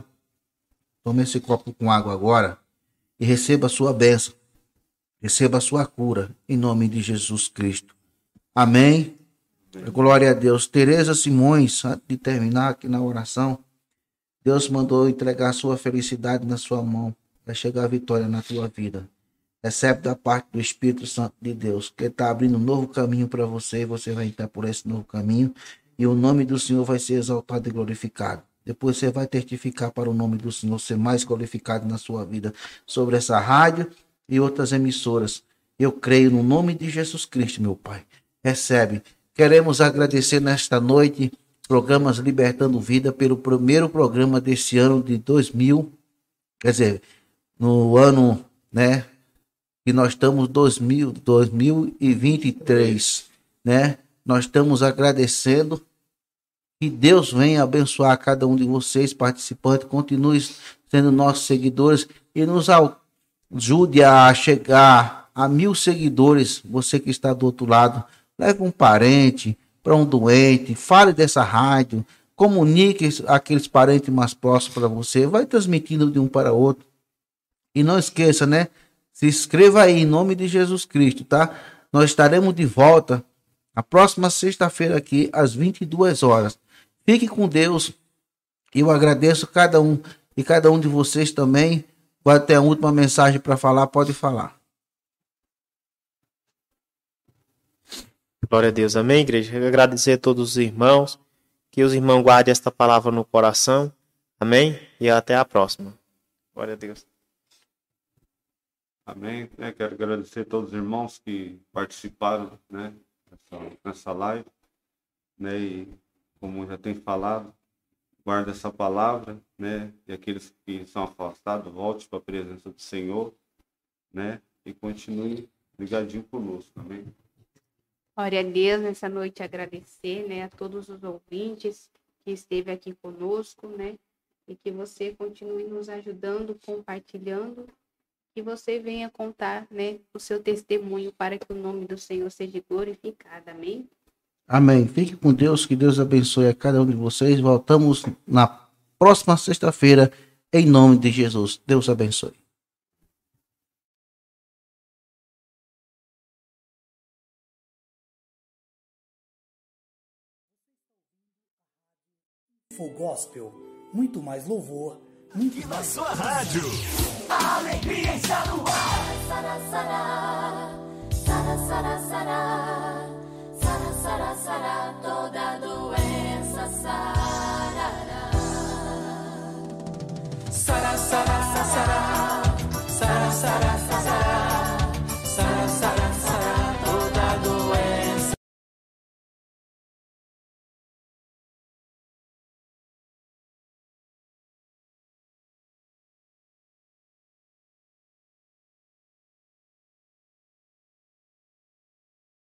tome esse copo com água agora e receba a sua bênção, receba a sua cura, em nome de Jesus Cristo. Amém. Glória a Deus. Tereza Simões, antes de terminar aqui na oração, Deus mandou entregar a sua felicidade na sua mão. Vai chegar a vitória na tua vida. Recebe da parte do Espírito Santo de Deus, que está abrindo um novo caminho para você, e você vai entrar por esse novo caminho, e o nome do Senhor vai ser exaltado e glorificado. Depois você vai testificar para o nome do Senhor ser mais glorificado na sua vida sobre essa rádio e outras emissoras. Eu creio no nome de Jesus Cristo, meu Pai. Recebe. Queremos agradecer nesta noite, programas Libertando Vida, pelo primeiro programa desse ano de dois mil, quer dizer, no ano, né, que nós estamos dois mil, dois mil e vinte e três, né? Nós estamos agradecendo. Que Deus venha abençoar cada um de vocês, participantes, continue sendo nossos seguidores e nos ajude a chegar a mil seguidores. Você que está do outro lado, leve um parente para um doente, fale dessa rádio, comunique aqueles parentes mais próximos para você, vai transmitindo de um para outro. E não esqueça, né? Se inscreva aí em nome de Jesus Cristo, tá? Nós estaremos de volta a próxima sexta-feira aqui às vinte e duas horas. Fique com Deus. Eu agradeço cada um e cada um de vocês também. Vai ter a última mensagem para falar, pode falar. Glória a Deus, amém, igreja? Eu agradecer a todos os irmãos, que os irmãos guardem esta palavra no coração, amém? E até a próxima. Glória a Deus. Amém. É, quero agradecer a todos os irmãos que participaram, né, nessa, nessa live, né, e como já tem falado, guarda essa palavra, né, e aqueles que são afastados, volte para a presença do Senhor, né, e continue ligadinho conosco, amém. Glória a Deus, nessa noite agradecer, né, a todos os ouvintes que esteve aqui conosco, né, e que você continue nos ajudando, compartilhando, que você venha contar, né, o seu testemunho para que o nome do Senhor seja glorificado, amém? Amém. Fique com Deus, que Deus abençoe a cada um de vocês. Voltamos na próxima sexta-feira, em nome de Jesus. Deus abençoe. Info Gospel, muito mais louvor, muito na mais sua rádio. A alegria está no ar. Sara, sara, sara, sara, sara.